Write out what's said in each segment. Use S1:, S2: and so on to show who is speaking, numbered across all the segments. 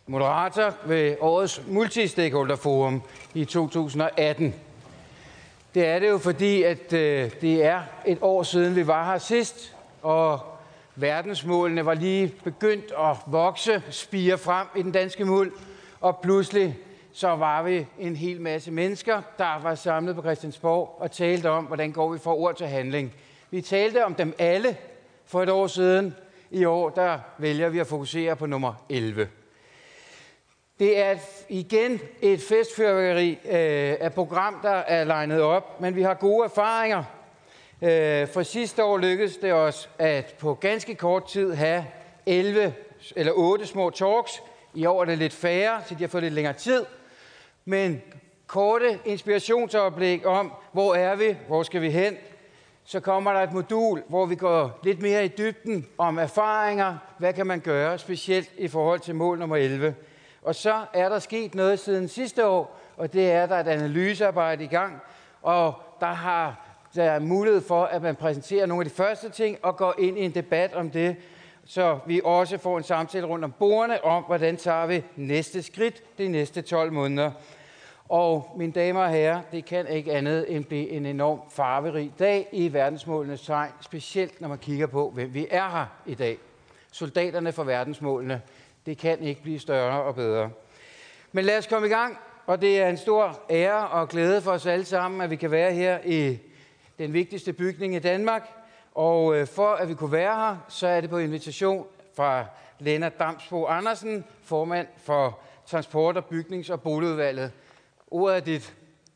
S1: moderator ved årets Multistakeholder-forum i 2018. Det er det jo, fordi at det er et år siden, vi var her sidst, og verdensmålene var lige begyndt at vokse, spire frem i den danske muld, og pludselig så var vi en hel masse mennesker, der var samlet på Christiansborg og talte om, hvordan går vi fra ord til handling. Vi talte om dem alle for et år siden. I år, der vælger vi at fokusere på nummer 11. Det er igen et festfyrværkeri af program, der er legnet op, men vi har gode erfaringer. For sidste år lykkedes det os at på ganske kort tid have 8 små talks. I år er det lidt færre, så de har fået lidt længere tid. Men korte inspirationsoplæg om, hvor er vi, hvor skal vi hen. Så kommer der et modul, hvor vi går lidt mere i dybden om erfaringer. Hvad kan man gøre, specielt i forhold til mål nummer 11. Og så er der sket noget siden sidste år, og det er, at der er et analysearbejde i gang. Og der er mulighed for, at man præsenterer nogle af de første ting og går ind i en debat om det. Så vi også får en samtale rundt om bordene om, hvordan tager vi næste skridt de næste 12 måneder. Og mine damer og herrer, det kan ikke andet end blive en enorm farverig dag i verdensmålenes tegn, specielt når man kigger på, hvem vi er her i dag. Soldaterne for verdensmålene. Det kan ikke blive større og bedre. Men lad os komme i gang, og det er en stor ære og glæde for os alle sammen, at vi kan være her i den vigtigste bygning i Danmark. Og for at vi kunne være her, så er det på invitation fra Lennart Damsbo-Andersen, formand for Transport-, Bygnings- og Boligudvalget. Ordet er dit.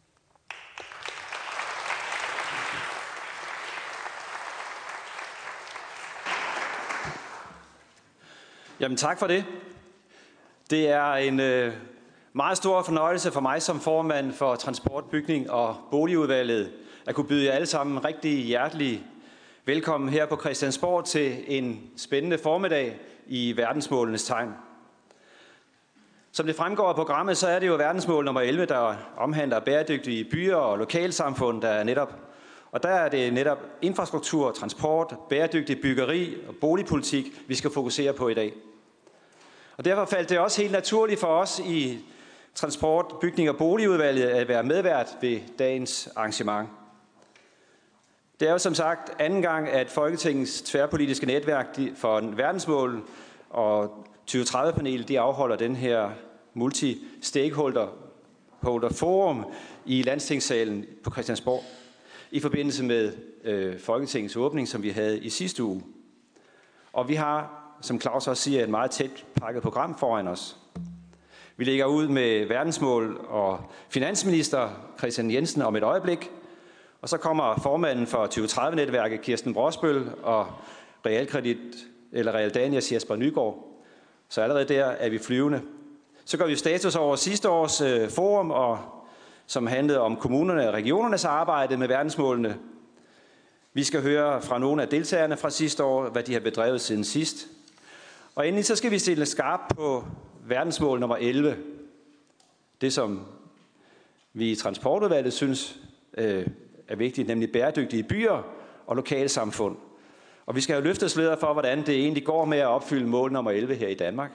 S2: Jamen tak for det. Det er en meget stor fornøjelse for mig som formand for Transport-, Bygning- og Boligudvalget at kunne byde jer alle sammen rigtig hjertelig velkommen her på Christiansborg til en spændende formiddag i verdensmålenes tegn. Som det fremgår af programmet, så er det jo verdensmål nummer 11, der omhandler bæredygtige byer og lokalsamfund, og der er det netop infrastruktur, transport, bæredygtig byggeri og boligpolitik, vi skal fokusere på i dag. Og derfor faldt det også helt naturligt for os i Transport-, Bygning- og Boligudvalget at være medvært ved dagens arrangement. Det er jo som sagt anden gang, at Folketingets tværpolitiske netværk for verdensmål og 2030-panelet de afholder den her multi-stakeholder forum i Landstingssalen på Christiansborg i forbindelse med Folketingets åbning, som vi havde i sidste uge. Og vi har, som Claus også siger, et meget tæt pakket program foran os. Vi lægger ud med verdensmål og finansminister Kristian Jensen om et øjeblik. Og så kommer formanden for 2030-netværket Kirsten Brosbøl og Realdanias Jesper Nygaard. Så allerede der er vi flyvende. Så gør vi status over sidste års forum, som handlede om kommunerne og regionernes arbejde med verdensmålene. Vi skal høre fra nogle af deltagerne fra sidste år, hvad de har bedrevet siden sidst. Og endelig så skal vi stille skarp på verdensmål nummer 11. Det, som vi i Transportudvalget synes er vigtigt, nemlig bæredygtige byer og lokalsamfund. Og vi skal have løftet sløret for, hvordan det egentlig går med at opfylde mål nummer 11 her i Danmark.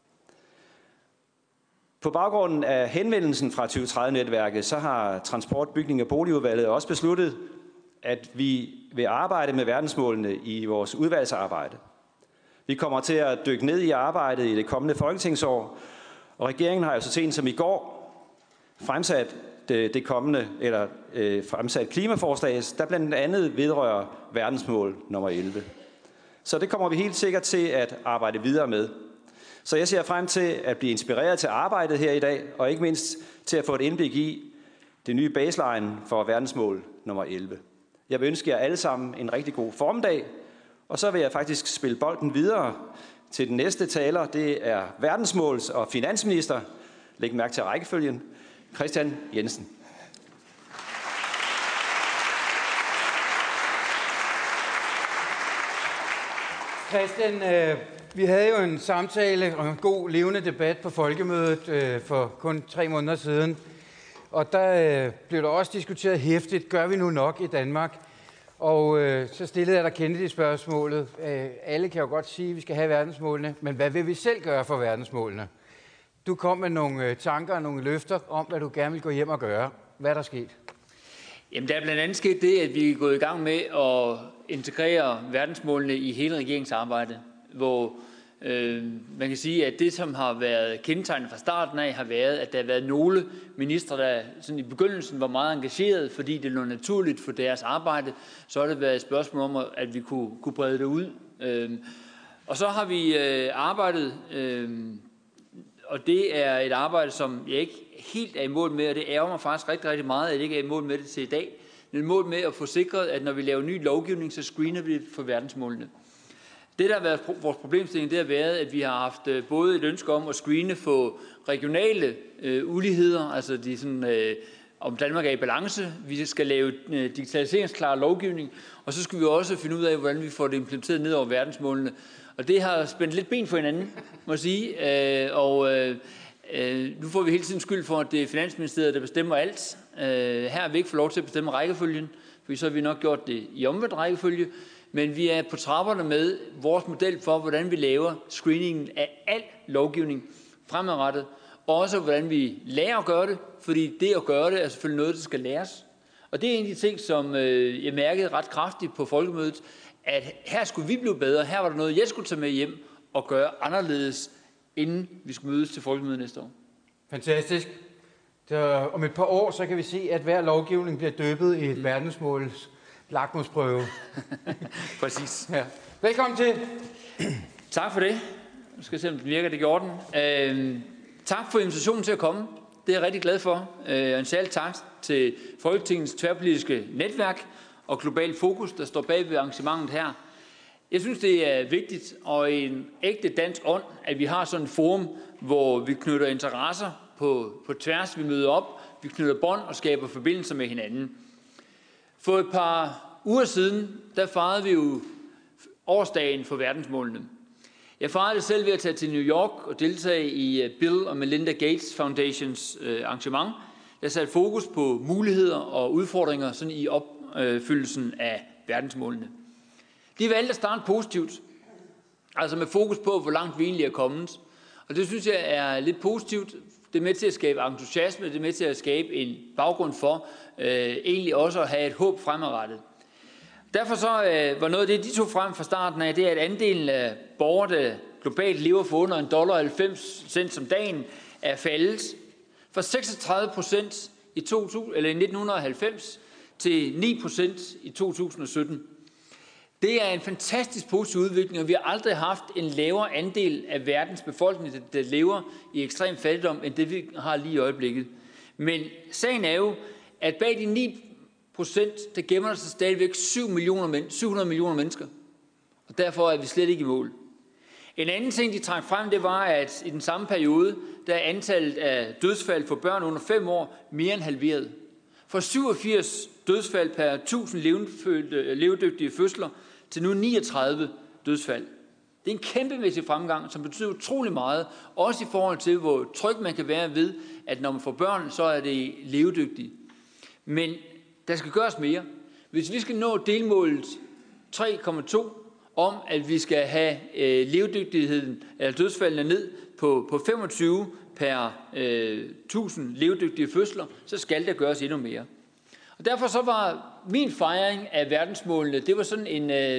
S2: På baggrunden af henvendelsen fra 2030-netværket, så har Transport-, Bygning- og Boligudvalget også besluttet, at vi vil arbejde med verdensmålene i vores udvalgsarbejde. Vi kommer til at dykke ned i arbejdet i det kommende folketingsår, og regeringen har jo så sent som i går fremsat fremsat klimaforslag, der blandt andet vedrører verdensmål nummer 11. Så det kommer vi helt sikkert til at arbejde videre med. Så jeg ser frem til at blive inspireret til arbejdet her i dag, og ikke mindst til at få et indblik i det nye baseline for verdensmål nummer 11. Jeg vil ønske jer alle sammen en rigtig god formiddag, og så vil jeg faktisk spille bolden videre til den næste taler. Det er verdensmåls- og finansminister, læg mærke til rækkefølgen, Kristian Jensen.
S1: Christian, vi havde jo en samtale og en god levende debat på folkemødet for kun 3 måneder siden. Og der blev der også diskuteret hæftigt, gør vi nu nok i Danmark? Og så stillede jeg dig Kennedy-spørgsmålet. Alle kan jo godt sige, at vi skal have verdensmålene, men hvad vil vi selv gøre for verdensmålene? Du kom med nogle tanker og nogle løfter om, hvad du gerne vil gå hjem og gøre. Hvad er der sket?
S3: Jamen, der er blandt andet sket det, at vi er gået i gang med at integrere verdensmålene i hele regeringsarbejdet, hvor man kan sige, at det, som har været kendetegnet fra starten af, har været, at der har været nogle ministre, der sådan i begyndelsen var meget engageret, fordi det lå naturligt for deres arbejde. Så har det været et spørgsmål om, at vi kunne brede det ud. Og så har vi arbejdet, og det er et arbejde, som jeg ikke helt er i mål med, og det ærger mig faktisk rigtig, rigtig meget, at jeg ikke er i mål med det til i dag. Det er i mål med at få sikret, at når vi laver ny lovgivning, så screener vi for verdensmålene. Det, der har været vores problemstilling, det har været, at vi har haft både et ønske om at screene for regionale uligheder, altså de sådan, om Danmark er i balance. Vi skal lave digitaliseringsklar lovgivning, og så skal vi også finde ud af, hvordan vi får det implementeret ned over verdensmålene. Og det har spændt lidt ben for hinanden, må jeg sige. Nu får vi hele tiden skyld for, at det er Finansministeriet, der bestemmer alt. Her har vi ikke fået lov til at bestemme rækkefølgen, for så har vi nok gjort det i omvendt rækkefølge. Men vi er på trapperne med vores model for, hvordan vi laver screeningen af al lovgivning fremadrettet. Og også hvordan vi lærer at gøre det, fordi det at gøre det er selvfølgelig noget, der skal læres. Og det er en af de ting, som jeg mærkede ret kraftigt på folkemødet, at her skulle vi blive bedre. Her var der noget, jeg skulle tage med hjem og gøre anderledes, inden vi skulle mødes til folkemødet næste år.
S1: Fantastisk. Om et par år, så kan vi se, at hver lovgivning bliver døbet i et verdensmåls lakmusprøve.
S3: Præcis.
S1: Ja. Velkommen til.
S3: Tak for det. Nu skal jeg se, om det virker, det gjorde den. Tak for invitationen til at komme. Det er jeg rigtig glad for. En særlig tak til Folketingets tværpolitiske netværk og Global Fokus, der står bag ved arrangementet her. Jeg synes, det er vigtigt og en ægte dansk ånd, at vi har sådan et forum, hvor vi knytter interesser på tværs. Vi møder op, vi knytter bånd og skaber forbindelser med hinanden. For et par uger siden, der fejrede vi jo årsdagen for verdensmålene. Jeg fejrede det selv ved at tage til New York og deltage i Bill og Melinda Gates Foundations arrangement, der satte fokus på muligheder og udfordringer sådan i opfyldelsen af verdensmålene. De valgte at starte positivt, altså med fokus på, hvor langt vi egentlig er kommet. Og det synes jeg er lidt positivt. Det er med til at skabe entusiasme, det er med til at skabe en baggrund for egentlig også at have et håb fremadrettet. Derfor så var noget af det, de tog frem fra starten af, det er, at andelen af borgere, der globalt lever for under $1,90 om dagen, er faldet fra 36% i 1990 til 9% i 2017. Det er en fantastisk positiv udvikling, og vi har aldrig haft en lavere andel af verdens befolkning, der lever i ekstrem fattigdom, end det vi har lige i øjeblikket. Men sagen er jo, at bag de 9%, der gemmer der sig stadigvæk 700 millioner mennesker. Og derfor er vi slet ikke i mål. En anden ting, de trak frem, det var, at i den samme periode, der er antallet af dødsfald for børn under 5 år mere end halveret. Fra 87 dødsfald per 1000 levedygtige fødsler til nu 39 dødsfald. Det er en kæmpemæssig fremgang, som betyder utrolig meget, også i forhold til, hvor tryg man kan være ved, at når man får børn, så er det levedygtigt. Men der skal gøres mere. Hvis vi skal nå delmålet 3,2 om, at vi skal have levedygtigheden, eller dødsfaldene ned på 25 per 1000 levedygtige fødsler, så skal der gøres endnu mere. Og derfor så var min fejring af verdensmålene, det var sådan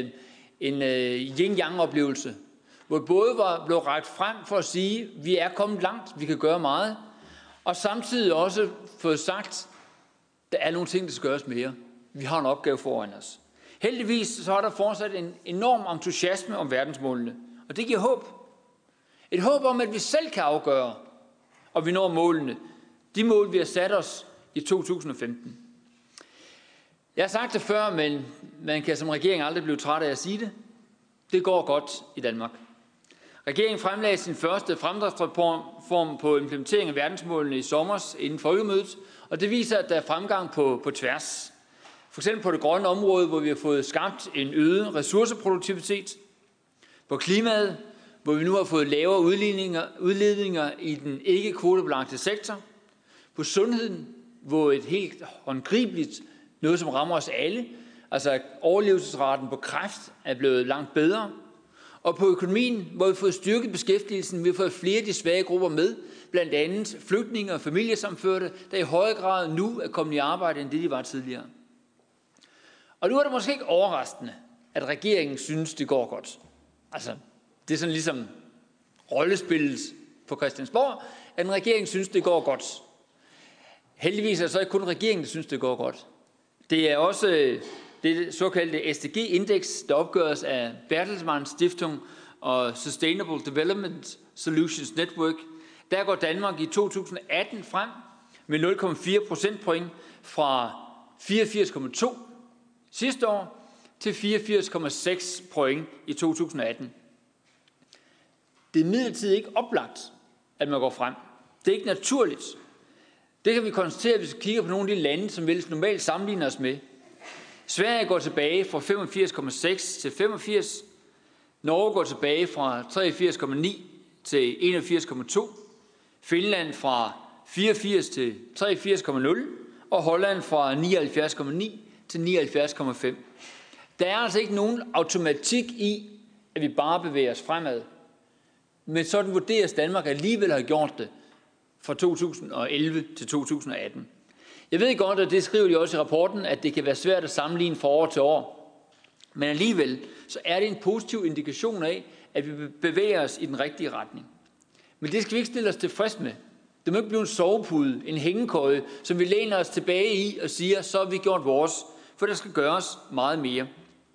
S3: en yin-yang-oplevelse, hvor både blev rækket frem for at sige, at vi er kommet langt, vi kan gøre meget, og samtidig også fået sagt, der er nogle ting, der skal gøres mere. Vi har en opgave foran os. Heldigvis så er der fortsat en enorm entusiasme om verdensmålene, og det giver håb. Et håb om, at vi selv kan afgøre, og vi når målene. De mål, vi har sat os i 2015. Jeg har sagt det før, men man kan som regering aldrig blive træt af at sige det. Det går godt i Danmark. Regeringen fremlagde sin første fremdriftsreform på implementering af verdensmålene i sommer inden folkemødet, og det viser, at der er fremgang på tværs. For eksempel på det grønne område, hvor vi har fået skabt en øget ressourceproduktivitet. På klimaet, hvor vi nu har fået lavere udledninger i den ikke kvotebelagte sektor. På sundheden, hvor et helt håndgribeligt, noget som rammer os alle, altså overlevelsesraten på kræft er blevet langt bedre. Og på økonomien, hvor vi har fået styrket beskæftigelsen, vi har fået flere af de svage grupper med, blandt andet flygtninge og familiesammenførte, der i højere grad nu er kommet i arbejde, end det de var tidligere. Og nu er det måske ikke overraskende, at regeringen synes, det går godt. Altså, det er sådan ligesom rollespillet på Christiansborg, at en regering synes, det går godt. Heldigvis er det så ikke kun regeringen, der synes, det går godt. Det er også det såkaldte SDG-indeks, der opgøres af Bertelsmann Stiftung og Sustainable Development Solutions Network. Der går Danmark i 2018 frem med 0,4 procentpoint fra 84,2 sidste år til 84,6 point i 2018. Det er imidlertid ikke oplagt, at man går frem. Det er ikke naturligt. Det kan vi konstatere, hvis vi kigger på nogle af de lande, som vi normalt sammenligner os med. Sverige går tilbage fra 85,6 til 85. Norge går tilbage fra 83,9 til 81,2. Finland fra 84 til 83,0. Og Holland fra 79,9 til 79,5. Der er altså ikke nogen automatik i, at vi bare bevæger os fremad. Men sådan vurderes Danmark alligevel har gjort det fra 2011 til 2018. Jeg ved godt, og det skriver de også i rapporten, at det kan være svært at sammenligne fra år til år. Men alligevel så er det en positiv indikation af, at vi bevæger os i den rigtige retning. Men det skal vi ikke stille os tilfreds med. Det må ikke blive en sovepude, en hængekøje, som vi læner os tilbage i og siger, så har vi gjort vores, for der skal gøres meget mere.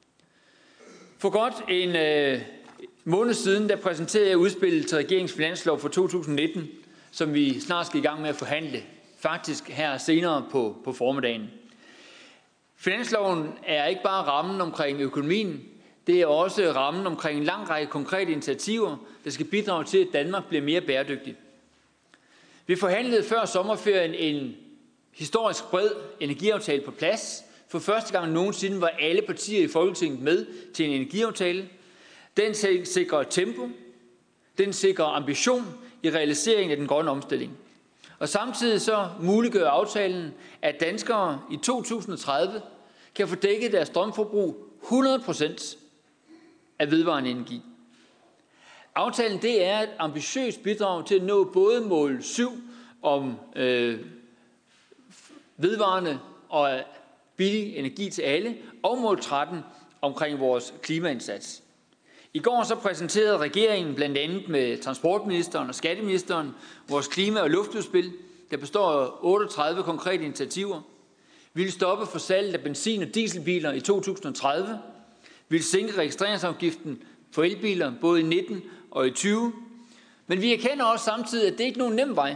S3: For godt en måned siden, der præsenterede jeg udspillet til regeringens finanslov for 2019, som vi snart skal i gang med at forhandle, faktisk her senere på formiddagen. Finansloven er ikke bare rammen omkring økonomien, det er også rammen omkring en lang række konkrete initiativer, der skal bidrage til, at Danmark bliver mere bæredygtig. Vi forhandlede før sommerferien en historisk bred energiaftale på plads. For første gang nogensinde var alle partier i Folketinget med til en energiaftale. Den sikrer tempo, den sikrer ambition i realiseringen af den grønne omstilling. Og samtidig så muliggør aftalen, at danskere i 2030 kan få dækket deres strømforbrug 100% af vedvarende energi. Aftalen det er et ambitiøst bidrag til at nå både mål 7 om vedvarende og billig energi til alle, og mål 13 omkring vores klimaindsats. I går så præsenterede regeringen blandt andet med transportministeren og skatteministeren vores klima- og luftudspil, der består af 38 konkrete initiativer. Vi vil stoppe for salget af benzin- og dieselbiler i 2030. Vi vil sænke registreringsafgiften for elbiler både i 19 og i 20. Men vi erkender også samtidig, at det ikke er nogen nem vej.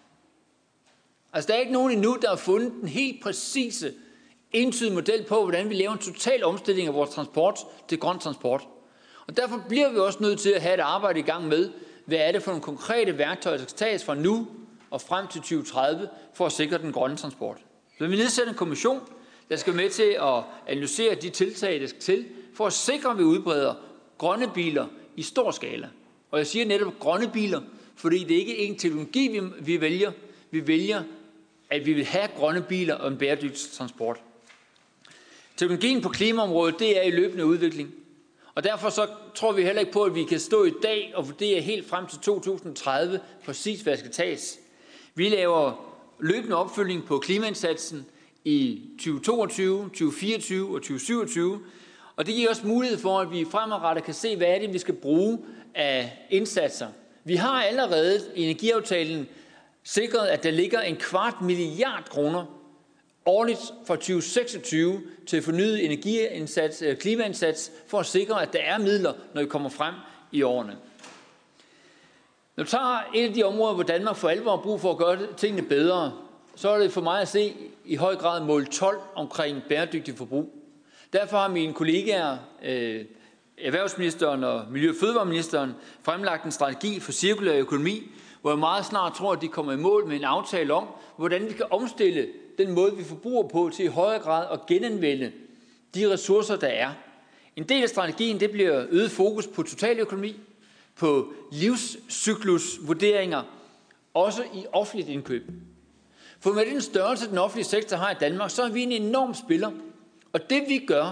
S3: Altså der er ikke nogen endnu, der har fundet den helt præcise, entydige model på, hvordan vi laver en total omstilling af vores transport til grøn transport. Og derfor bliver vi også nødt til at have et arbejde i gang med, hvad er det for nogle konkrete værktøjer, der skal tages fra nu og frem til 2030 for at sikre den grønne transport. Så vi nedsætter en kommission, der skal med til at analysere de tiltag, der skal til, for at sikre, at vi udbreder grønne biler i stor skala. Og jeg siger netop grønne biler, fordi det ikke er en teknologi, vi vælger. Vi vælger, at vi vil have grønne biler og en bæredygtig transport. Teknologien på klimaområdet, det er i løbende udvikling. Og derfor så tror vi heller ikke på, at vi kan stå i dag og vurdere helt frem til 2030 præcis, hvad der skal tages. Vi laver løbende opfølgning på klimaindsatsen i 2022, 2024 og 2027. Og det giver os mulighed for, at vi fremadrettet kan se, hvad er det, vi skal bruge af indsatser. Vi har allerede i energiaftalen sikret, at der ligger 250 milliarder kroner årligt fra 2026 til fornyet energiindsats, klimaindsats, for at sikre, at der er midler, når vi kommer frem i årene. Når vi tager et af de områder, hvor Danmark for alvor har brug for at gøre tingene bedre, så er det for mig at se i høj grad mål 12 omkring bæredygtig forbrug. Derfor har mine kollegaer, erhvervsministeren og Miljø- og Fødevareministeren, fremlagt en strategi for cirkulær økonomi, hvor jeg meget snart tror, at de kommer i mål med en aftale om, hvordan vi kan omstille den måde, vi forbruger på, til i højere grad at genanvende de ressourcer, der er. En del af strategien, det bliver øget fokus på totaløkonomi, på livscyklusvurderinger, også i offentligt indkøb. For med den størrelse, den offentlige sektor har i Danmark, så er vi en enorm spiller. Og det vi gør,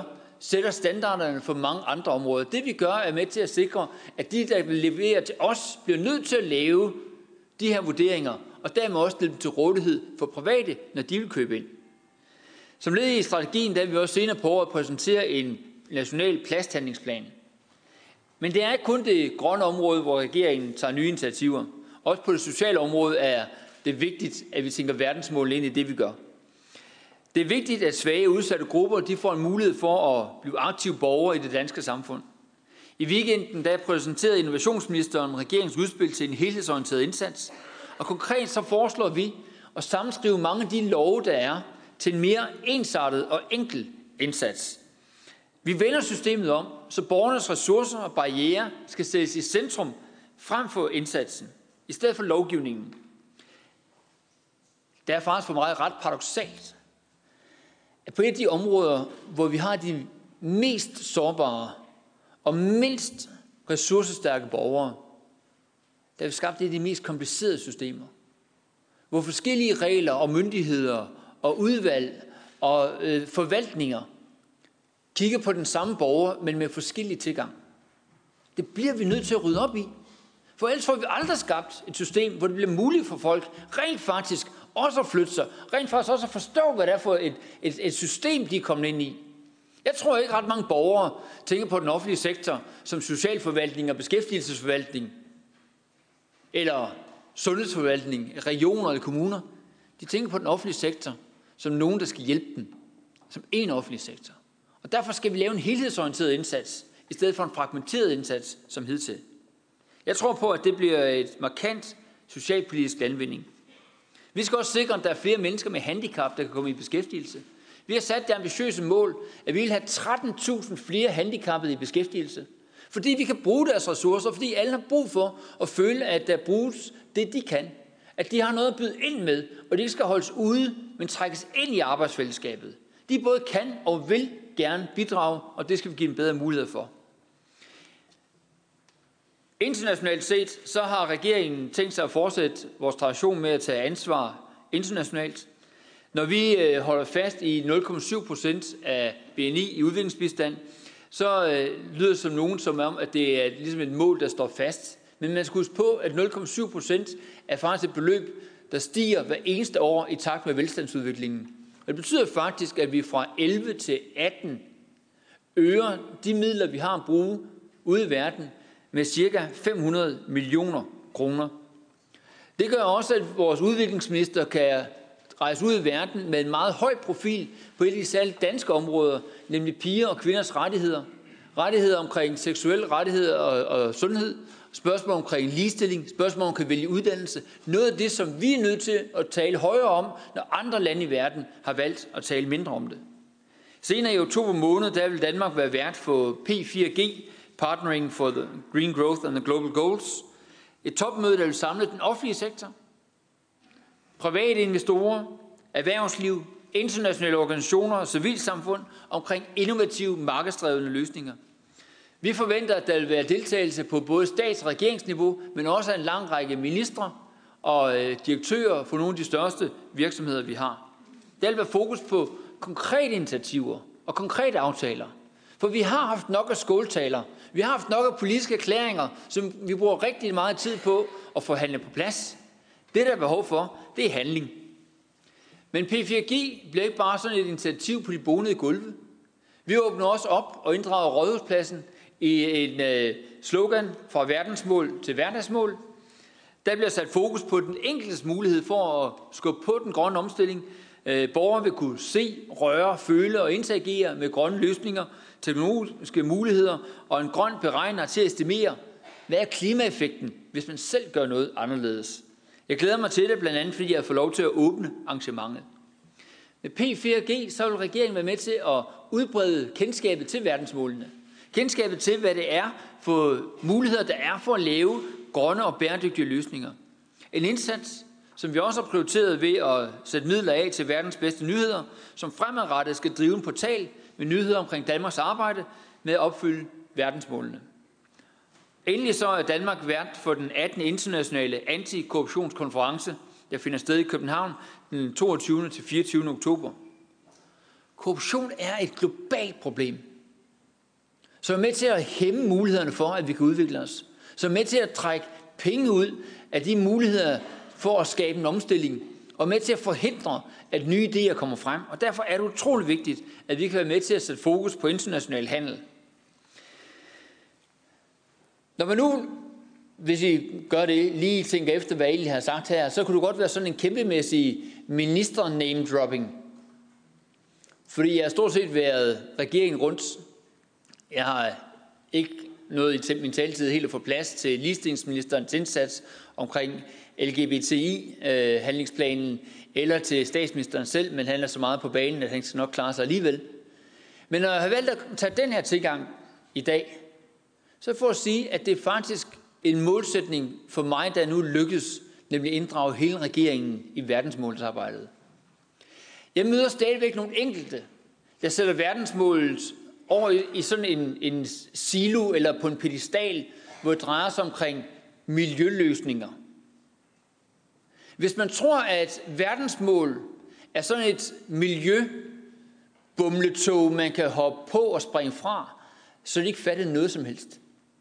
S3: sætter standarderne for mange andre områder. Det vi gør er med til at sikre, at de, der vil levere til os, bliver nødt til at lave de her vurderinger, og dermed også stille dem til rådighed for private, når de vil købe ind. Som led i strategien, der vil vi også senere på året præsentere en national plasthandlingsplan. Men det er ikke kun det grønne område, hvor regeringen tager nye initiativer. Også på det sociale område er det vigtigt, at vi tænker verdensmål ind i det, vi gør. Det er vigtigt, at svage og udsatte grupper de får en mulighed for at blive aktive borgere i det danske samfund. I weekenden der præsenterede innovationsministeren regeringens udspil til en helhedsorienteret indsats. Og konkret så foreslår vi at sammenskrive mange af de love, der er, til en mere ensartet og enkel indsats. Vi vender systemet om, så borgernes ressourcer og barrierer skal sættes i centrum frem for indsatsen, i stedet for lovgivningen. Det er faktisk for mig ret paradoksalt, at på et af de områder, hvor vi har de mest sårbare og mindst ressourcestærke borgere, der har vi skabt et af de mest komplicerede systemer, hvor forskellige regler og myndigheder og udvalg og forvaltninger kigger på den samme borger, men med forskellige tilgang. Det bliver vi nødt til at rydde op i. For ellers får vi aldrig skabt et system, hvor det bliver muligt for folk rent faktisk også at flytte sig, rent faktisk også at forstå, hvad det er for et system, de er kommet ind i. Jeg tror ikke ret mange borgere tænker på den offentlige sektor som socialforvaltning og beskæftigelsesforvaltning, eller sundhedsforvaltning, regioner eller kommuner. De tænker på den offentlige sektor som nogen, der skal hjælpe dem, som en offentlig sektor. Og derfor skal vi lave en helhedsorienteret indsats, i stedet for en fragmenteret indsats som hidtil. Jeg tror på, at det bliver et markant socialpolitisk landvinding. Vi skal også sikre, at der er flere mennesker med handicap, der kan komme i beskæftigelse. Vi har sat det ambitiøse mål, at vi vil have 13.000 flere handicappede i beskæftigelse. Fordi vi kan bruge deres ressourcer, fordi alle har brug for at føle, at der bruges det, de kan. At de har noget at byde ind med, og de ikke skal holdes ude, men trækkes ind i arbejdsfællesskabet. De både kan og vil gerne bidrage, og det skal vi give dem bedre muligheder for. Internationalt set, så har regeringen tænkt sig at fortsætte vores tradition med at tage ansvar internationalt. Når vi holder fast i 0,7% af BNI i udviklingsbistand, så lyder det som nogen som om, at det er ligesom et mål, der står fast. Men man skal huske på, at 0,7% er faktisk et beløb, der stiger hver eneste år i takt med velstandsudviklingen. Og det betyder faktisk, at vi fra 11 til 18 øger de midler, vi har at bruge ude i verden, med ca. 500 millioner kroner. Det gør også, at vores udviklingsminister kan rejse ud i verden med en meget høj profil på et af de særligt danske områder, nemlig piger og kvinders rettigheder. Rettigheder omkring seksuelle rettigheder og sundhed, spørgsmål omkring ligestilling, spørgsmål om at vælge uddannelse. Noget af det, som vi er nødt til at tale højere om, når andre lande i verden har valgt at tale mindre om det. Senere i oktober måned, der vil Danmark være vært for P4G, Partnering for the Green Growth and the Global Goals. Et topmøde, der vil samle den offentlige sektor, private investorer, erhvervsliv, internationale organisationer og civilsamfund omkring innovative markedsdrevne løsninger. Vi forventer, at der vil være deltagelse på både stats- og regeringsniveau, men også en lang række ministre og direktører for nogle af de største virksomheder, vi har. Der vil være fokus på konkrete initiativer og konkrete aftaler. For vi har haft nok af skåltaler. Vi har haft nok af politiske erklæringer, som vi bruger rigtig meget tid på at forhandle på plads. Det, der er behov for, det er handling. Men P4G bliver ikke bare sådan et initiativ på de bonede gulve. Vi åbner også op og inddrager Rådhuspladsen i en slogan fra verdensmål til hverdagsmål. Der bliver sat fokus på den enkeltes mulighed for at skubbe på den grønne omstilling. Borgere vil kunne se, røre, føle og interagere med grønne løsninger, teknologiske muligheder og en grøn beregner til at estimere, hvad er klimaeffekten, hvis man selv gør noget anderledes. Jeg glæder mig til det, blandt andet fordi jeg får lov til at åbne arrangementet. Med P4G så vil regeringen være med til at udbrede kendskabet til verdensmålene. Kendskabet til, hvad det er for muligheder, der er for at lave grønne og bæredygtige løsninger. En indsats, som vi også har prioriteret ved at sætte midler af til verdens bedste nyheder, som fremadrettet skal drive en portal med nyheder omkring Danmarks arbejde med at opfylde verdensmålene. Endelig så er Danmark vært for den 18. internationale antikorruptionskonference, der finder sted i København den 22. til 24. oktober. Korruption er et globalt problem. som er med til at hæmme mulighederne for, at vi kan udvikle os, som er med til at trække penge ud af de muligheder for at skabe en omstilling, og med til at forhindre, at nye idéer kommer frem. Og derfor er det utroligt vigtigt, at vi kan være med til at sætte fokus på international handel. Når man nu, hvis I gør det, lige tænker efter, hvad jeg egentlig har sagt her, så kunne det godt være sådan en kæmpemæssig minister-name-dropping. Fordi jeg har stort set været regeringen rundt. Jeg har ikke nået i min taletid helt at få plads til ligestillingsministerens indsats omkring LGBTI-handlingsplanen, eller til statsministeren selv, men han er så meget på banen, at han skal nok klare sig alligevel. Men når jeg har valgt at tage den her tilgang i dag, så for at sige, at det er faktisk en målsætning for mig, der nu lykkes, nemlig at inddrage hele regeringen i verdensmålsarbejdet. Jeg møder stadigvæk nogle enkelte, der sætter verdensmålet over i sådan en silo eller på en pedestal, hvor det drejer sig omkring miljøløsninger. Hvis man tror, at verdensmål er sådan et miljøbumletog, man kan hoppe på og springe fra, så er det ikke fattet noget som helst.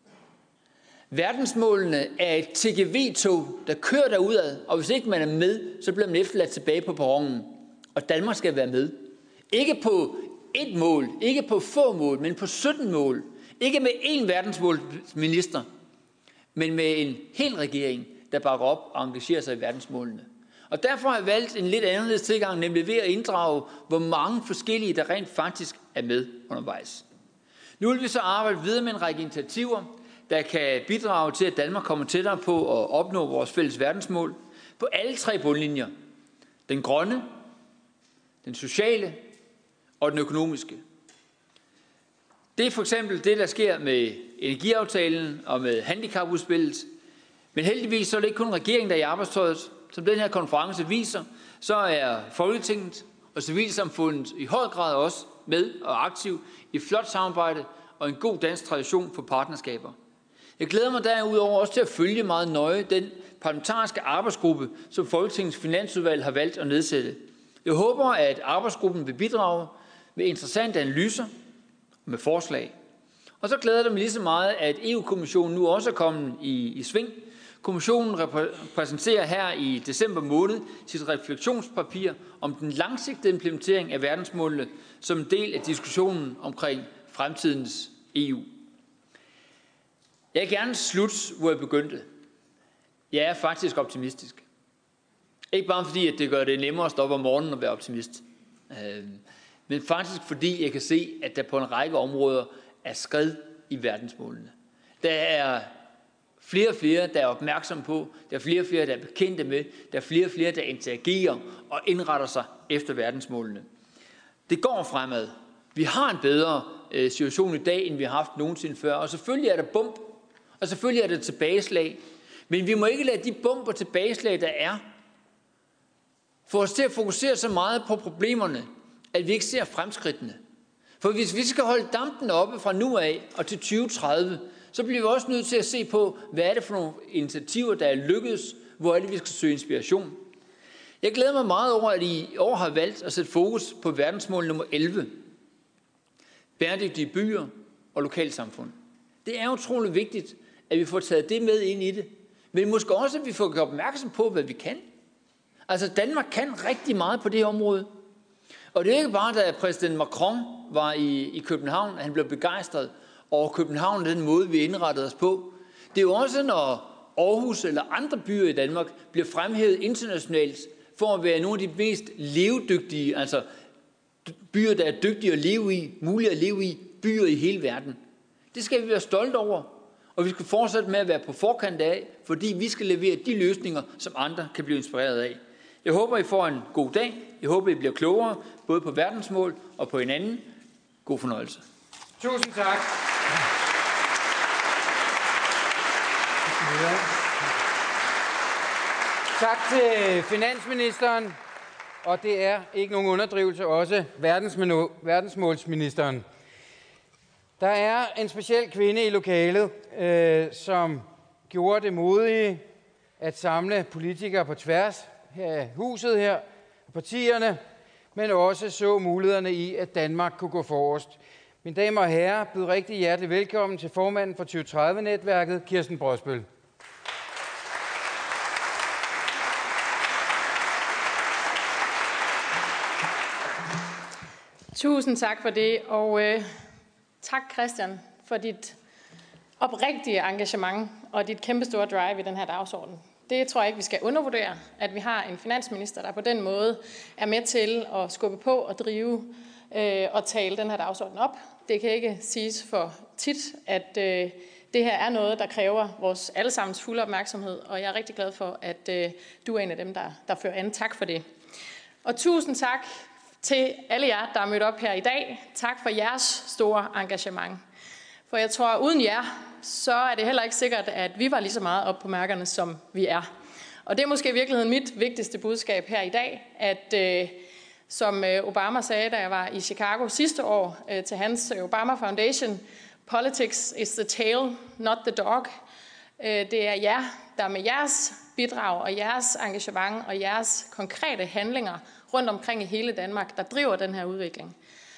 S3: Verdensmålene er et TGV-tog, der kører derudad, og hvis ikke man er med, så bliver man efterladt tilbage på perronen. Og Danmark skal være med. Ikke på et mål, ikke på få mål, men på 17 mål. Ikke med én verdensmålsminister, men med en hel regering, der bakker op og engagerer sig i verdensmålene. Og derfor har jeg valgt en lidt anderledes tilgang, nemlig ved at inddrage, hvor mange forskellige, der rent faktisk er med undervejs. Nu vil vi så arbejde videre med en række initiativer, der kan bidrage til, at Danmark kommer tættere på at opnå vores fælles verdensmål på alle tre bundlinjer. Den grønne, den sociale og den økonomiske. Det er for eksempel det, der sker med energiaftalen og med handicapudspillet. Men heldigvis så er det ikke kun regeringen, der er i arbejdstøjet. Som den her konference viser, så er Folketinget og civilsamfundet i høj grad også med og aktiv i flot samarbejde og en god dansk tradition for partnerskaber. Jeg glæder mig derudover også til at følge meget nøje den parlamentariske arbejdsgruppe, som Folketingets finansudvalg har valgt at nedsætte. Jeg håber, at arbejdsgruppen vil bidrage med interessante analyser og med forslag. Og så glæder det mig lige så meget, at EU-kommissionen nu også er kommet i sving. Kommissionen præsenterer her i december måned sit refleksionspapir om den langsigtede implementering af verdensmålene som en del af diskussionen omkring fremtidens EU. Jeg vil gerne slutte, hvor jeg begyndte. Jeg er faktisk optimistisk. Ikke bare fordi, at det gør det nemmere at stå op om morgenen og være optimist. Men faktisk fordi jeg kan se, at der på en række områder er skred i verdensmålene. Der er flere og flere, der er opmærksomme på. Der er flere og flere, der er bekendte med. Der er flere og flere, der interagerer og indretter sig efter verdensmålene. Det går fremad. Vi har en bedre situation i dag, end vi har haft nogensinde før. Og selvfølgelig er der bump, og selvfølgelig er der tilbageslag. Men vi må ikke lade de bump og tilbageslag, der er, få os til at fokusere så meget på problemerne, at vi ikke ser fremskridtene. For hvis vi skal holde dampen oppe fra nu af og til 2030, så bliver vi også nødt til at se på, hvad er det for nogle initiativer, der er lykkedes, hvor er det, vi skal søge inspiration. Jeg glæder mig meget over, at I i år har valgt at sætte fokus på verdensmål nummer 11. Bæredygtige byer og lokalsamfund. Det er utroligt vigtigt, at vi får taget det med ind i det. Men måske også, at vi får gjort opmærksom på, hvad vi kan. Altså Danmark kan rigtig meget på det her område. Og det er ikke bare, da præsident Macron var i København, at han blev begejstret over København og den måde, vi indrettede os på. Det er jo også, når Aarhus eller andre byer i Danmark bliver fremhævet internationalt for at være nogle af de mest levedygtige, altså byer, der er dygtige at leve i, mulige at leve i, byer i hele verden. Det skal vi være stolte over, og vi skal fortsætte med at være på forkant af, fordi vi skal levere de løsninger, som andre kan blive inspireret af. Jeg håber, I får en god dag. Jeg håber, I bliver klogere, både på verdensmål og på hinanden. God fornøjelse.
S1: Tusind tak. Tak til finansministeren, og det er ikke nogen underdrivelse, også verdensmålsministeren. Der er en speciel kvinde i lokalet, som gjorde det modige at samle politikere på tværs af huset her, partierne, men også så mulighederne i, at Danmark kunne gå forrest Mine damer og herrer, byd rigtig hjertelig velkommen til formanden for 2030-netværket, Kirsten Brosbøl.
S4: Tusind tak for det, og tak Christian for dit oprigtige engagement og dit kæmpestore drive i den her dagsorden. Det tror jeg ikke, vi skal undervurdere, at vi har en finansminister, der på den måde er med til at skubbe på og drive og tale den her dagsorden op. Det kan ikke siges for tit, at det her er noget, der kræver vores allesammens fulde opmærksomhed, og jeg er rigtig glad for, at du er en af dem, der fører an. Tak for det. Og tusind tak til alle jer, der er mødt op her i dag. Tak for jeres store engagement. For jeg tror, at uden jer, så er det heller ikke sikkert, at vi var lige så meget op på mærkerne, som vi er. Og det er måske i virkeligheden mit vigtigste budskab her i dag, at som Obama sagde, da jeg var i Chicago sidste år til hans Obama Foundation, politics is the tail, not the dog. Det er jer, der med jeres bidrag og jeres engagement og jeres konkrete handlinger rundt omkring i hele Danmark, der driver den her udvikling.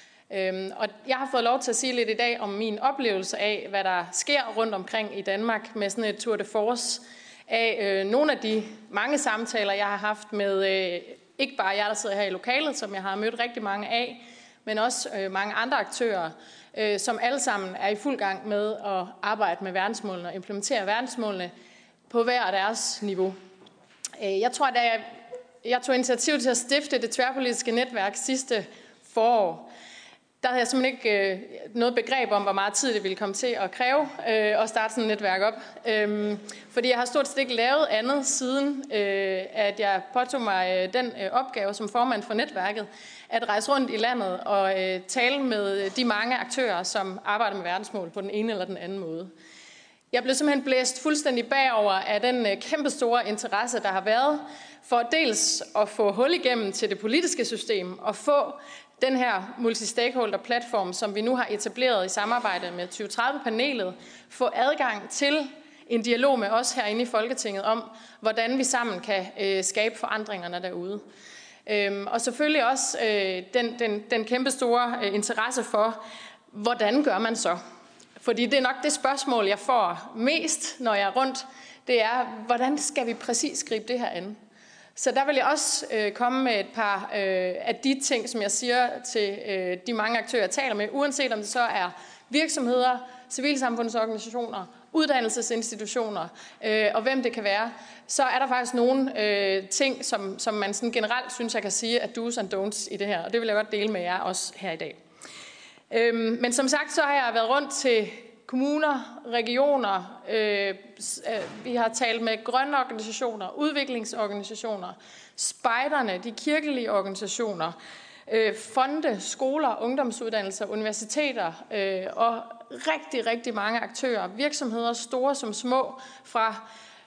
S4: Og jeg har fået lov til at sige lidt i dag om min oplevelse af, hvad der sker rundt omkring i Danmark med sådan et tour de force af nogle af de mange samtaler, jeg har haft med ikke bare jer, der sidder her i lokalet, som jeg har mødt rigtig mange af, men også mange andre aktører, som alle sammen er i fuld gang med at arbejde med verdensmålene og implementere verdensmålene på hver deres niveau. Jeg tror, da jeg tog initiativ til at stifte det tværpolitiske netværk sidste forår, der havde jeg simpelthen ikke noget begreb om, hvor meget tid det ville komme til at kræve at starte sådan et netværk op. Fordi jeg har stort set ikke lavet andet siden, at jeg påtog mig den opgave som formand for netværket, at rejse rundt i landet og tale med de mange aktører, som arbejder med verdensmål på den ene eller den anden måde. Jeg blev simpelthen blæst fuldstændig bagover af den kæmpe store interesse, der har været for dels at få hul igennem til det politiske system og få den her multi-stakeholder-platform, som vi nu har etableret i samarbejde med 2030-panelet, få adgang til en dialog med os herinde i Folketinget om, hvordan vi sammen kan skabe forandringerne derude. Og selvfølgelig også den kæmpe store interesse for, hvordan gør man så? Fordi det er nok det spørgsmål, jeg får mest, når jeg er rundt, det er, hvordan skal vi præcis gribe det her an? Så der vil jeg også komme med et par af de ting, som jeg siger til de mange aktører, jeg taler med, uanset om det så er virksomheder, civilsamfundsorganisationer, uddannelsesinstitutioner og hvem det kan være, så er der faktisk nogle ting, som man sådan generelt synes, jeg kan sige, at do's and don'ts i det her, og det vil jeg godt dele med jer også her i dag. Men som sagt, så har jeg været rundt til kommuner, regioner, vi har talt med grønne organisationer, udviklingsorganisationer, spejderne, de kirkelige organisationer, fonde, skoler, ungdomsuddannelser, universiteter og rigtig, rigtig mange aktører, virksomheder, store som små, fra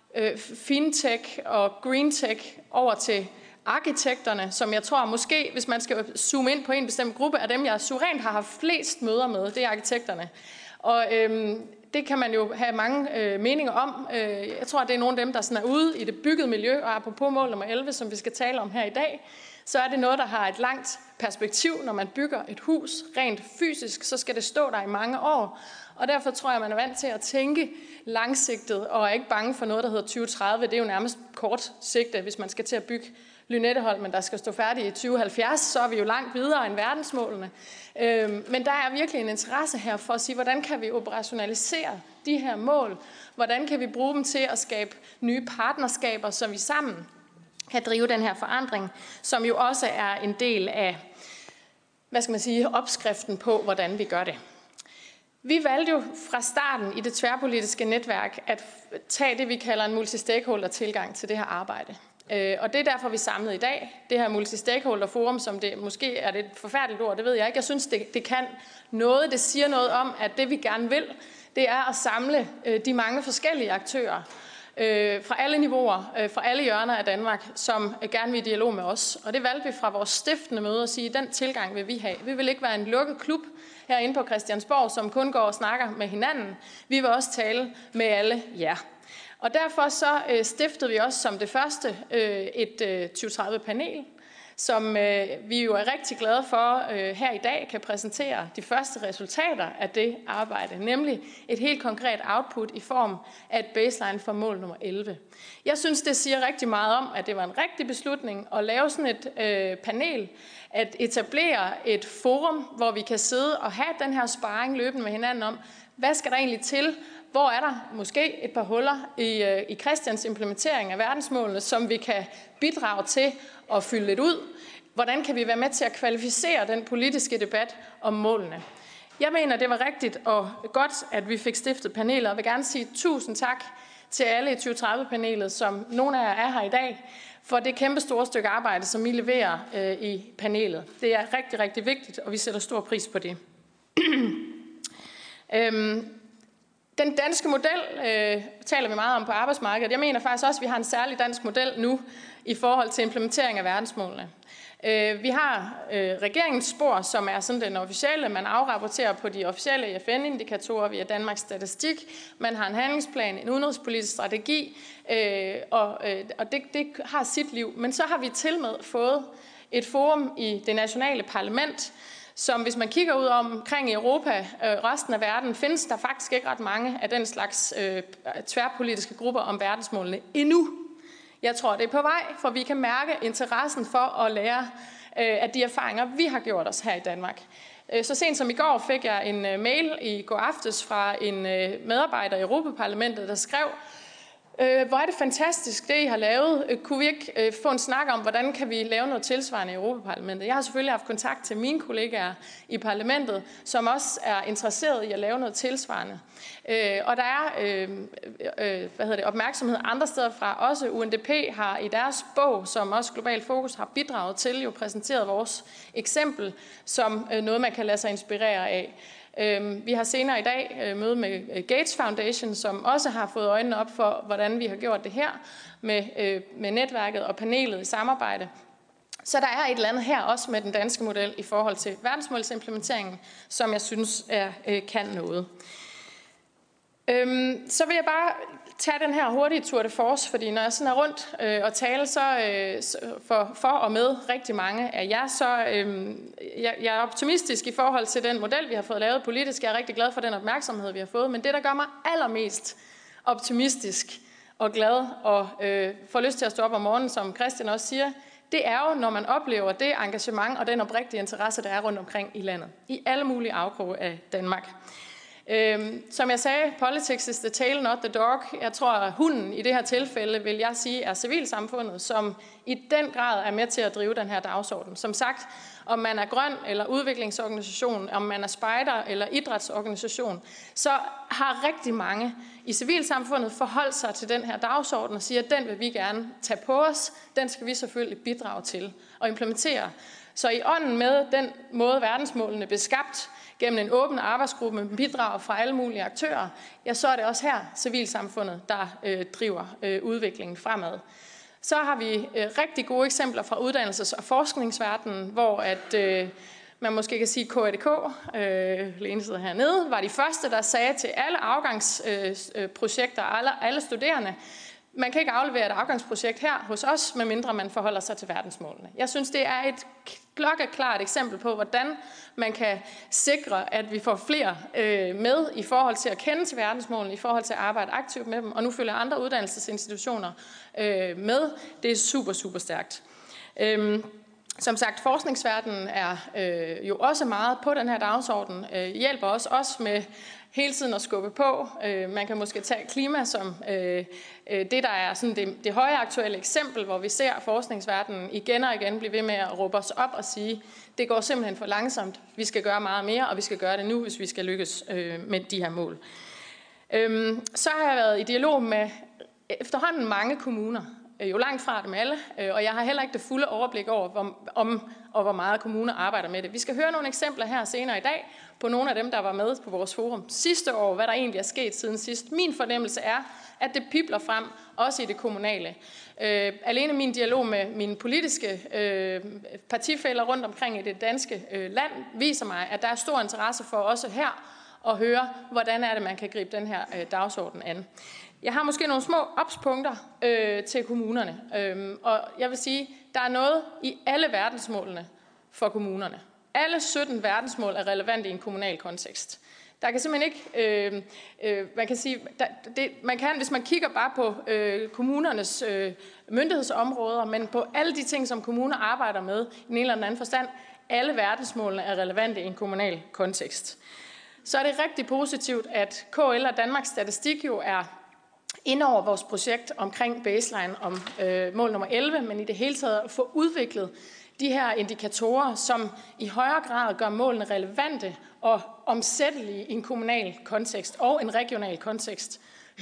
S4: fintech og greentech over til arkitekterne, som jeg tror måske, hvis man skal zoome ind på en bestemt gruppe af dem, jeg suverænt har haft flest møder med, det er arkitekterne. Og det kan man jo have mange meninger om. Jeg tror, det er nogle af dem, der sådan er ude i det byggede miljø, og apropos mål nummer 11, som vi skal tale om her i dag, så er det noget, der har et langt perspektiv. Når man bygger et hus rent fysisk, så skal det stå der i mange år. Og derfor tror jeg, man er vant til at tænke langsigtet, og er ikke bange for noget, der hedder 2030. Det er jo nærmest kort sigte, hvis man skal til at bygge Lynetteholmen, der skal stå færdig i 2070, så er vi jo langt videre end verdensmålene. Men der er virkelig en interesse her for at sige, hvordan kan vi operationalisere de her mål? Hvordan kan vi bruge dem til at skabe nye partnerskaber, så vi sammen kan drive den her forandring, som jo også er en del af, hvad skal man sige, opskriften på, hvordan vi gør det. Vi valgte jo fra starten i det tværpolitiske netværk at tage det, vi kalder en multi-stakeholder-tilgang til det her arbejde. Og det er derfor, vi samlede i dag. Det her multi-stakeholder-forum, som det måske er det et forfærdeligt ord, det ved jeg ikke. Jeg synes, det kan noget. Det siger noget om, at det vi gerne vil, det er at samle de mange forskellige aktører fra alle niveauer, fra alle hjørner af Danmark, som gerne vil i dialog med os. Og det valgte vi fra vores stiftende møde at sige, den tilgang vil vi have. Vi vil ikke være en lukket klub herinde på Christiansborg, som kun går og snakker med hinanden. Vi vil også tale med alle jer. Og derfor så stiftede vi også som det første et 2030-panel, som vi jo er rigtig glade for her i dag kan præsentere de første resultater af det arbejde, nemlig et helt konkret output i form af et baseline for mål nummer 11. Jeg synes, det siger rigtig meget om, at det var en rigtig beslutning at lave sådan et panel, at etablere et forum, hvor vi kan sidde og have den her sparring løbende med hinanden om, hvad skal der egentlig til? Hvor er der måske et par huller i Christians implementering af verdensmålene, som vi kan bidrage til at fylde lidt ud? Hvordan kan vi være med til at kvalificere den politiske debat om målene? Jeg mener, det var rigtigt og godt, at vi fik stiftet panelet, og jeg vil gerne sige tusind tak til alle i 2030-panelet, som nogle af jer er her i dag, for det kæmpe store stykke arbejde, som I leverer i panelet. Det er rigtig, rigtig vigtigt, og vi sætter stor pris på det. Den danske model taler vi meget om på arbejdsmarkedet. Jeg mener faktisk også, at vi har en særlig dansk model nu i forhold til implementering af verdensmålene. Vi har regeringens spor, som er sådan den officielle. Man afrapporterer på de officielle FN-indikatorer via Danmarks Statistik. Man har en handlingsplan, en udenrigspolitisk strategi, og det har sit liv. Men så har vi til med fået et forum i det nationale parlament, som hvis man kigger ud omkring i Europa og resten af verden, findes der faktisk ikke ret mange af den slags tværpolitiske grupper om verdensmålene endnu. Jeg tror, det er på vej, for vi kan mærke interessen for at lære af de erfaringer, vi har gjort os her i Danmark. Så sent som i går fik jeg en mail i går aftes fra en medarbejder i Europaparlamentet, der skrev, hvor er det fantastisk, det I har lavet. Kunne vi ikke få en snak om, hvordan kan vi lave noget tilsvarende i Europaparlamentet? Jeg har selvfølgelig haft kontakt til mine kollegaer i parlamentet, som også er interesseret i at lave noget tilsvarende. Og der er opmærksomhed andre steder fra. Også UNDP har i deres bog, som også Global Fokus har bidraget til, jo præsenteret vores eksempel som noget, man kan lade sig inspirere af. Vi har senere i dag møde med Gates Foundation, som også har fået øjnene op for, hvordan vi har gjort det her med netværket og panelet i samarbejde. Så der er et eller andet her også med den danske model i forhold til verdensmålsimplementeringen, som jeg synes kan noget. Så vil jeg bare tage den her hurtige tour de force, fordi når jeg sådan er rundt og taler for og med rigtig mange af jer, så jeg er optimistisk i forhold til den model, vi har fået lavet politisk. Jeg er rigtig glad for den opmærksomhed, vi har fået, men det, der gør mig allermest optimistisk og glad og får lyst til at stå op om morgenen, som Christian også siger, det er jo, når man oplever det engagement og den oprigtige interesse, der er rundt omkring i landet, i alle mulige afkroge af Danmark. Som jeg sagde, politics is the tail, not the dog. Jeg tror, at hunden i det her tilfælde, vil jeg sige, er civilsamfundet, som i den grad er med til at drive den her dagsorden. Som sagt, om man er grøn eller udviklingsorganisation, om man er spejder eller idrætsorganisation, så har rigtig mange i civilsamfundet forholdt sig til den her dagsorden og siger, at den vil vi gerne tage på os. Den skal vi selvfølgelig bidrage til og implementere. Så i ånden med den måde, verdensmålene blev skabt gennem en åben arbejdsgruppe med bidrag fra alle mulige aktører, ja, så er det også her civilsamfundet, der driver udviklingen fremad. Så har vi rigtig gode eksempler fra uddannelses- og forskningsverdenen, hvor at man måske kan sige KADK, Lene sidder hernede, var de første, der sagde til alle afgangsprojekter, alle studerende, man kan ikke aflevere et afgangsprojekt her hos os, medmindre man forholder sig til verdensmålene. Jeg synes, det er et klokkeklart eksempel på, hvordan man kan sikre, at vi får flere med i forhold til at kende til verdensmålene, i forhold til at arbejde aktivt med dem, og nu følger andre uddannelsesinstitutioner med. Det er super, super stærkt. Som sagt, forskningsverdenen er jo også meget på den her dagsorden, hjælper os med hele tiden at skubbe på. Man kan måske tage klima som det, der er sådan det høje aktuelle eksempel, hvor vi ser forskningsverdenen igen og igen blive ved med at råbe os op og sige, det går simpelthen for langsomt, vi skal gøre meget mere, og vi skal gøre det nu, hvis vi skal lykkes med de her mål. Så har jeg været i dialog med efterhånden mange kommuner, jo langt fra dem alle, og jeg har heller ikke det fulde overblik over, hvor meget kommuner arbejder med det. Vi skal høre nogle eksempler her senere i dag på nogle af dem, der var med på vores forum sidste år, hvad der egentlig er sket siden sidst. Min fornemmelse er, at det pibler frem, også i det kommunale. Alene min dialog med mine politiske partifæller rundt omkring i det danske land viser mig, at der er stor interesse for også her at høre, hvordan er det, man kan gribe den her dagsorden an. Jeg har måske nogle små opspunkter til kommunerne, og jeg vil sige, Der er noget i alle verdensmålene for kommunerne. Alle 17 verdensmål er relevante i en kommunal kontekst. Der kan simpelthen ikke, man kan sige, hvis man kigger bare på kommunernes myndighedsområder, men på alle de ting, som kommuner arbejder med i en eller anden forstand, alle verdensmålene er relevante i en kommunal kontekst. Så er det rigtig positivt, at KL og Danmarks Statistik jo er ind over vores projekt omkring baseline om mål nummer 11, men i det hele taget at få udviklet de her indikatorer, som i højere grad gør målene relevante og omsættelige i en kommunal kontekst og en regional kontekst.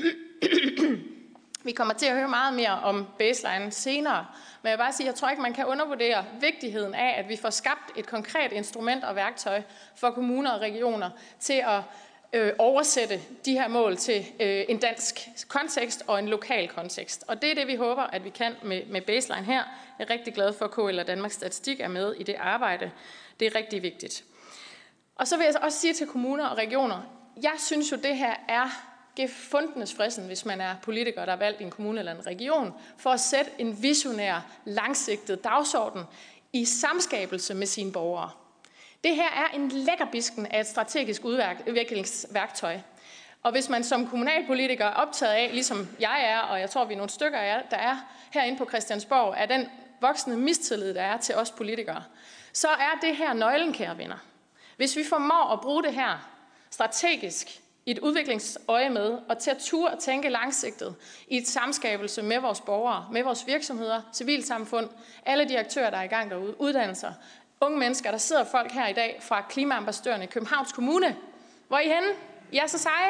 S4: Vi kommer til at høre meget mere om baseline senere, men jeg vil bare sige, at jeg tror ikke, man kan undervurdere vigtigheden af, at vi får skabt et konkret instrument og værktøj for kommuner og regioner til at oversætte de her mål til en dansk kontekst og en lokal kontekst. Og det er det, vi håber, at vi kan med baseline her. Jeg er rigtig glad for, at KL og Danmarks Statistik er med i det arbejde. Det er rigtig vigtigt. Og så vil jeg også sige til kommuner og regioner, jeg synes jo, det her er gefundenes fristen, hvis man er politiker, der er valgt i en kommune eller en region, for at sætte en visionær, langsigtet dagsorden i samskabelse med sine borgere. Det her er en lækkerbisken af et strategisk udviklingsværktøj. Og hvis man som kommunalpolitiker er optaget af, ligesom jeg er, og jeg tror, vi er nogle stykker af jer, der er herinde på Christiansborg, er den voksende mistillid, der er til os politikere, så er det her nøglen, kære venner. Hvis vi formår at bruge det her strategisk i et udviklingsøje med, og til at turde og tænke langsigtet i et samskabelse med vores borgere, med vores virksomheder, civilsamfund, alle de aktører, der er i gang derude, uddannelser, unge mennesker, der sidder folk her i dag fra klimaambassadørerne i Københavns Kommune. Hvor er I henne? I er så seje.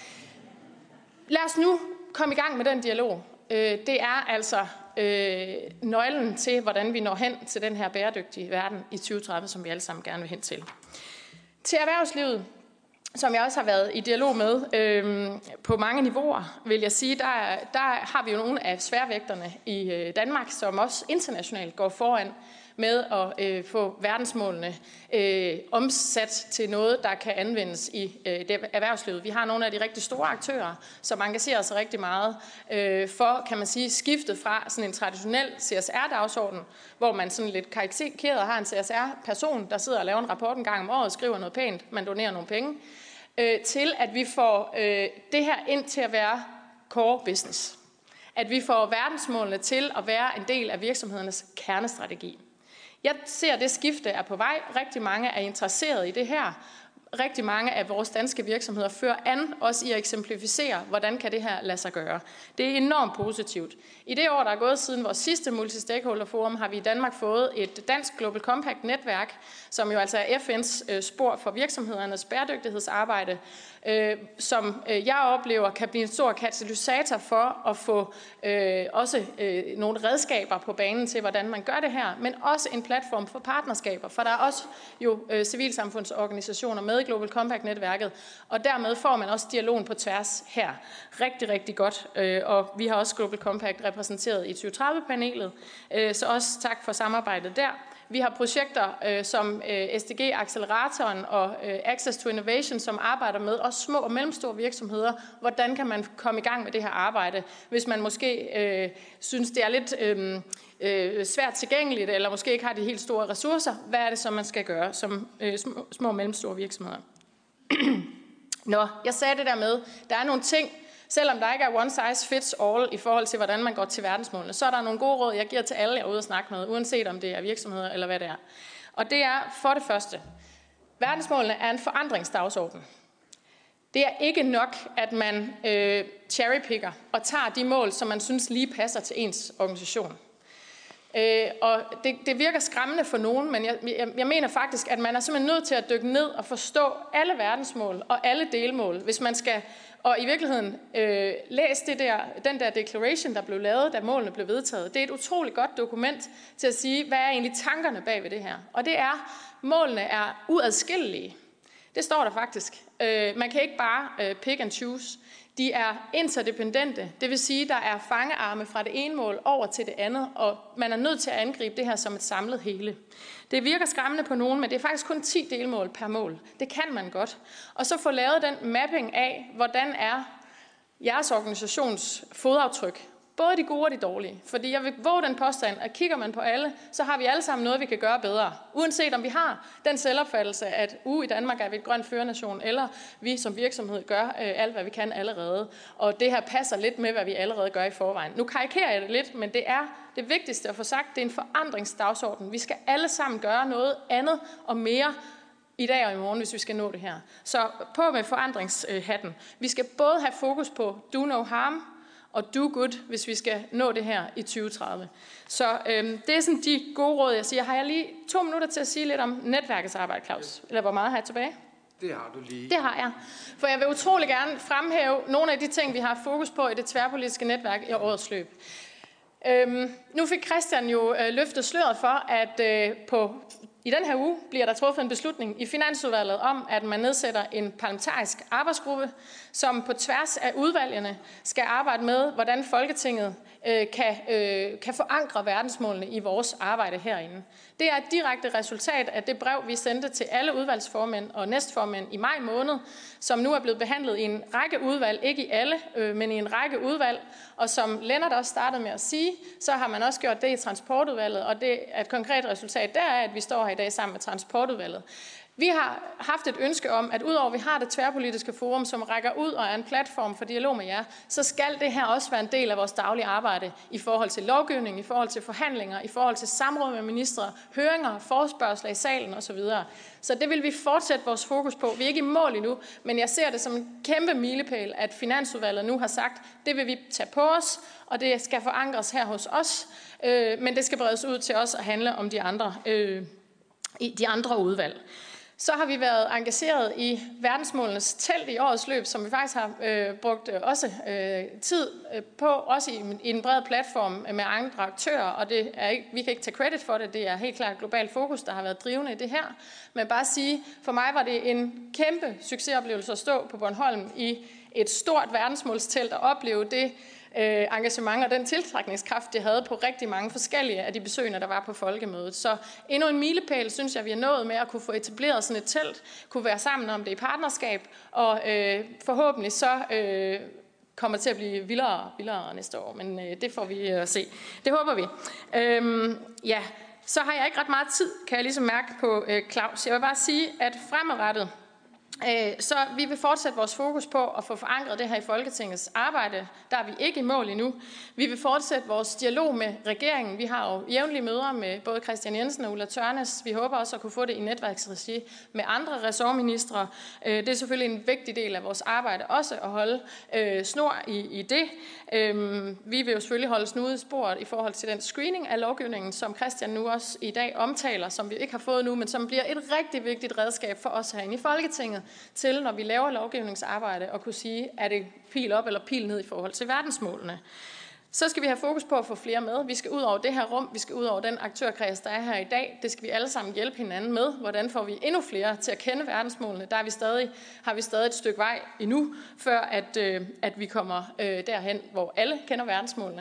S4: Lad os nu komme i gang med den dialog. Det er altså nøglen til, hvordan vi når hen til den her bæredygtige verden i 2030, som vi alle sammen gerne vil hen til. Til erhvervslivet, som jeg også har været i dialog med på mange niveauer, vil jeg sige, der har vi jo nogle af sværvægterne i Danmark, som også internationalt går foran med at få verdensmålene omsat til noget, der kan anvendes i erhvervslivet. Vi har nogle af de rigtig store aktører, som engagerer sig rigtig meget for, kan man sige, skiftet fra sådan en traditionel CSR-dagsorden, hvor man sådan lidt karikeret har en CSR-person, der sidder og laver en rapport en gang om året, skriver noget pænt, man donerer nogle penge, til at vi får det her ind til at være core business. At vi får verdensmålene til at være en del af virksomhedernes kernestrategi. Jeg ser, at det skifte er på vej. Rigtig mange er interesseret i det her. Rigtig mange af vores danske virksomheder fører an, også i at eksemplificere, hvordan kan det her lade sig gøre. Det er enormt positivt. I det år, der er gået siden vores sidste multistakeholder-forum, har vi i Danmark fået et dansk Global Compact-netværk, som jo altså er FN's spor for virksomhedernes bæredygtighedsarbejde, som jeg oplever kan blive en stor katalysator for at få også nogle redskaber på banen til, hvordan man gør det her, men også en platform for partnerskaber, for der er også jo civilsamfundsorganisationer med i Global Compact-netværket, og dermed får man også dialogen på tværs her. Rigtig, rigtig godt, og vi har også Global Compact repræsenteret i 2030-panelet, så også tak for samarbejdet der. Vi har projekter som SDG Acceleratoren og Access to Innovation, som arbejder med også små og mellemstore virksomheder. Hvordan kan man komme i gang med det her arbejde, hvis man måske synes, det er lidt svært tilgængeligt, eller måske ikke har de helt store ressourcer. Hvad er det, som man skal gøre som små og mellemstore virksomheder? Nå, jeg sagde det der med, der er nogle ting, selvom der ikke er one size fits all i forhold til, hvordan man går til verdensmålene, så er der nogle gode råd, jeg giver til alle, jeg er ude og snakke med, uanset om det er virksomheder eller hvad det er. Og det er for det første, verdensmålene er en forandringsdagsorden. Det er ikke nok, at man cherrypicker og tager de mål, som man synes lige passer til ens organisation. Og det virker skræmmende for nogen, men jeg mener faktisk, at man er simpelthen nødt til at dykke ned og forstå alle verdensmål og alle delmål, hvis man skal, og i virkeligheden læse den der declaration, der blev lavet, da målene blev vedtaget. Det er et utroligt godt dokument til at sige, hvad er egentlig tankerne bag ved det her. Og det er, målene er uadskillelige. Det står der faktisk. Man kan ikke bare pick and choose. De er interdependente, det vil sige, at der er fangearme fra det ene mål over til det andet, og man er nødt til at angribe det her som et samlet hele. Det virker skræmmende på nogen, men det er faktisk kun 10 delmål per mål. Det kan man godt. Og så få lavet den mapping af, hvordan er jeres organisations fodaftryk Både de gode og de dårlige. Fordi jeg vil våge den påstand, at kigger man på alle, så har vi alle sammen noget, vi kan gøre bedre. Uanset om vi har den selvopfattelse, at i Danmark er vi et grønt førernation, eller vi som virksomhed gør alt, hvad vi kan allerede. Og det her passer lidt med, hvad vi allerede gør i forvejen. Nu karikerer jeg det lidt, men det er det vigtigste at få sagt, det er en forandringsdagsorden. Vi skal alle sammen gøre noget andet og mere i dag og i morgen, hvis vi skal nå det her. Så på med forandringshatten. Vi skal både have fokus på do no harm og do good, hvis vi skal nå det her i 2030. Så det er sådan de gode råd, jeg siger. Har jeg lige 2 minutter til at sige lidt om netværkets arbejde, Claus? Eller hvor meget har jeg tilbage?
S1: Det har du lige.
S4: Det har jeg. For jeg vil utrolig gerne fremhæve nogle af de ting, vi har fokus på i det tværpolitiske netværk i årets løb. Nu fik Christian jo løftet sløret for, at i den her uge bliver der truffet en beslutning i Finansudvalget om, at man nedsætter en parlamentarisk arbejdsgruppe, som på tværs af udvalgene skal arbejde med, hvordan Folketinget kan forankre verdensmålene i vores arbejde herinde. Det er et direkte resultat af det brev, vi sendte til alle udvalgsformænd og næstformænd i maj måned, som nu er blevet behandlet i en række udvalg, ikke i alle, men i en række udvalg. Og som Lennart også startede med at sige, så har man også gjort det i transportudvalget, og det er et konkret resultat der er, at vi står her i dag sammen med transportudvalget. Vi har haft et ønske om, at udover at vi har det tværpolitiske forum, som rækker ud og er en platform for dialog med jer, så skal det her også være en del af vores daglige arbejde i forhold til lovgivning, i forhold til forhandlinger, i forhold til samråd med ministre, høringer, forespørgsler i salen osv. Så det vil vi fortsætte vores fokus på. Vi er ikke i mål endnu, men jeg ser det som en kæmpe milepæl, at Finansudvalget nu har sagt, det vil vi tage på os, og det skal forankres her hos os, men det skal bredes ud til os at handle om de andre udvalg. Så har vi været engageret i verdensmålenes telt i årets løb, som vi faktisk har brugt også tid på, også i en bred platform med andre aktører, og det er ikke, vi kan ikke tage credit for det, det er helt klart global fokus, der har været drivende i det her. Men bare sige, for mig var det en kæmpe succesoplevelse at stå på Bornholm i et stort verdensmålstelt og opleve det engagement og den tiltrækningskraft, det havde på rigtig mange forskellige af de besøgende, der var på folkemødet. Så endnu en milepæl, synes jeg, vi har nået med at kunne få etableret sådan et telt, kunne være sammen om det i partnerskab, og forhåbentlig så kommer det til at blive vildere næste år, men det får vi se. Det håber vi. Ja, så har jeg ikke ret meget tid, kan jeg ligesom mærke på Claus. Jeg vil bare sige, at fremadrettet, så vi vil fortsætte vores fokus på at få forankret det her i Folketingets arbejde. Der er vi ikke i mål endnu. Vi vil fortsætte vores dialog med regeringen. Vi har jo jævnlige møder med både Christian Jensen og Ulla Tørnæs. Vi håber også at kunne få det i netværksregi med andre ressortministre. Det er selvfølgelig en vigtig del af vores arbejde også at holde snor i det. Vi vil jo selvfølgelig holde snudet i sporet i forhold til den screening af lovgivningen, som Christian nu også i dag omtaler, som vi ikke har fået nu, men som bliver et rigtig vigtigt redskab for os herinde i Folketinget til, når vi laver lovgivningsarbejde, og kunne sige, er det pil op eller pil ned i forhold til verdensmålene. Så skal vi have fokus på at få flere med. Vi skal ud over det her rum, vi skal ud over den aktørkreds, der er her i dag. Det skal vi alle sammen hjælpe hinanden med. Hvordan får vi endnu flere til at kende verdensmålene? Der har vi stadig et stykke vej endnu, før at vi kommer derhen, hvor alle kender verdensmålene.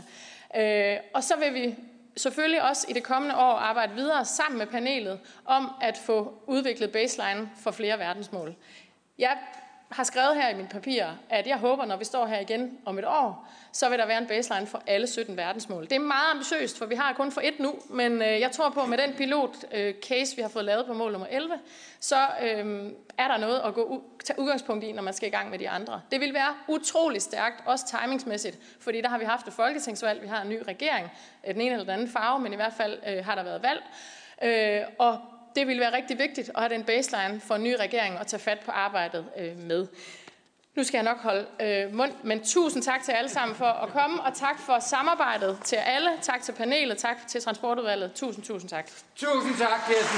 S4: Og så vil vi selvfølgelig også i det kommende år arbejde videre sammen med panelet om at få udviklet baseline for flere verdensmål. Jeg har skrevet her i mine papirer, at jeg håber, når vi står her igen om et år, så vil der være en baseline for alle 17 verdensmål. Det er meget ambitiøst, for vi har kun for et nu, men jeg tror på, at med den pilot-case, vi har fået lavet på mål nummer 11, så er der noget at tage udgangspunkt i, når man skal i gang med de andre. Det vil være utrolig stærkt, også timingsmæssigt, fordi der har vi haft et folketingsvalg, vi har en ny regering, den ene eller den anden farve, men i hvert fald har der været valg. Og det vil være rigtig vigtigt at have den baseline for en ny regering og tage fat på arbejdet med. Nu skal jeg nok holde mund, men tusind tak til alle sammen for at komme, og tak for samarbejdet til alle. Tak til panelet, tak til transportudvalget. Tusind tak.
S1: Tusind tak, Kirsten.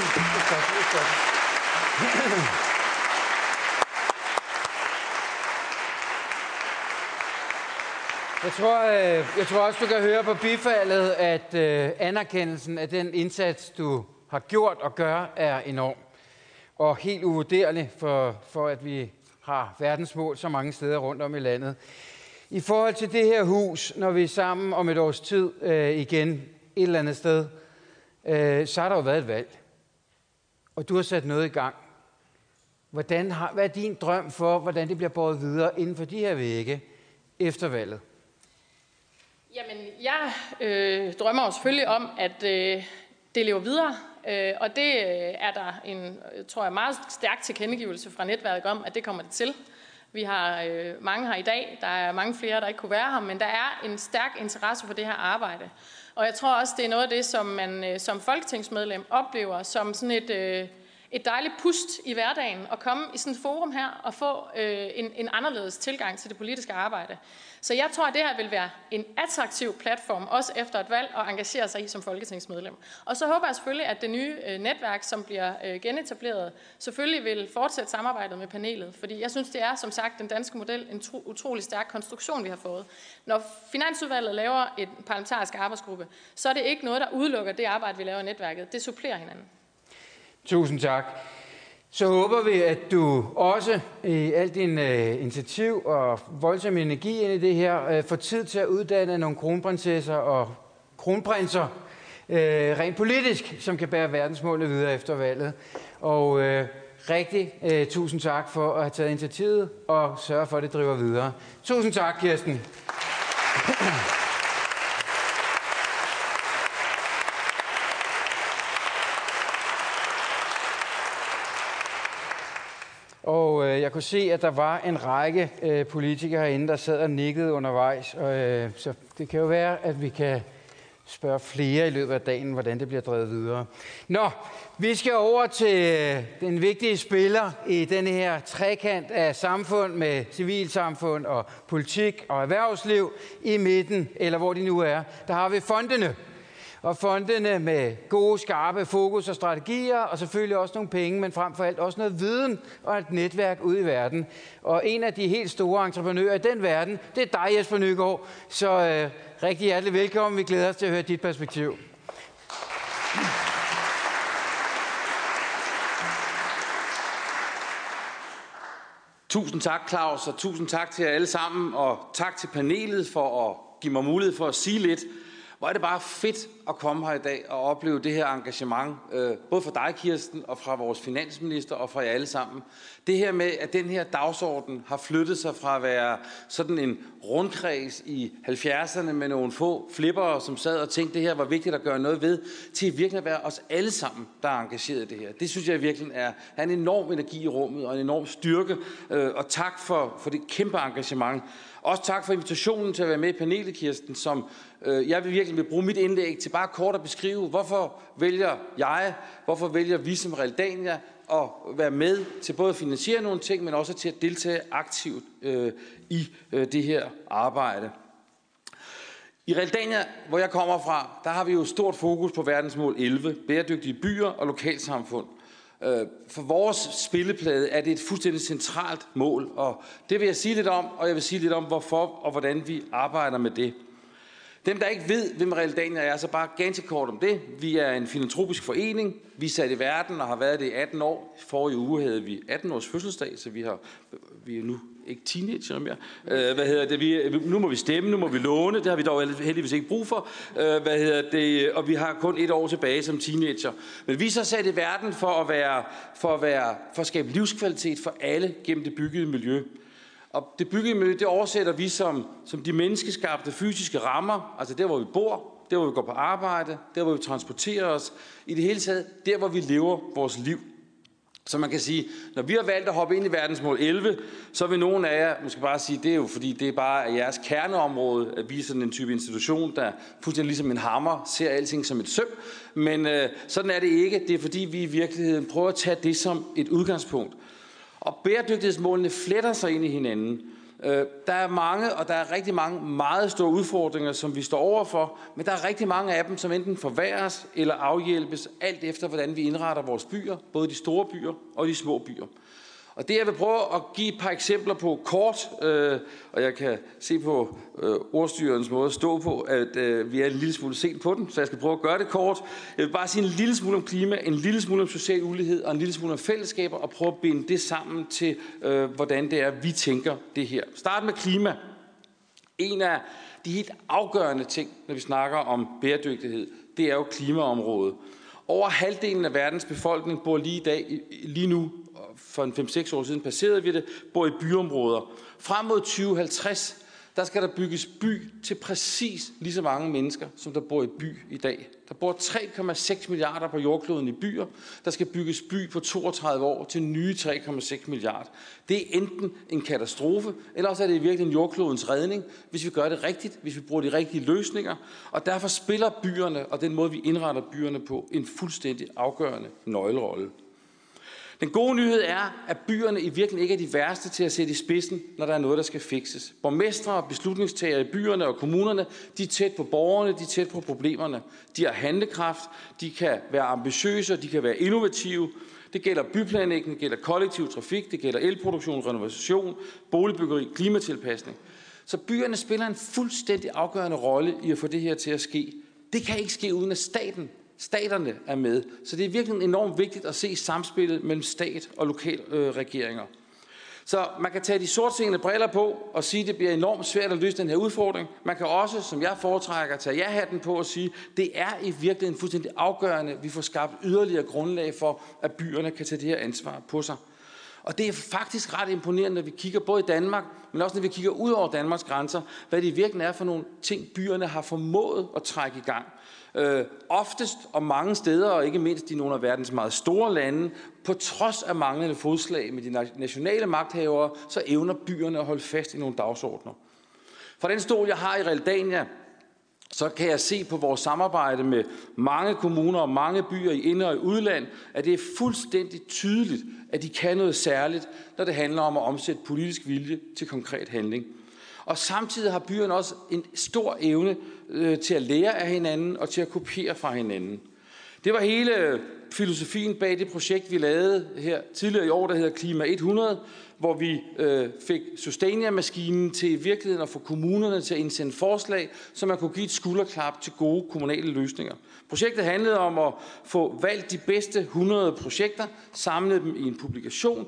S1: Jeg tror også, du kan høre på bifaldet, at anerkendelsen af den indsats, du har gjort og gør, er enorm. Og helt uvurderlig for at vi har verdensmål så mange steder rundt om i landet. I forhold til det her hus, når vi er sammen om et års tid igen et eller andet sted, så har der jo været et valg. Og du har sat noget i gang. Hvad er din drøm for, hvordan det bliver båret videre inden for de her vægge efter valget?
S4: Jamen, jeg drømmer jo selvfølgelig om, at det lever videre, og det er der en, tror jeg, meget stærk tilkendegivelse fra netværket om, at det kommer det til. Vi har mange her i dag, der er mange flere, der ikke kunne være her, men der er en stærk interesse for det her arbejde. Og jeg tror også, det er noget af det, som man som folketingsmedlem oplever som sådan et dejligt pust i hverdagen, at komme i sådan et forum her og få en anderledes tilgang til det politiske arbejde. Så jeg tror, at det her vil være en attraktiv platform, også efter et valg, at engagere sig i som folketingsmedlem. Og så håber jeg selvfølgelig, at det nye netværk, som bliver genetableret, selvfølgelig vil fortsætte samarbejdet med panelet. Fordi jeg synes, det er som sagt den danske model en utrolig stærk konstruktion, vi har fået. Når Finansudvalget laver en parlamentarisk arbejdsgruppe, så er det ikke noget, der udelukker det arbejde, vi laver i netværket. Det supplerer hinanden.
S1: Tusind tak. Så håber vi, at du også i alt din initiativ og voldsom energi ind i det her får tid til at uddanne nogle kronprinsesser og kronprinser rent politisk, som kan bære verdensmålet videre efter valget. Og rigtig tusind tak for at have taget initiativet og sørge for, at det driver videre. Tusind tak, Kirsten. Og jeg kunne se, at der var en række politikere herinde, der sad og nikkede undervejs. Så det kan jo være, at vi kan spørge flere i løbet af dagen, hvordan det bliver drevet videre. Nå, vi skal over til den vigtige spiller i denne her trekant af samfund med civilsamfund og politik og erhvervsliv i midten, eller hvor de nu er. Der har vi fondene. Og fondene med gode, skarpe fokus og strategier, og selvfølgelig også nogle penge, men frem for alt også noget viden og et netværk ude i verden. Og en af de helt store entreprenører i den verden, det er dig, Jesper Nygård. Så rigtig hjertelig velkommen. Vi glæder os til at høre dit perspektiv.
S5: Tusind tak, Claus, og tusind tak til jer alle sammen, og tak til panelet for at give mig mulighed for at sige lidt. Hvor er det bare fedt at komme her i dag og opleve det her engagement, både fra dig, Kirsten, og fra vores finansminister og fra jer alle sammen. Det her med, at den her dagsorden har flyttet sig fra at være sådan en rundkreds i 70'erne med nogle få flippere, som sad og tænkte, det her var vigtigt at gøre noget ved, til virkelig at være os alle sammen, der er engageret i det her. Det synes jeg virkelig er en enorm energi i rummet og en enorm styrke, og tak for det kæmpe engagement. Også tak for invitationen til at være med i panelet, Kirsten, som jeg virkelig vil bruge mit indlæg til bare kort at beskrive, hvorfor vælger vi som Realdania at være med til både at finansiere nogle ting, men også til at deltage aktivt i det her arbejde. I Realdania, hvor jeg kommer fra, der har vi jo stort fokus på verdensmål 11, bæredygtige byer og lokalsamfund. For vores spilleplade er det et fuldstændig centralt mål, og det vil jeg sige lidt om, og jeg vil sige lidt om, hvorfor og hvordan vi arbejder med det. Dem, der ikke ved, hvem Realdania er, så bare ganske kort om det. Vi er en filantropisk forening. Vi er sat i verden og har været det i 18 år. Forrige uge havde vi 18 års fødselsdag, så vi er nu ikke teenager mere. Nu må vi stemme, nu må vi låne. Det har vi dog heldigvis ikke brug for. Og vi har kun 1 år tilbage som teenager. Men vi er så sat i verden for at skabe livskvalitet for alle gennem det byggede miljø. Og det byggede miljø, det oversætter vi som de menneskeskabte fysiske rammer, altså der, hvor vi bor, der, hvor vi går på arbejde, der, hvor vi transporterer os, i det hele taget, der, hvor vi lever vores liv. Så man kan sige, når vi har valgt at hoppe ind i verdensmål 11, så vil nogen af jer måske bare sige, det er jo fordi, det er bare jeres kerneområde, at vi er sådan en type institution, der fuldstændig ligesom en hammer ser alting som et søm. Men sådan er det ikke. Det er fordi, vi i virkeligheden prøver at tage det som et udgangspunkt. Og bæredygtighedsmålene fletter sig ind i hinanden. Der er mange, og der er rigtig mange meget store udfordringer, som vi står overfor, men der er rigtig mange af dem, som enten forværres eller afhjælpes, alt efter hvordan vi indretter vores byer, både de store byer og de små byer. Og det jeg vil prøve at give et par eksempler på kort, og jeg kan se på ordstyrerens måde at stå på, at vi er en lille smule sent på den, så jeg skal prøve at gøre det kort. Jeg vil bare sige en lille smule om klima, en lille smule om social ulighed og en lille smule om fællesskaber, og prøve at binde det sammen til, hvordan det er, vi tænker det her. Start med klima. En af de helt afgørende ting, når vi snakker om bæredygtighed, det er jo klimaområdet. Over halvdelen af verdens befolkning bor lige nu, for en 5-6 år siden passerede vi det, bor i byområder. Frem mod 2050, der skal der bygges by til præcis lige så mange mennesker, som der bor i by i dag. Der bor 3,6 milliarder på jordkloden i byer. Der skal bygges by på 32 år til nye 3,6 milliarder. Det er enten en katastrofe, eller også er det i virkeligheden jordklodens redning, hvis vi gør det rigtigt, hvis vi bruger de rigtige løsninger. Og derfor spiller byerne og den måde, vi indretter byerne på, en fuldstændig afgørende nøglerolle. Den gode nyhed er, at byerne i virkeligheden ikke er de værste til at sætte i spidsen, når der er noget, der skal fikses. Borgmestre og beslutningstagere i byerne og kommunerne, de er tæt på borgerne, de er tæt på problemerne. De har handlekraft, de kan være ambitiøse, de kan være innovative. Det gælder byplanlægning, det gælder kollektiv trafik, det gælder elproduktion, renovation, boligbyggeri, klimatilpasning. Så byerne spiller en fuldstændig afgørende rolle i at få det her til at ske. Det kan ikke ske uden at staterne er med. Så det er virkelig enormt vigtigt at se samspillet mellem stat og lokalregeringer. Så man kan tage de sortseende briller på og sige, at det bliver enormt svært at løse den her udfordring. Man kan også, som jeg foretrækker, tage ja-hatten på og sige, at det er i virkeligheden fuldstændig afgørende, at vi får skabt yderligere grundlag for, at byerne kan tage det her ansvar på sig. Og det er faktisk ret imponerende, når vi kigger både i Danmark, men også når vi kigger ud over Danmarks grænser, hvad det i virkeligheden er for nogle ting, byerne har formået at trække i gang. Oftest og mange steder, og ikke mindst i nogle af verdens meget store lande, på trods af manglende fodslag med de nationale magthavere, så evner byerne at holde fast i nogle dagsordner. Fra den stol, jeg har i Realdania, så kan jeg se på vores samarbejde med mange kommuner og mange byer i ind- og i udland, at det er fuldstændig tydeligt, at de kan noget særligt, når det handler om at omsætte politisk vilje til konkret handling. Og samtidig har byerne også en stor evne til at lære af hinanden og til at kopiere fra hinanden. Det var hele filosofien bag det projekt, vi lavede her tidligere i år, der hedder Klima 100, hvor vi fik Sustainia-maskinen til i virkeligheden at få kommunerne til at indsende forslag, så man kunne give et skulderklap til gode kommunale løsninger. Projektet handlede om at få valgt de bedste 100 projekter, samle dem i en publikation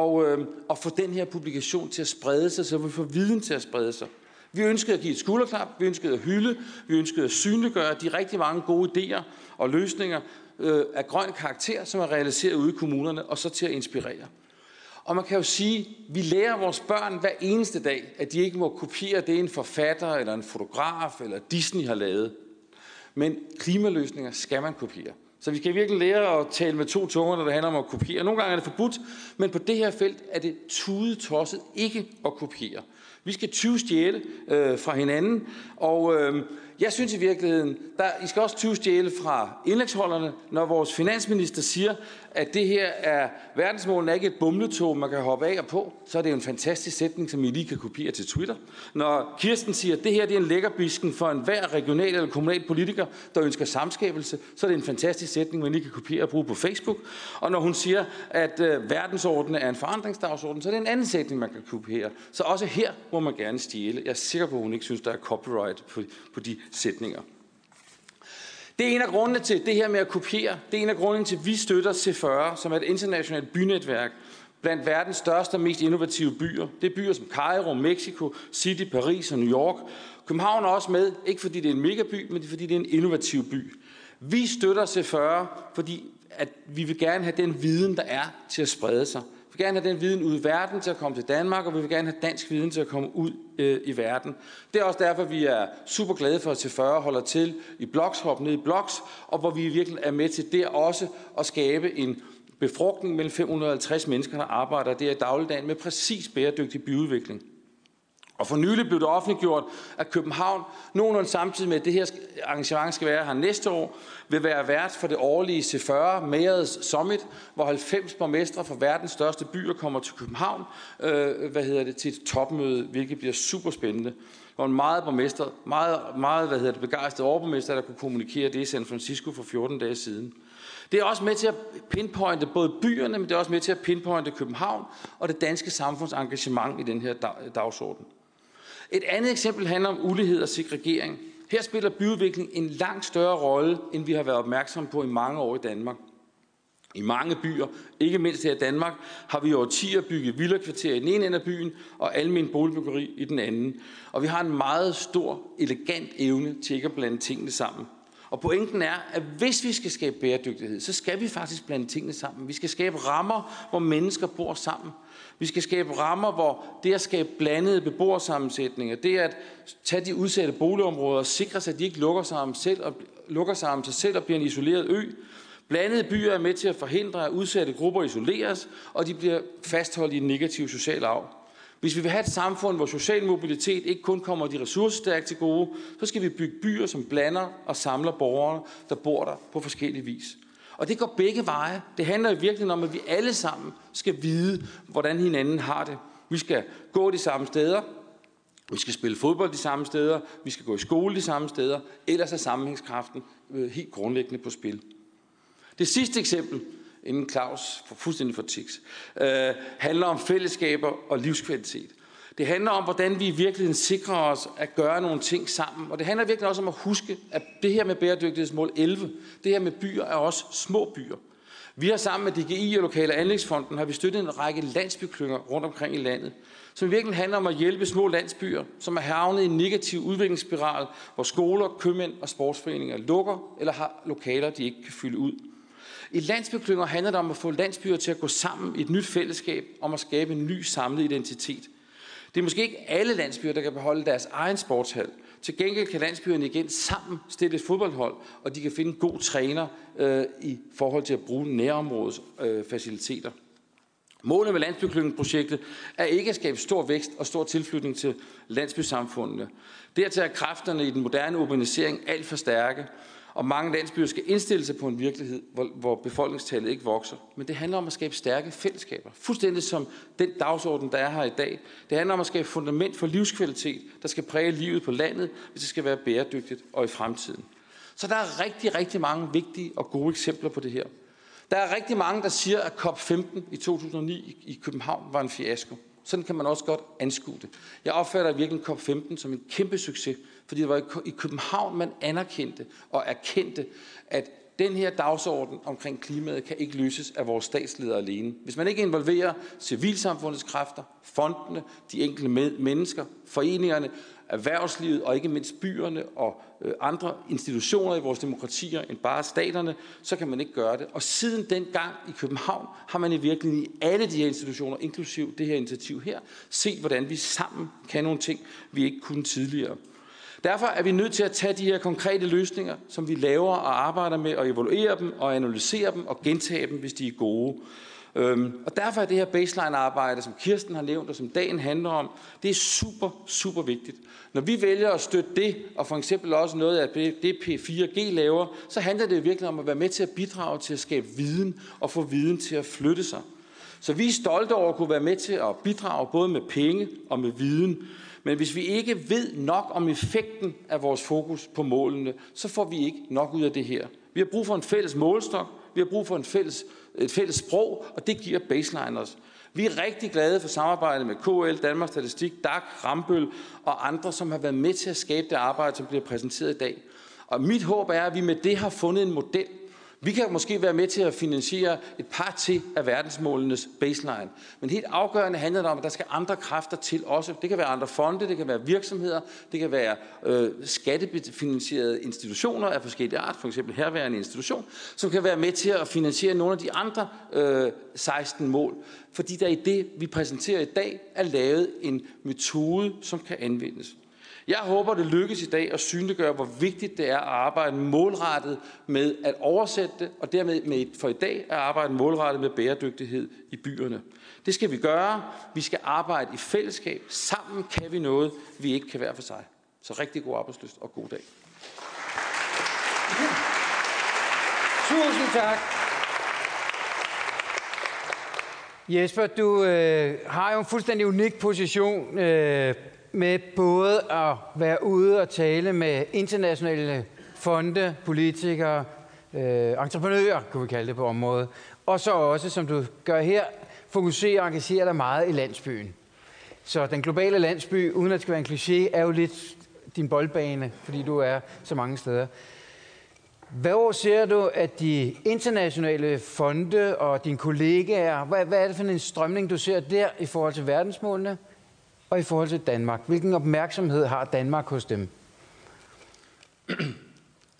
S5: og få den her publikation til at sprede sig, så vi får viden til at sprede sig. Vi ønskede at give et skulderklap, vi ønskede at hylde, vi ønskede at synliggøre de rigtig mange gode idéer og løsninger af grøn karakter, som er realiseret ude i kommunerne, og så til at inspirere. Og man kan jo sige, at vi lærer vores børn hver eneste dag, at de ikke må kopiere det, en forfatter eller en fotograf eller Disney har lavet. Men klimaløsninger skal man kopiere. Så vi skal virkelig lære at tale med to tunger, når det handler om at kopiere. Nogle gange er det forbudt, men på det her felt er det tudetosset ikke at kopiere. Vi skal tyvstjæle fra hinanden, og jeg synes i virkeligheden, I skal også tyvstjæle fra indlægsholderne, når vores finansminister siger, at det her er verdensmålene er ikke et bumletog, man kan hoppe af og på, så er det jo en fantastisk sætning, som I lige kan kopiere til Twitter. Når Kirsten siger, at det her det er en lækkerbisken for enhver regional eller kommunal politiker, der ønsker samskabelse, så er det en fantastisk sætning, man lige kan kopiere og bruge på Facebook. Og når hun siger, at verdensordenen er en forandringsdagsorden, så er det en anden sætning, man kan kopiere. Så også her må man gerne stjæle. Jeg er sikker på, at hun ikke synes, der er copyright på de sætninger. Det er en af grundene til det her med at kopiere. Det er en af grundene til, at vi støtter C40, som er et internationalt bynetværk blandt verdens største og mest innovative byer. Det er byer som Cairo, Mexico, City, Paris og New York. København er også med, ikke fordi det er en megaby, men fordi det er en innovativ by. Vi støtter C40, fordi at vi vil gerne have den viden, der er til at sprede sig. Vi vil gerne have den viden ud i verden til at komme til Danmark, og vi vil gerne have dansk viden til at komme ud i verden. Det er også derfor, vi er super glade for, at C40 holder til i Blokshop nede i Bloks, og hvor vi virkelig er med til der også at skabe en befrugtning mellem 550 mennesker, der arbejder der i dagligdagen med præcis bæredygtig byudvikling. Og for nylig blev det offentliggjort, at København, nogenlunde samtidig med, at det her arrangement skal være her næste år, vil være vært for det årlige C40 Mayors Summit, hvor 90 borgmestre fra verdens største byer kommer til København til et topmøde, hvilket bliver super spændende. Der var en meget begejstret overborgmester, der kunne kommunikere det i San Francisco for 14 dage siden. Det er også med til at pinpointe både byerne, men det er også med til at pinpointe København og det danske samfunds engagement i den her dagsorden. Et andet eksempel handler om ulighed og segregering. Her spiller byudvikling en langt større rolle, end vi har været opmærksomme på i mange år i Danmark. I mange byer, ikke mindst her i Danmark, har vi i årtier bygget villakvarterer i den ene ende af byen og almen boligbyggeri i den anden. Og vi har en meget stor, elegant evne til ikke at blande tingene sammen. Og pointen er, at hvis vi skal skabe bæredygtighed, så skal vi faktisk blande tingene sammen. Vi skal skabe rammer, hvor mennesker bor sammen. Vi skal skabe rammer, hvor det at skabe blandede beboersammensætninger, det at tage de udsatte boligområder og sikre sig, at de ikke lukker sig om sig selv og bliver en isoleret ø. Blandede byer er med til at forhindre, at udsatte grupper isoleres, og de bliver fastholdt i en negativ social arv. Hvis vi vil have et samfund, hvor social mobilitet ikke kun kommer de ressourcestærke til gode, så skal vi bygge byer, som blander og samler borgere, der bor der på forskellige vis. Og det går begge veje. Det handler i virkeligheden om, at vi alle sammen skal vide, hvordan hinanden har det. Vi skal gå de samme steder, vi skal spille fodbold de samme steder, vi skal gå i skole de samme steder, ellers er sammenhængskraften helt grundlæggende på spil. Det sidste eksempel, inden Claus får fuldstændig for tiks, handler om fællesskaber og livskvalitet. Det handler om, hvordan vi i virkeligheden sikrer os at gøre nogle ting sammen. Og det handler virkelig også om at huske, at det her med bæredygtighedsmål 11, det her med byer er også små byer. Vi har sammen med DGI og Lokale Anlægsfonden har vi støttet en række landsbyklynger rundt omkring i landet, som virkelig handler om at hjælpe små landsbyer, som er havnet i en negativ udviklingsspiral, hvor skoler, købmænd og sportsforeninger lukker eller har lokaler, de ikke kan fylde ud. I landsbyklynger handler det om at få landsbyer til at gå sammen i et nyt fællesskab, om at skabe en ny samlet identitet. Det er måske ikke alle landsbyer, der kan beholde deres egen sportshal. Til gengæld kan landsbyerne igen sammen stille et fodboldhold, og de kan finde en god træner i forhold til at bruge nærområdets faciliteter. Målet med landsbyklyngeprojektet er ikke at skabe stor vækst og stor tilflytning til landsbysamfundene. Dertil er kræfterne i den moderne urbanisering alt for stærke, og mange landsbyer skal indstille sig på en virkelighed, hvor befolkningstallet ikke vokser. Men det handler om at skabe stærke fællesskaber. Fuldstændig som den dagsorden, der er her i dag. Det handler om at skabe fundament for livskvalitet, der skal præge livet på landet, hvis det skal være bæredygtigt og i fremtiden. Så der er rigtig, rigtig mange vigtige og gode eksempler på det her. Der er rigtig mange, der siger, at COP15 i 2009 i København var en fiasko. Sådan kan man også godt anskue det. Jeg opfatter virkelig COP15 som en kæmpe succes, fordi det var i København, man anerkendte og erkendte, at den her dagsorden omkring klimaet kan ikke løses af vores statsledere alene. Hvis man ikke involverer civilsamfundets kræfter, fondene, de enkelte mennesker, foreningerne, erhvervslivet og ikke mindst byerne og andre institutioner i vores demokratier end bare staterne, så kan man ikke gøre det. Og siden den gang i København har man i virkeligheden i alle de her institutioner, inklusiv det her initiativ her, set hvordan vi sammen kan nogle ting, vi ikke kunne tidligere. Derfor er vi nødt til at tage de her konkrete løsninger, som vi laver og arbejder med, og evaluere dem og analysere dem og gentage dem, hvis de er gode. Og derfor er det her baseline-arbejde, som Kirsten har nævnt, og som dagen handler om, det er super, super vigtigt. Når vi vælger at støtte det, og for eksempel også noget af det P4G laver, så handler det virkelig om at være med til at bidrage til at skabe viden og få viden til at flytte sig. Så vi er stolte over at kunne være med til at bidrage både med penge og med viden. Men hvis vi ikke ved nok om effekten af vores fokus på målene, så får vi ikke nok ud af det her. Vi har brug for en fælles målestok, vi har brug for et fælles sprog, og det giver baseline os. Vi er rigtig glade for samarbejdet med KL, Danmarks Statistik, DAC, Rambøll og andre, som har været med til at skabe det arbejde, som bliver præsenteret i dag. Og mit håb er, at vi med det har fundet en model. Vi kan måske være med til at finansiere et par til af verdensmålenes baseline. Men helt afgørende handler det om, at der skal andre kræfter til også. Det kan være andre fonde, det kan være virksomheder, det kan være skattefinansierede institutioner af forskellige art, for eksempel herværende institution, som kan være med til at finansiere nogle af de andre 16 mål. Fordi der i det, vi præsenterer i dag, er lavet en metode, som kan anvendes. Jeg håber, det lykkes i dag at synliggøre, hvor vigtigt det er at arbejde målrettet med at oversætte det, og dermed for i dag at arbejde målrettet med bæredygtighed i byerne. Det skal vi gøre. Vi skal arbejde i fællesskab. Sammen kan vi noget, vi ikke kan være for sig. Så rigtig god arbejdslyst og god dag.
S1: Tusind tak. Jesper, du har jo en fuldstændig unik position med både at være ude og tale med internationale fonde, politikere, entreprenører, kunne vi kalde det på området, og så også, som du gør her, fokusere og engagere dig meget i landsbyen. Så den globale landsby, uden at det skal være en kliché, er jo lidt din boldbane, fordi du er så mange steder. Hvor ser du, at de internationale fonde og dine kollegaer, hvad er det for en strømning, du ser der i forhold til verdensmålene og i forhold til Danmark? Hvilken opmærksomhed har Danmark hos dem?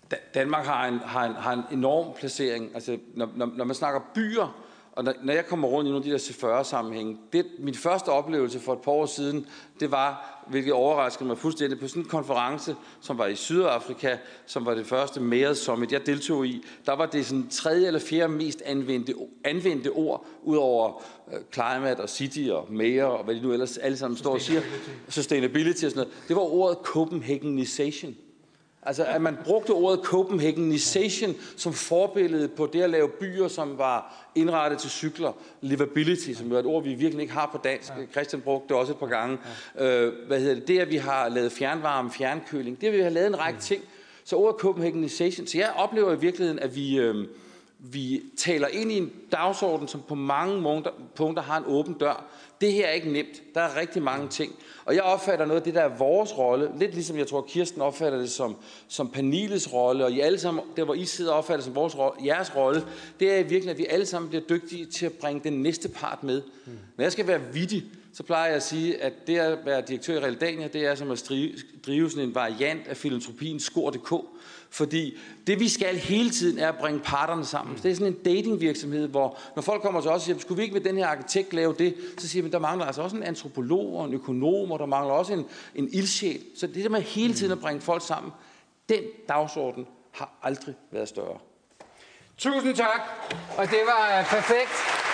S5: Danmark har en enorm placering. Altså, når man snakker byer, og når jeg kommer rundt i nogle af de der C40-sammenhænge, min første oplevelse for et par år siden, det var, hvilket overraskede mig fuldstændig, på sådan en konference, som var i Sydafrika, som var det første Mayors Summit, jeg deltog i. Der var det sådan 3. eller 4. mest anvendte ord, ud over climate og city og mayor, og hvad de nu ellers alle sammen står og siger. Sustainability og sådan noget. Det var ordet Copenhagenization. Altså, at man brugte ordet Copenhagenization som forbillede på det at lave byer, som var indrettet til cykler. Livability, som jo er et ord, vi virkelig ikke har på dansk. Christian brugte det også et par gange. Det, at vi har lavet fjernvarme, fjernkøling. Det, at vi har lavet en række ting. Så ordet Copenhagenization. Så jeg oplever i virkeligheden, at vi taler ind i en dagsorden, som på mange punkter har en åben dør. Det her er ikke nemt. Der er rigtig mange ting. Og jeg opfatter noget af det, der er vores rolle, lidt ligesom jeg tror, Kirsten opfatter det som panelets rolle, og I alle sammen, der hvor I sidder, opfatter det som jeres rolle, det er i virkeligheden, at vi alle sammen bliver dygtige til at bringe den næste part med. Når jeg skal være vittig, så plejer jeg at sige, at det at være direktør i Realdania, det er som at drive sådan en variant af filantropien Skor.dk. Fordi det vi skal hele tiden er at bringe parterne sammen. Så det er sådan en datingvirksomhed, hvor når folk kommer til os og siger, skulle vi ikke med den her arkitekt lave det, så siger vi, der mangler altså også en antropolog og en økonom, og der mangler også en ildsjæl. Så det der med hele tiden at bringe folk sammen, den dagsorden har aldrig været større.
S1: Tusind tak, og det var perfekt.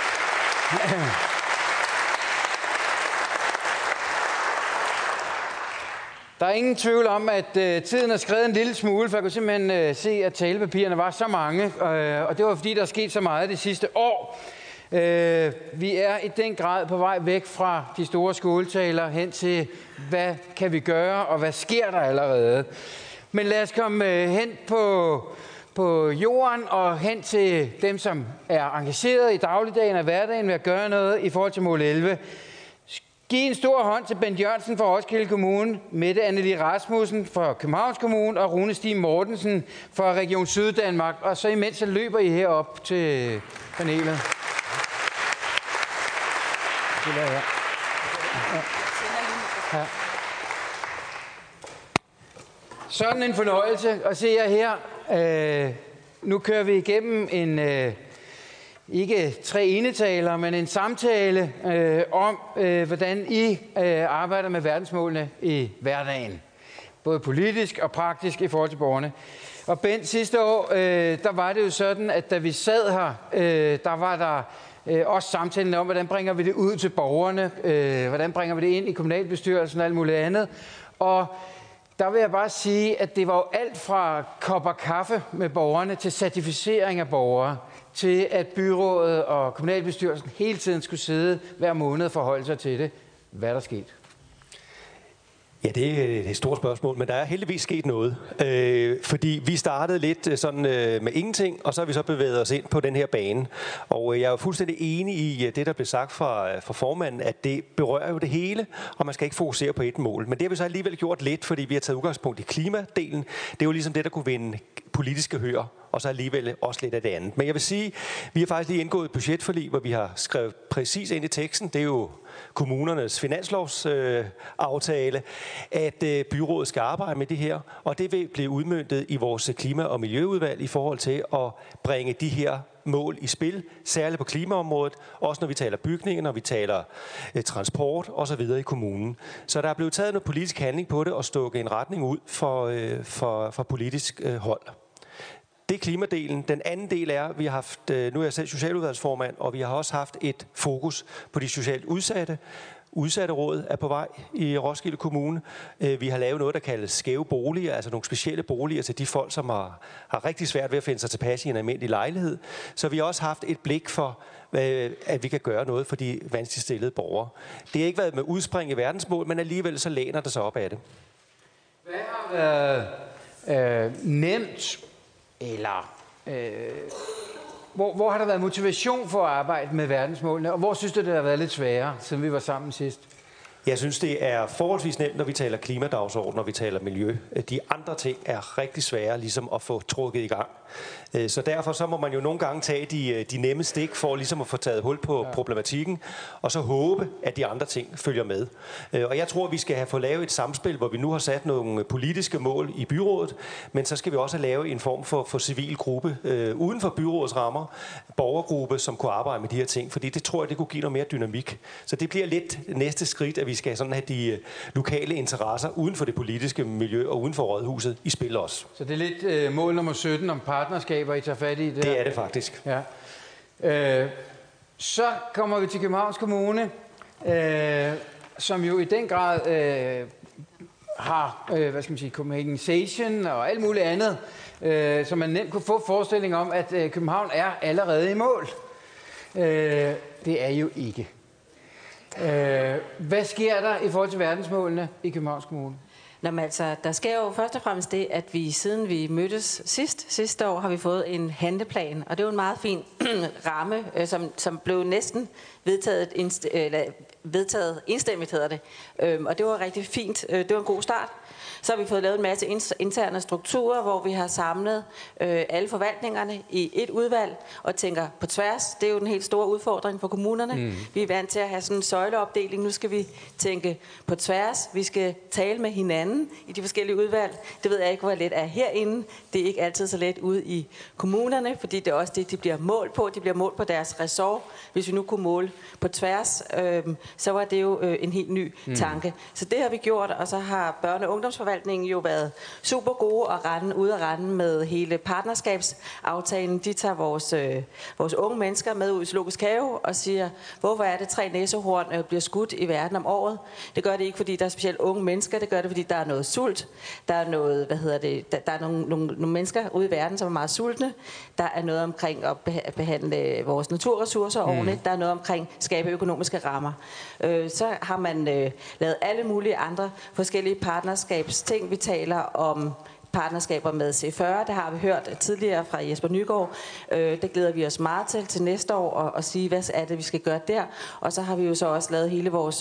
S1: Der er ingen tvivl om, at tiden er skrevet en lille smule, for jeg kunne simpelthen se, at talepapirerne var så mange, og det var fordi, der er sket så meget det sidste år. Vi er i den grad på vej væk fra de store skåltaler hen til, hvad kan vi gøre, og hvad sker der allerede. Men lad os komme hen på jorden og hen til dem, som er engageret i dagligdagen og hverdagen ved at gøre noget i forhold til mål 11. Giv en stor hånd til Bent Jørgensen fra Roskilde Kommune, Mette Anneli Rasmussen fra Københavns Kommune og Rune Stig Mortensen fra Region Syddanmark. Og så imens så løber I herop til panelet. Ja. Sådan en fornøjelse at se jer her. Nu kører vi igennem en... ikke 3 enetaler, men en samtale om, hvordan I arbejder med verdensmålene i hverdagen. Både politisk og praktisk i forhold til borgerne. Og Bent, sidste år, der var det jo sådan, at da vi sad her, der var der også samtalen om, hvordan bringer vi det ud til borgerne, hvordan bringer vi det ind i kommunalbestyrelsen og alt muligt andet. Og der vil jeg bare sige, at det var jo alt fra kopper kaffe med borgerne til certificering af borgere, til at byrådet og kommunalbestyrelsen hele tiden skulle sidde hver måned og forholde sig til det. Hvad er der sket?
S6: Ja, det er et stort spørgsmål, men der er heldigvis sket noget. Fordi vi startede lidt sådan med ingenting, og så har vi så bevæget os ind på den her bane. Og jeg er jo fuldstændig enig i det, der blev sagt fra formanden, at det berører jo det hele, og man skal ikke fokusere på et mål. Men det har vi så alligevel gjort lidt, fordi vi har taget udgangspunkt i klimadelen. Det er jo ligesom det, der kunne vinde politiske hør, og så alligevel også lidt af det andet. Men jeg vil sige, vi har faktisk lige indgået et budgetforlig, hvor vi har skrevet præcis ind i teksten. Det er jo kommunernes finanslovsaftale, at byrådet skal arbejde med det her, og det vil blive udmøntet i vores klima- og miljøudvalg i forhold til at bringe de her mål i spil, særligt på klimaområdet, også når vi taler bygninger, når vi taler transport osv. i kommunen. Så der er blevet taget noget politisk handling på det og stukket en retning ud for politisk hold. Det er klimadelen. Den anden del er, at vi har haft, nu er jeg selv socialudvalgsformand, og vi har også haft et fokus på de socialt udsatte. Udsatteråd er på vej i Roskilde Kommune. Vi har lavet noget, der kaldes skæve boliger, altså nogle specielle boliger til de folk, som har rigtig svært ved at finde sig tilpas i en almindelig lejlighed. Så vi har også haft et blik for, at vi kan gøre noget for de vanskeligt stillede borgere. Det har ikke været med udspring i verdensmål, men alligevel så læner det sig op af det.
S1: Hvad har været nemt, eller hvor har der været motivation for at arbejde med verdensmålene, og hvor synes du, det har været lidt sværere, siden vi var sammen sidst?
S6: Jeg synes, det er forholdsvis nemt, når vi taler klimadagsorden, når vi taler miljø. De andre ting er rigtig svære ligesom at få trukket i gang. Så derfor så må man jo nogle gange tage de nemme stik for ligesom at få taget hul på problematikken, og så håbe, at de andre ting følger med. Og jeg tror, vi skal have fået lavet et samspil, hvor vi nu har sat nogle politiske mål i byrådet, men så skal vi også lave en form for civil gruppe uden for byrådets rammer, borgergruppe, som kunne arbejde med de her ting, fordi det tror jeg, det kunne give noget mere dynamik. Så det bliver lidt næste skridt, at vi skal sådan have de lokale interesser uden for det politiske miljø og uden for rådhuset i spil også.
S1: Så det er lidt mål nummer 17 om partnerskaber, I tager fat i det?
S6: Det er det faktisk.
S1: Ja. Så kommer vi til Københavns Kommune, som jo i den grad har, hvad skal man sige, Copenhagen og alt muligt andet, så man nemt kunne få forestilling om, at København er allerede i mål. Det er jo ikke. Hvad sker der i forhold til verdensmålene i Københavns Kommune?
S7: Jamen altså, der sker jo først og fremmest det, at siden vi mødtes sidste år, har vi fået en handleplan, og det er jo en meget fin ramme, som blev næsten vedtaget enstemmigt, hedder det. Og det var rigtig fint. Det var en god start. Så har vi fået lavet en masse interne strukturer, hvor vi har samlet alle forvaltningerne i et udvalg og tænker på tværs. Det er jo den helt store udfordring for kommunerne. Vi er vant til at have sådan en søjleopdeling. Nu skal vi tænke på tværs. Vi skal tale med hinanden i de forskellige udvalg. Det ved jeg ikke, hvor let er herinde. Det er ikke altid så let ude i kommunerne, fordi det er også det, de bliver målt på. De bliver målt på deres ressort. Hvis vi nu kunne måle på tværs, så var det jo en helt ny tanke. Så det har vi gjort, og så har børne- og ungdomsforvaltningen jo været super gode og ude at rende med hele partnerskabsaftalen. De tager vores unge mennesker med ud i Zoologisk Have og siger, hvorfor er det 3 næsehorn bliver skudt i verden om året? Det gør det ikke, fordi der er specielt unge mennesker. Det gør det, fordi der er noget sult. Der er noget, der er nogle mennesker ude i verden, som er meget sultne. Der er noget omkring at behandle vores naturressourcer ordentligt. Der er noget omkring at skabe økonomiske rammer. Så har man lavet alle mulige andre forskellige partnerskabsting. Vi taler om partnerskaber med C40, det har vi hørt tidligere fra Jesper Nygaard. Det glæder vi os meget til næste år og sige, hvad er det, vi skal gøre der. Og så har vi jo så også lavet hele vores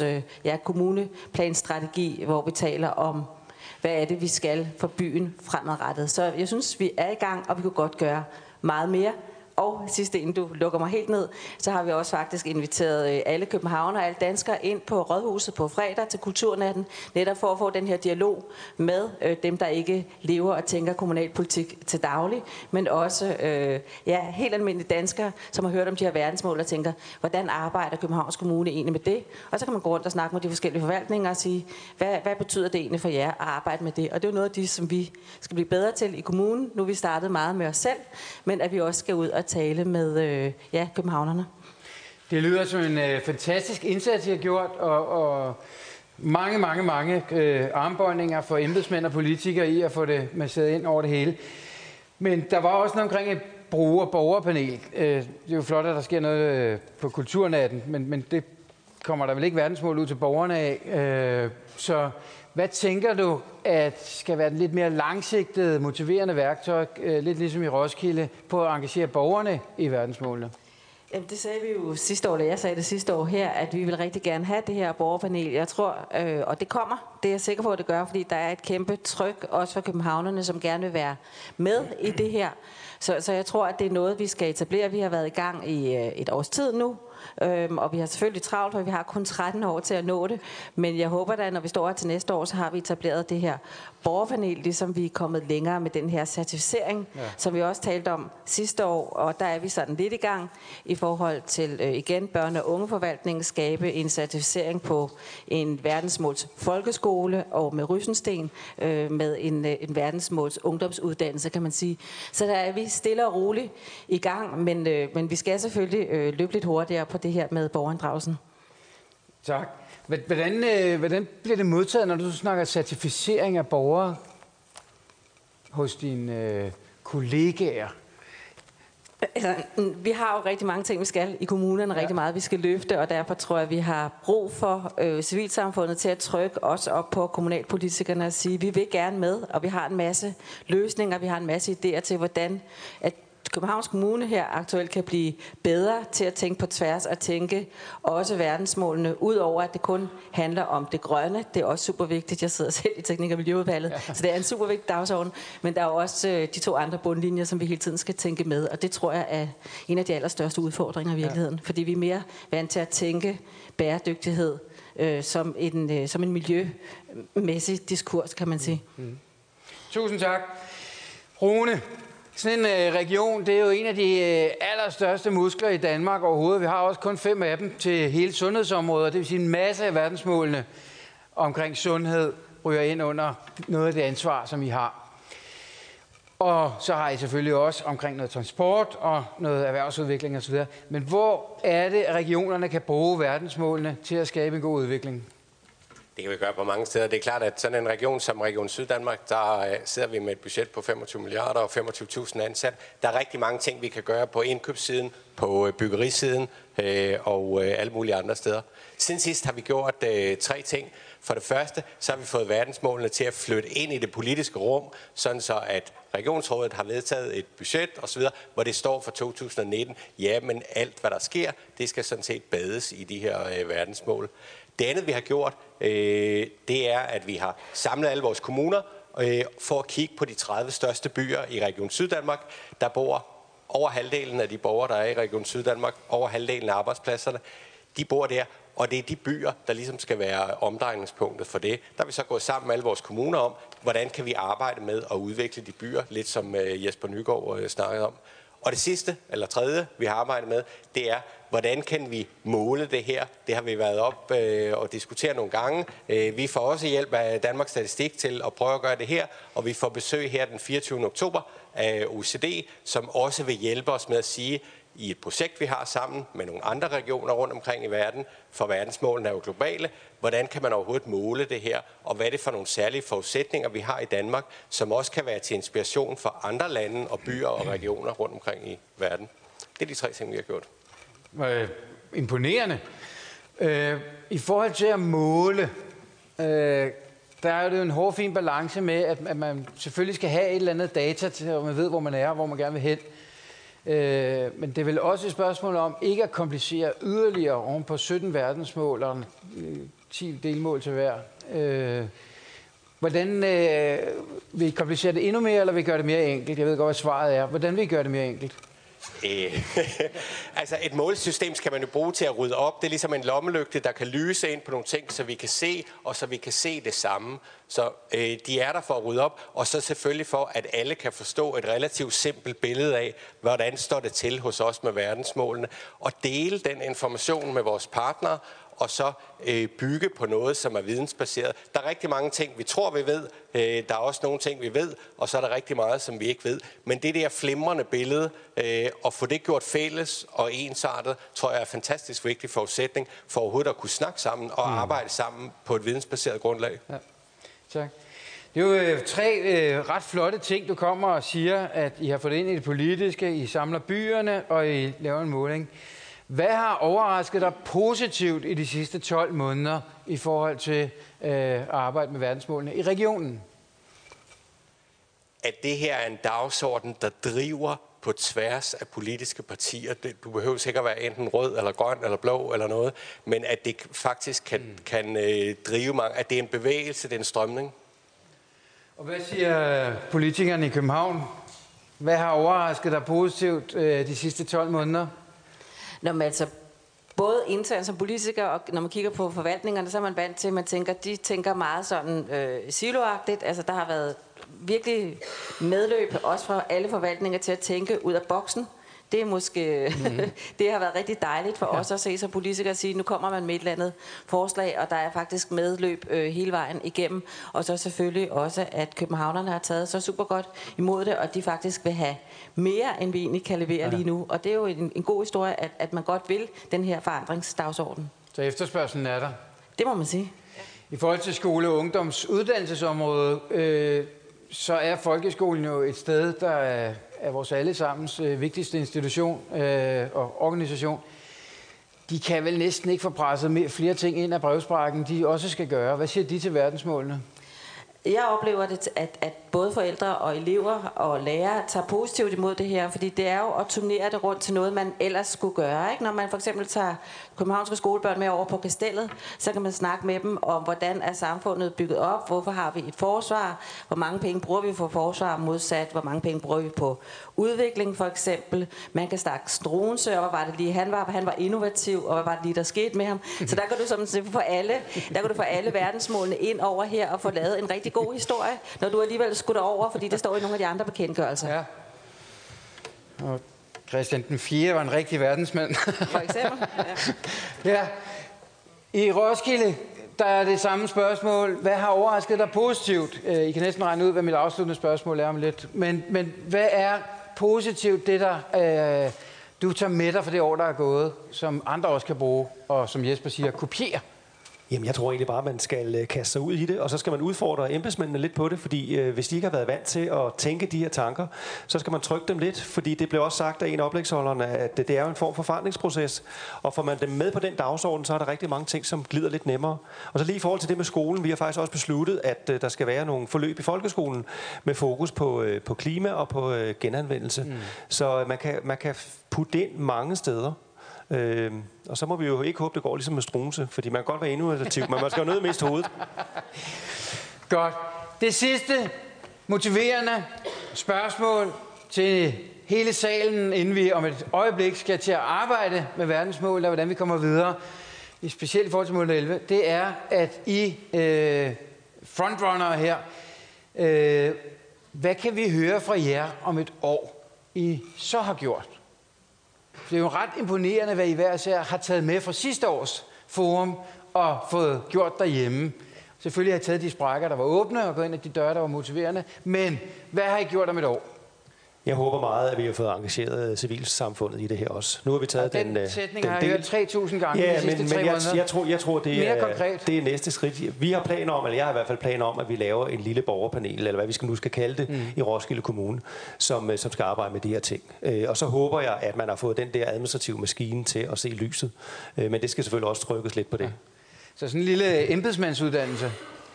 S7: kommuneplanstrategi, hvor vi taler om, hvad er det, vi skal for byen fremadrettet. Så jeg synes, vi er i gang, og vi kunne godt gøre meget mere. Og sidste, inden du lukker mig helt ned, så har vi også faktisk inviteret alle københavnere og alle danskere ind på Rådhuset på fredag til Kulturnatten, netop for at få den her dialog med dem, der ikke lever og tænker kommunalpolitik til daglig, men også helt almindelige danskere, som har hørt om de her verdensmål og tænker, hvordan arbejder Københavns Kommune egentlig med det? Og så kan man gå rundt og snakke med de forskellige forvaltninger og sige, hvad betyder det egentlig for jer at arbejde med det? Og det er jo noget af det, som vi skal blive bedre til i kommunen. Nu er vi startet meget med os selv, men at vi også skal ud og tale med københavnerne.
S1: Det lyder som en fantastisk indsats, I har gjort, og mange armbøjninger for embedsmænd og politikere i at få det masseret ind over det hele. Men der var også noget omkring et borgerpanel. Det er jo flot, at der sker noget på Kulturnatten, men det kommer der vel ikke verdensmål ud til borgerne af. Så hvad tænker du, at skal være et lidt mere langsigtet, motiverende værktøj, lidt ligesom i Roskilde, på at engagere borgerne i verdensmålene?
S7: Jamen, det sagde vi jo sidste år, da jeg sagde det sidste år her, at vi vil rigtig gerne have det her borgerpanel. Jeg tror, og det kommer, det er jeg sikker på, at det gør, fordi der er et kæmpe tryk, også for københavnerne, som gerne vil være med i det her. Så jeg tror, at det er noget, vi skal etablere. Vi har været i gang i et års tid nu, og vi har selvfølgelig travlt, for vi har kun 13 år til at nå det. Men jeg håber da, når vi står her til næste år, så har vi etableret det her borgerpanel, ligesom vi er kommet længere med den her certificering, som vi også talte om sidste år. Og der er vi sådan lidt i gang i forhold til, igen, børne- og ungeforvaltningen, skabe en certificering på en verdensmåls folkeskole og med Rysensten, med en verdensmåls ungdomsuddannelse, kan man sige. Så der er vi stille og roligt i gang, men vi skal selvfølgelig løbe lidt hurtigere på det her med borgerinddragelsen.
S1: Tak. Hvordan bliver det modtaget, når du snakker certificering af borgere hos dine kollegaer?
S7: Altså, vi har jo rigtig mange ting, vi skal i kommunerne, rigtig meget, vi skal løfte, og derfor tror jeg, vi har brug for civilsamfundet til at trykke os op på kommunalpolitikerne og sige, vi vil gerne med, og vi har en masse løsninger, vi har en masse idéer til, hvordan at Københavns Kommune her aktuelt kan blive bedre til at tænke på tværs og tænke også verdensmålene, ud over at det kun handler om det grønne. Det er også super vigtigt. Jeg sidder selv i Teknik- og Miljøudvalget, så det er en super vigtig dagsorden. Men der er også de 2 andre bundlinjer, som vi hele tiden skal tænke med. Og det tror jeg er en af de allerstørste udfordringer i virkeligheden. Fordi vi er mere vant til at tænke bæredygtighed som en miljømæssig diskurs, kan man sige.
S1: Tusind tak. Rune, sådan en region, det er jo en af de allerstørste muskler i Danmark overhovedet. Vi har også kun 5 af dem til hele sundhedsområdet. Det vil sige, en masse af verdensmålene omkring sundhed ryger ind under noget af det ansvar, som I har. Og så har I selvfølgelig også omkring noget transport og noget erhvervsudvikling osv. Men hvor er det, at regionerne kan bruge verdensmålene til at skabe en god udvikling?
S8: Det kan vi gøre på mange steder. Det er klart, at sådan en region som Region Syddanmark, der sidder vi med et budget på 25 milliarder og 25.000 ansat. Der er rigtig mange ting, vi kan gøre på indkøbssiden, på byggerisiden og alle mulige andre steder. Siden sidst har vi gjort 3 ting. For det første, så har vi fået verdensmålene til at flytte ind i det politiske rum, sådan så at Regionsrådet har vedtaget et budget osv., hvor det står for 2019. Ja, men alt, hvad der sker, det skal sådan set bades i de her verdensmål. Det andet, vi har gjort, det er, at vi har samlet alle vores kommuner for at kigge på de 30 største byer i Region Syddanmark. Der bor over halvdelen af de borgere, der er i Region Syddanmark, over halvdelen af arbejdspladserne. De bor der, og det er de byer, der ligesom skal være omdrejningspunktet for det. Der er vi så gået sammen med alle vores kommuner om, hvordan kan vi arbejde med at udvikle de byer, lidt som Jesper Nygaard snakkede om. Og det sidste, eller tredje, vi har arbejdet med, det er, hvordan kan vi måle det her? Det har vi været op og diskutere nogle gange. Vi får også hjælp af Danmarks Statistik til at prøve at gøre det her, og vi får besøg her den 24. oktober af OECD, som også vil hjælpe os med at sige, i et projekt, vi har sammen med nogle andre regioner rundt omkring i verden, for verdensmålene er jo globale, hvordan kan man overhovedet måle det her, og hvad er det for nogle særlige forudsætninger, vi har i Danmark, som også kan være til inspiration for andre lande og byer og regioner rundt omkring i verden. Det er de 3 ting, vi har gjort.
S1: Imponerende. I forhold til at måle, der er det jo en hårfin balance med, at man selvfølgelig skal have et eller andet data, til at man ved, hvor man er og hvor man gerne vil hen. Men det er vel også et spørgsmål om ikke at komplicere yderligere oven på 17 verdensmål og 10 delmål til hver. Hvordan vil I komplicere det endnu mere, eller vil I gøre det mere enkelt? Jeg ved godt, hvad svaret er. Hvordan vil I gøre det mere enkelt?
S8: Altså et målesystem skal man jo bruge til at rydde op. Det er ligesom en lommelygte, der kan lyse ind på nogle ting, så vi kan se, og så vi kan se det samme. Så de er der for at rydde op, og så selvfølgelig for, at alle kan forstå et relativt simpelt billede af, hvordan står det til hos os med verdensmålene, og dele den information med vores partnere, og så bygge på noget, som er vidensbaseret. Der er rigtig mange ting, vi tror, vi ved. Der er også nogle ting, vi ved, og så er der rigtig meget, som vi ikke ved. Men det der flimrende billede, at få det gjort fælles og ensartet, tror jeg er en fantastisk vigtig forudsætning for overhovedet at kunne snakke sammen og arbejde sammen på et vidensbaseret grundlag.
S1: Ja. Tak. Det er jo 3 ret flotte ting, du kommer og siger, at I har fået ind i det politiske, I samler byerne, og I laver en måling. Hvad har overrasket dig positivt i de sidste 12 måneder i forhold til at arbejde med verdensmålene i regionen?
S8: At det her er en dagsorden, der driver på tværs af politiske partier. Du behøver sikkert være enten rød eller grøn eller blå eller noget, men at det faktisk kan drive mange, at det er en bevægelse, det er en strømning.
S1: Og hvad siger politikerne i København? Hvad har overrasket dig positivt de sidste 12 måneder?
S7: Nå, men altså, både internt som politiker, og når man kigger på forvaltningerne, så er man vant til, at de tænker meget sådan siloagtigt. Altså, der har været virkelig medløb, også fra alle forvaltninger, til at tænke ud af boksen. Det er måske, det har været rigtig dejligt for os at se som politikere at sige, nu kommer man med et eller andet forslag, og der er faktisk medløb hele vejen igennem. Og så selvfølgelig også, at københavnerne har taget så super godt imod det, og de faktisk vil have mere, end vi egentlig kan levere lige nu. Og det er jo en god historie, at man godt vil den her forandringsdagsorden.
S1: Så efterspørgselen er der?
S7: Det må man sige.
S1: I forhold til skole- og ungdomsuddannelsesområdet, så er folkeskolen jo et sted, der er vores allesammens vigtigste institution og organisation. De kan vel næsten ikke få presset flere ting ind af brevsprækken, de også skal gøre. Hvad siger de til verdensmålene?
S7: Jeg oplever det, at både forældre og elever og lærere tager positivt imod det her, fordi det er jo at turnere det rundt til noget, man ellers skulle gøre. Ikke? Når man for eksempel tager københavnske skolebørn med over på Kastellet, så kan man snakke med dem om, hvordan er samfundet bygget op, hvorfor har vi et forsvar, hvor mange penge bruger vi på forsvar modsat, hvor mange penge bruger vi på udvikling for eksempel. Man kan snakke Struensee, og hvad var det lige han var innovativ, og hvad var det lige der skete med ham. Så der kan du sådan få alle verdensmålene ind over her og få lavet en rigtig god historie, når du alligevel skulle over, fordi det står i nogle af de andre bekendtgørelser.
S1: Ja. Og Christian den 4. var en rigtig verdensmand.
S7: For eksempel.
S1: Ja. I Roskilde, der er det samme spørgsmål. Hvad har overrasket dig positivt? I kan næsten regne ud, hvad mit afsluttende spørgsmål er om lidt. Men hvad er positivt, det der du tager med dig for det år, der er gået, som andre også kan bruge, og som Jesper siger, kopiere?
S6: Jamen, jeg tror egentlig bare, at man skal kaste sig ud i det, og så skal man udfordre embedsmændene lidt på det, fordi hvis de ikke har været vant til at tænke de her tanker, så skal man trykke dem lidt, fordi det blev også sagt af en af oplægsholderne, at det er jo en form for forandringsproces, og får man dem med på den dagsorden, så er der rigtig mange ting, som glider lidt nemmere. Og så lige i forhold til det med skolen, vi har faktisk også besluttet, at der skal være nogle forløb i folkeskolen med fokus på klima og på genanvendelse. Så man kan putte det ind mange steder. Og så må vi jo ikke håbe, det går ligesom med Struensee, fordi man kan godt være innovativ, men man skal jo nødt mest hovedet.
S1: Godt. Det sidste motiverende spørgsmål til hele salen, inden vi om et øjeblik skal til at arbejde med verdensmål, og hvordan vi kommer videre, specielt i forhold til mål 11, det er, at I frontrunner her, hvad kan vi høre fra jer om et år, I så har gjort? Det er jo ret imponerende, hvad I hver især har taget med fra sidste års forum og fået gjort derhjemme. Selvfølgelig har I taget de sprækker, der var åbne, og gået ind i de døre, der var motiverende. Men hvad har I gjort om et år?
S6: Jeg håber meget, at vi har fået engageret civilsamfundet i det her også. Nu har vi taget
S1: den sætning har jeg hørt 3.000 gange de sidste 3 måneder.
S6: Jeg tror det er næste skridt. Vi har planer om, eller jeg har i hvert fald planer om, at vi laver en lille borgerpanel, eller hvad vi nu skal kalde det, i Roskilde Kommune, som skal arbejde med de her ting. Og så håber jeg, at man har fået den der administrative maskine til at se lyset. Men det skal selvfølgelig også trykkes lidt på det. Ja.
S1: Så sådan en lille embedsmandsuddannelse?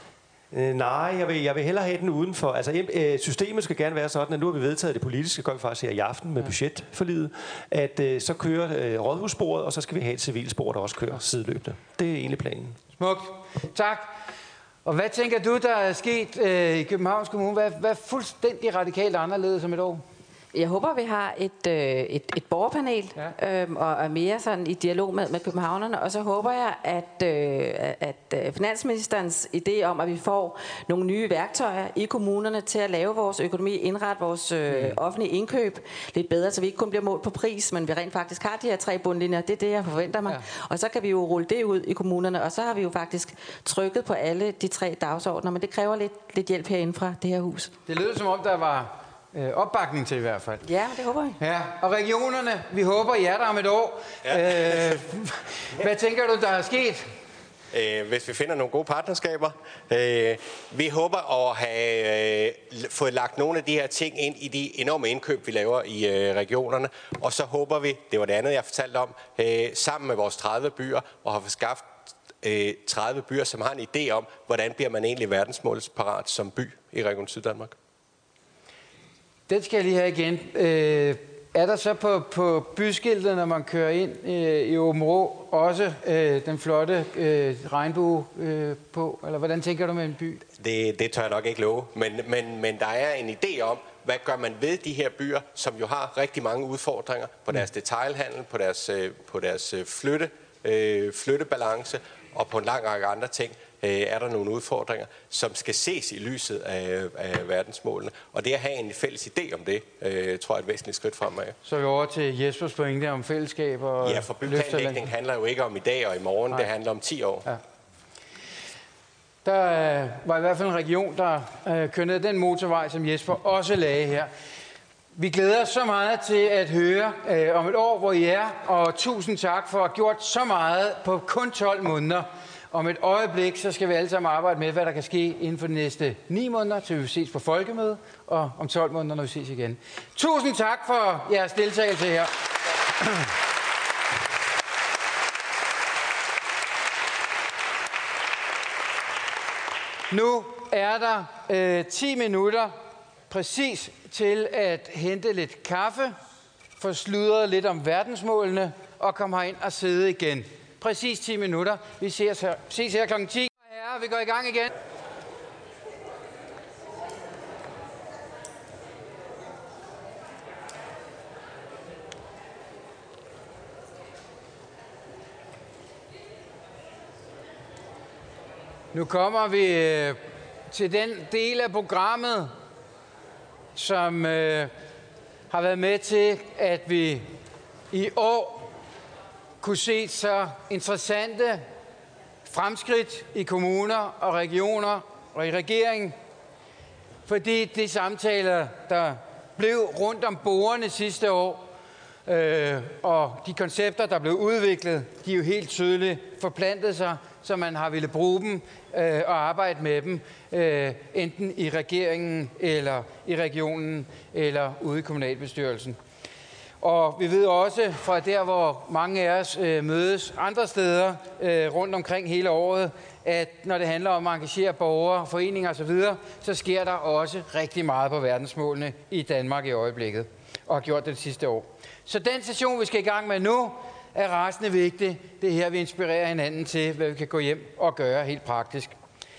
S6: Nej, jeg vil hellere have den udenfor. Altså, systemet skal gerne være sådan, at nu har vi vedtaget det politiske, gør vi faktisk her i aften med budgetforliget, at så kører rådhussporet, og så skal vi have et civilspor, der også kører sideløbende. Det er egentlig planen.
S1: Smukt. Tak. Og hvad tænker du, der er sket i Københavns Kommune? Hvad er fuldstændig radikalt anderledes om et år?
S7: Jeg håber, vi har et borgerpanel, og er mere sådan i dialog med københavnerne. Og så håber jeg, at finansministerens idé om, at vi får nogle nye værktøjer i kommunerne til at lave vores økonomi, indrette vores offentlige indkøb lidt bedre, så vi ikke kun bliver målt på pris, men vi rent faktisk har de her 3 bundlinjer. Det er det, jeg forventer mig. Ja. Og så kan vi jo rulle det ud i kommunerne, og så har vi jo faktisk trykket på alle de 3 dagsordner, men det kræver lidt hjælp herinde fra det her hus.
S1: Det lyder som om, der var opbakning til i hvert fald.
S7: Ja, det håber jeg.
S1: Ja, og regionerne, vi håber, I er der om et år. Ja. Hvad tænker du, der er sket?
S8: Hvis vi finder nogle gode partnerskaber. Vi håber at have fået lagt nogle af de her ting ind i de enorme indkøb, vi laver i regionerne. Og så håber vi, det var det andet, jeg fortalte om, sammen med vores 30 byer, og har skaffet 30 byer, som har en idé om, hvordan bliver man egentlig verdensmålsparat som by i Region Syddanmark.
S1: Den skal jeg lige have igen. Er der så på byskiltet, når man kører ind i Åbenrå, også den flotte regnbue på? Eller hvordan tænker du med en by?
S8: Det tør jeg nok ikke love. Men der er en idé om, hvad gør man ved de her byer, som jo har rigtig mange udfordringer på deres detailhandel, på deres flyttebalance og på en lang række andre ting. Er der nogle udfordringer, som skal ses i lyset af verdensmålene. Og det at have en fælles idé om det, tror jeg er et væsentligt skridt fremad.
S1: Så er vi over til Jespers pointe om fællesskab og...
S8: Ja, for byplanlægning handler jo ikke om i dag og i morgen, det handler om 10 år. Ja.
S1: Der var i hvert fald en region, der kørte ned den motorvej, som Jesper også lagde her. Vi glæder os så meget til at høre om et år, hvor I er, og tusind tak for at have gjort så meget på kun 12 måneder. Om et øjeblik, så skal vi alle sammen arbejde med, hvad der kan ske inden for de næste 9 måneder, til vi ses på folkemøde, og om 12 måneder, når vi ses igen. Tusind tak for jeres deltagelse her. Nu er der 10 minutter præcis til at hente lidt kaffe, få sludret lidt om verdensmålene og komme herind og sidde igen. Præcis 10 minutter. Vi ses her kl. 10. Ja, vi går i gang igen. Nu kommer vi til den del af programmet, som har været med til, at vi i år kunne se så interessante fremskridt i kommuner og regioner og i regeringen. Fordi de samtaler, der blev rundt om bordene sidste år, og de koncepter, der blev udviklet, de er jo helt tydeligt forplantet sig, så man har ville bruge dem og arbejde med dem, enten i regeringen, eller i regionen, eller ude i kommunalbestyrelsen. Og vi ved også fra der, hvor mange af os mødes andre steder rundt omkring hele året, at når det handler om at engagere borgere, foreninger osv., så sker der også rigtig meget på verdensmålene i Danmark i øjeblikket, og har gjort det sidste år. Så den session, vi skal i gang med nu, er rasende vigtig. Det er her, vi inspirerer hinanden til, hvad vi kan gå hjem og gøre helt praktisk.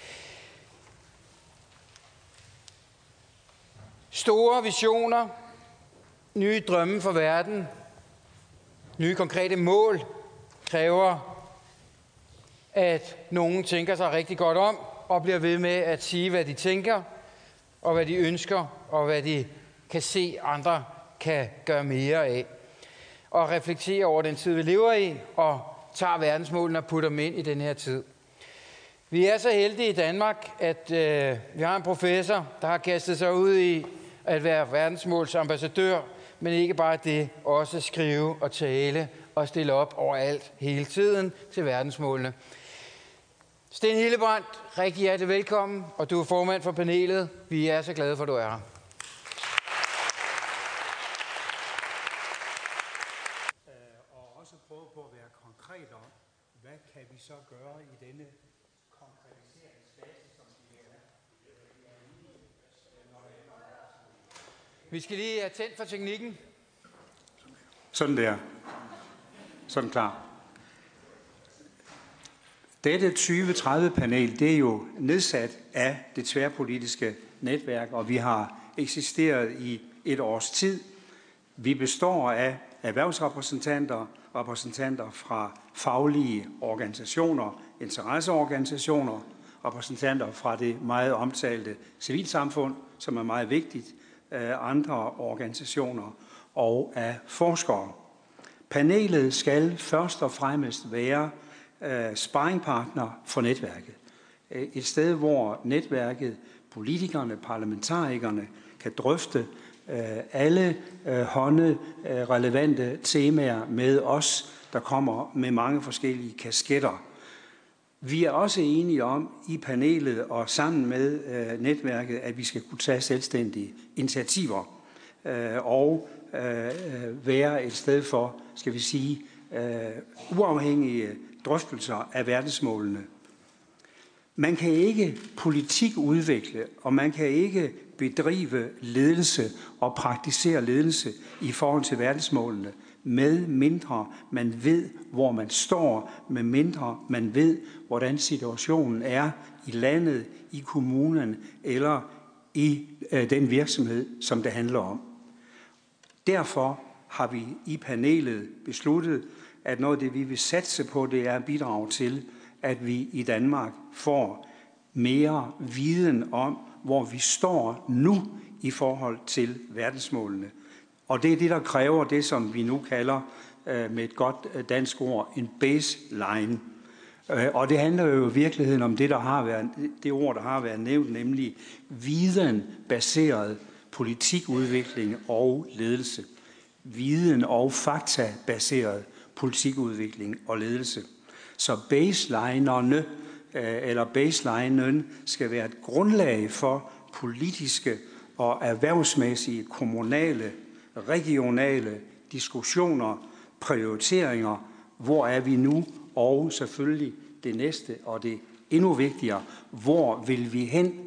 S1: Store visioner, nye drømme for verden, nye konkrete mål kræver, at nogen tænker sig rigtig godt om og bliver ved med at sige, hvad de tænker, og hvad de ønsker, og hvad de kan se andre kan gøre mere af. Og reflektere over den tid, vi lever i, og tager verdensmålene og putter dem ind i den her tid. Vi er så heldige i Danmark, at vi har en professor, der har kastet sig ud i at være verdensmålsambassadør, men ikke bare det, også skrive og tale og stille op overalt hele tiden til verdensmålene. Sten Hildebrandt, rigtig hjertelig velkommen, og du er formand for panelet. Vi er så glade for, at du er her.
S9: Og også prøve på at være konkret om, hvad kan vi så gøre i denne konkretiseringsfase, som vi er.
S1: Vi skal lige have tændt for teknikken.
S9: Sådan der. Sådan klar. Dette 2030-panel, det er jo nedsat af det tværpolitiske netværk, og vi har eksisteret i et års tid. Vi består af erhvervsrepræsentanter, repræsentanter fra faglige organisationer, interesseorganisationer, repræsentanter fra det meget omtalte civilsamfund, som er meget vigtigt, andre organisationer og af forskere. Panelet skal først og fremmest være sparringpartner for netværket. Et sted, hvor netværket, politikerne, parlamentarikerne kan drøfte alle relevante temaer med os, der kommer med mange forskellige kasketter. Vi er også enige om i panelet og sammen med netværket, at vi skal kunne tage selvstændige initiativer og være et sted for, skal vi sige, uafhængige drøftelser af verdensmålene. Man kan ikke politikudvikle, og man kan ikke bedrive ledelse og praktisere ledelse i forhold til verdensmålene, med mindre man ved, hvor man står, med mindre man ved, hvordan situationen er i landet, i kommunen eller i den virksomhed, som det handler om. Derfor har vi i panelet besluttet, at noget af det, vi vil satse på, det er at bidrage til, at vi i Danmark får mere viden om, hvor vi står nu i forhold til verdensmålene. Og det er det, der kræver det, som vi nu kalder med et godt dansk ord, en baseline. Og det handler jo i virkeligheden om det ord, der har været nævnt, nemlig videnbaseret politikudvikling og ledelse. Viden og faktabaseret politikudvikling og ledelse. Så baselinerne eller baselinen skal være et grundlag for politiske og erhvervsmæssige, kommunale, regionale diskussioner, prioriteringer. Hvor er vi nu? Og selvfølgelig det næste, og det endnu vigtigere, hvor vil vi hen?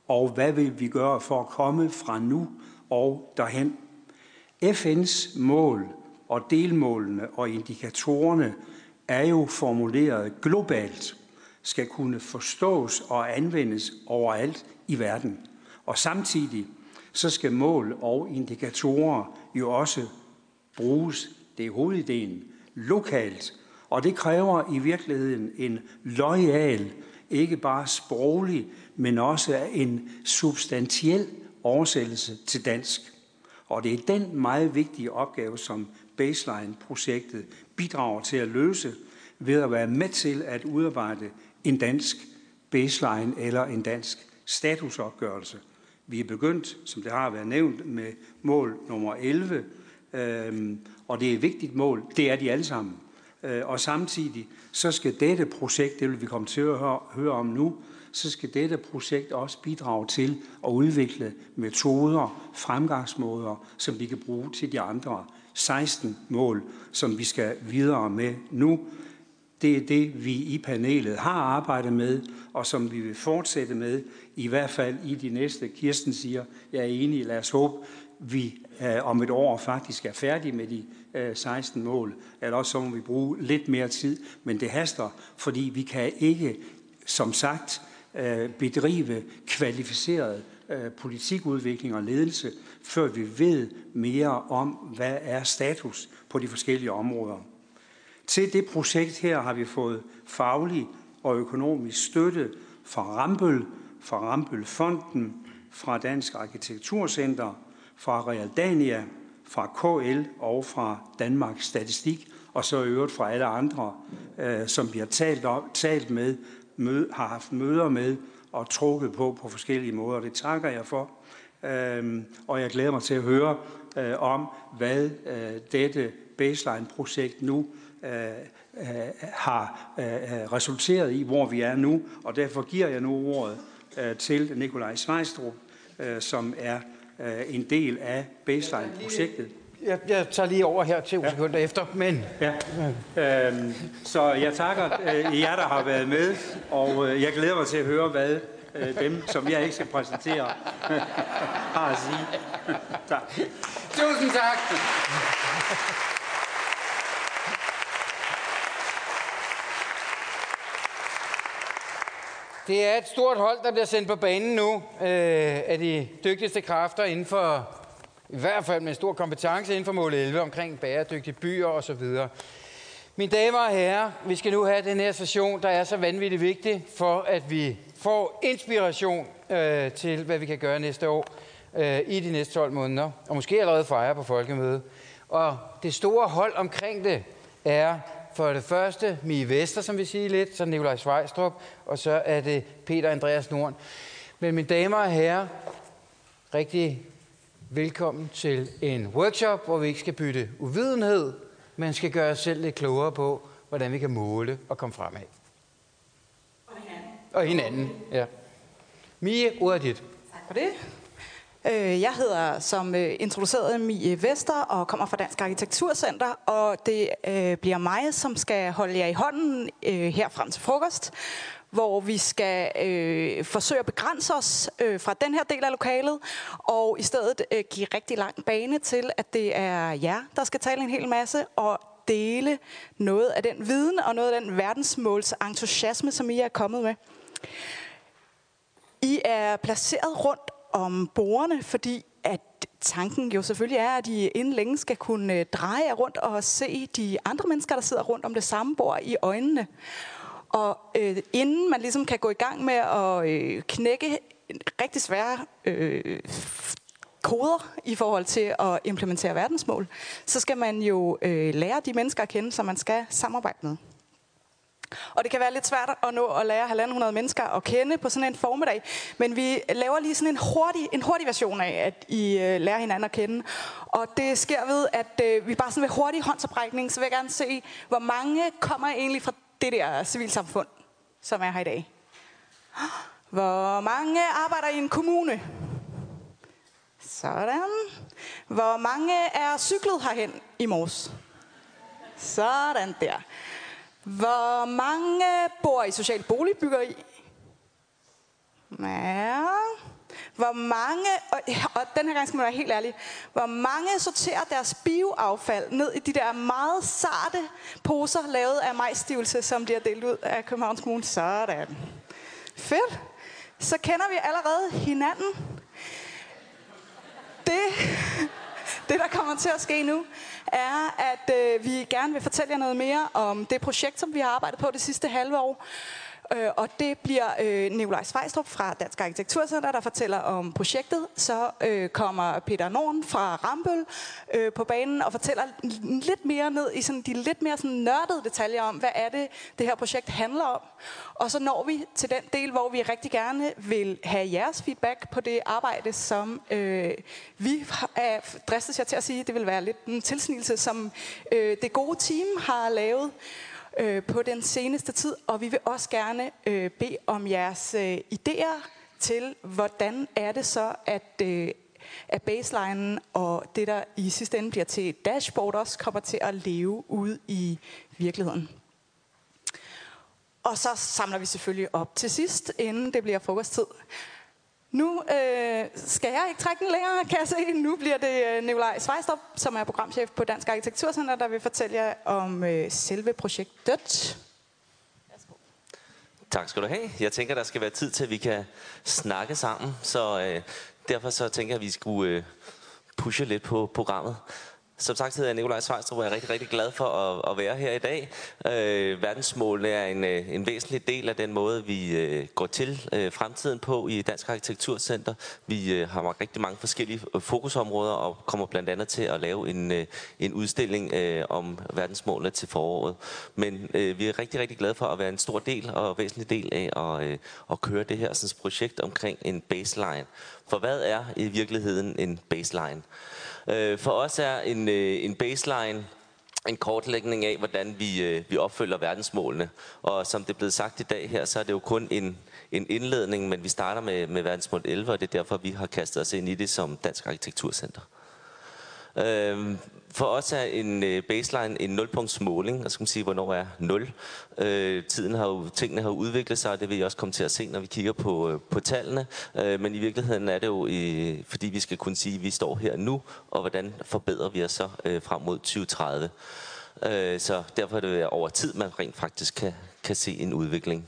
S9: og hvad vil vi gøre for at komme fra nu og derhen. FN's mål og delmålene og indikatorerne er jo formuleret globalt, skal kunne forstås og anvendes overalt i verden. Og samtidig så skal mål og indikatorer jo også bruges, det er hovedideen, lokalt. Og det kræver i virkeligheden en loyal, ikke bare sproglig, men også en substantiel oversættelse til dansk. Og det er den meget vigtige opgave, som Baseline-projektet bidrager til at løse, ved at være med til at udarbejde en dansk baseline eller en dansk statusopgørelse. Vi er begyndt, som det har været nævnt, med mål nummer 11, og det er et vigtigt mål. Det er de alle sammen. Og samtidig så skal dette projekt, det vil vi komme til at høre om nu, så skal dette projekt også bidrage til at udvikle metoder, fremgangsmåder, som vi kan bruge til de andre 16 mål, som vi skal videre med nu. Det er det, vi i panelet har arbejdet med, og som vi vil fortsætte med, i hvert fald i de næste. Kirsten siger, jeg er enig, lad os håbe, vi om et år faktisk er færdige med de 16 mål, eller også så må vi bruge lidt mere tid, men det haster, fordi vi kan ikke, som sagt, bedrive kvalificeret politikudvikling og ledelse, før vi ved mere om, hvad er status på de forskellige områder. Til det projekt her har vi fået faglig og økonomisk støtte fra Rambøll, fra Rambøllfonden, fra Dansk Arkitekturcenter, fra Realdania, fra KL og fra Danmarks Statistik, og så i øvrigt fra alle andre, som vi har talt med, har haft møder med og trukket på forskellige måder. Det takker jeg for, og jeg glæder mig til at høre om, hvad dette baseline-projekt nu har resulteret i, hvor vi er nu, og derfor giver jeg nu ordet til Nikolaj Svejstrup, som er en del af baseline-projektet.
S1: Jeg tager lige over her 2 sekunder efter, men...
S9: Ja. Så jeg takker jer, der har været med, og jeg glæder mig til at høre, hvad dem, som jeg ikke skal præsentere, har at sige. Tak.
S1: Tusind tak. Det er et stort hold, der bliver sendt på banen nu af de dygtigste kræfter inden for, i hvert fald med stor kompetence inden for mål 11 omkring bæredygtige byer osv. Mine damer og herrer, vi skal nu have den her session, der er så vanvittigt vigtig for, at vi får inspiration til, hvad vi kan gøre næste år i de næste 12 måneder, og måske allerede fejre på folkemødet. Og det store hold omkring det er for det første Mie Vester, som vi siger lidt, så Nikolaj Svejstrup, og så er det Peter Andreas Norden. Men mine damer og herrer, rigtig velkommen til en workshop, hvor vi ikke skal bytte uvidenhed, men skal gøre os selv lidt klogere på, hvordan vi kan måle og komme fremad. Og hinanden, ja. Mie, ordet er dit.
S10: Tak for det. Jeg hedder som introduceret Mie Vester og kommer fra Dansk Arkitekturcenter, og det bliver mig, som skal holde jer i hånden her frem til frokost, hvor vi skal forsøge at begrænse os fra den her del af lokalet, og i stedet give rigtig lang bane til, at det er jer, der skal tale en hel masse, og dele noget af den viden og noget af den verdensmåls entusiasme, som I er kommet med. I er placeret rundt om bordene, fordi at tanken jo selvfølgelig er, at I inden længe skal kunne dreje jer rundt og se de andre mennesker, der sidder rundt om det samme bord i øjnene. Og inden man ligesom kan gå i gang med at knække rigtig svære koder i forhold til at implementere verdensmål, så skal man jo lære de mennesker at kende, som man skal samarbejde med. Og det kan være lidt svært at nå at lære 1.500 mennesker at kende på sådan en formiddag, men vi laver lige sådan en hurtig version af, at I lærer hinanden at kende. Og det sker ved, at vi bare sådan ved hurtig håndsoprækning, så vil jeg gerne se, hvor mange kommer egentlig fra det der civilsamfund, som er her i dag. Hvor mange arbejder i en kommune? Sådan. Hvor mange er cyklet herhen i morges? Sådan der. Hvor mange bor i socialt boligbyggeri? Ja. hvor mange, og den her gang skal man være helt ærlig, hvor mange sorterer deres bioaffald ned i de der meget sarte poser, lavet af majsstivelse, som bliver delt ud af Københavns Kommune. Sådan. Fedt. Så kender vi allerede hinanden. Det, der kommer til at ske nu, er, at vi gerne vil fortælle jer noget mere om det projekt, som vi har arbejdet på det sidste halve år. Og det bliver Nikolaj Svejstrup fra Dansk Arkitekturcenter, der fortæller om projektet. Så kommer Peter Norn fra Rambøll på banen og fortæller lidt mere ned i sådan de lidt mere sådan nørdede detaljer om, hvad er det her projekt handler om. Og så når vi til den del, hvor vi rigtig gerne vil have jeres feedback på det arbejde, som vi dristes jer til at sige, det vil være lidt en tilsnigelse, som det gode team har lavet på den seneste tid, og vi vil også gerne bede om jeres idéer til, hvordan er det så, at baselinen og det, der i sidste ende bliver til et dashboard, også kommer til at leve ude i virkeligheden. Og så samler vi selvfølgelig op til sidst, inden det bliver frokosttid. Nu skal jeg ikke trække den længere, kan jeg se. Nu bliver det Nikolaj Svejstrup, som er programchef på Dansk Arkitekturcenter, der vil fortælle jer om selve projektet. Værsgo.
S11: Tak skal du have. Jeg tænker, der skal være tid til, at vi kan snakke sammen. Så derfor så tænker jeg, at vi skulle pushe lidt på programmet. Som sagt hedder jeg Nikolaj Svejstrup, og jeg er rigtig, rigtig glad for at være her i dag. Verdensmålene er en væsentlig del af den måde, vi går til fremtiden på i Dansk Arkitekturcenter. Vi har rigtig mange forskellige fokusområder og kommer blandt andet til at lave en udstilling om verdensmålene til foråret. Men vi er rigtig, rigtig glade for at være en stor del og væsentlig del af at køre det her sådan, projekt omkring en baseline. For hvad er i virkeligheden en baseline? For os er en baseline en kortlægning af, hvordan vi opfylder verdensmålene. Og som det er blevet sagt i dag her, så er det jo kun en indledning, men vi starter med verdensmål 11, og det er derfor, vi har kastet os ind i det som Dansk Arkitekturcenter. For os er en baseline en nulpunktsmåling, og så kan man sige, hvornår er 0. Tingene har udviklet sig, og det vil I også komme til at se, når vi kigger på tallene. Men i virkeligheden er det jo, fordi vi skal kunne sige, at vi står her nu, og hvordan forbedrer vi os så frem mod 2030. Så derfor er det over tid, man rent faktisk kan se en udvikling.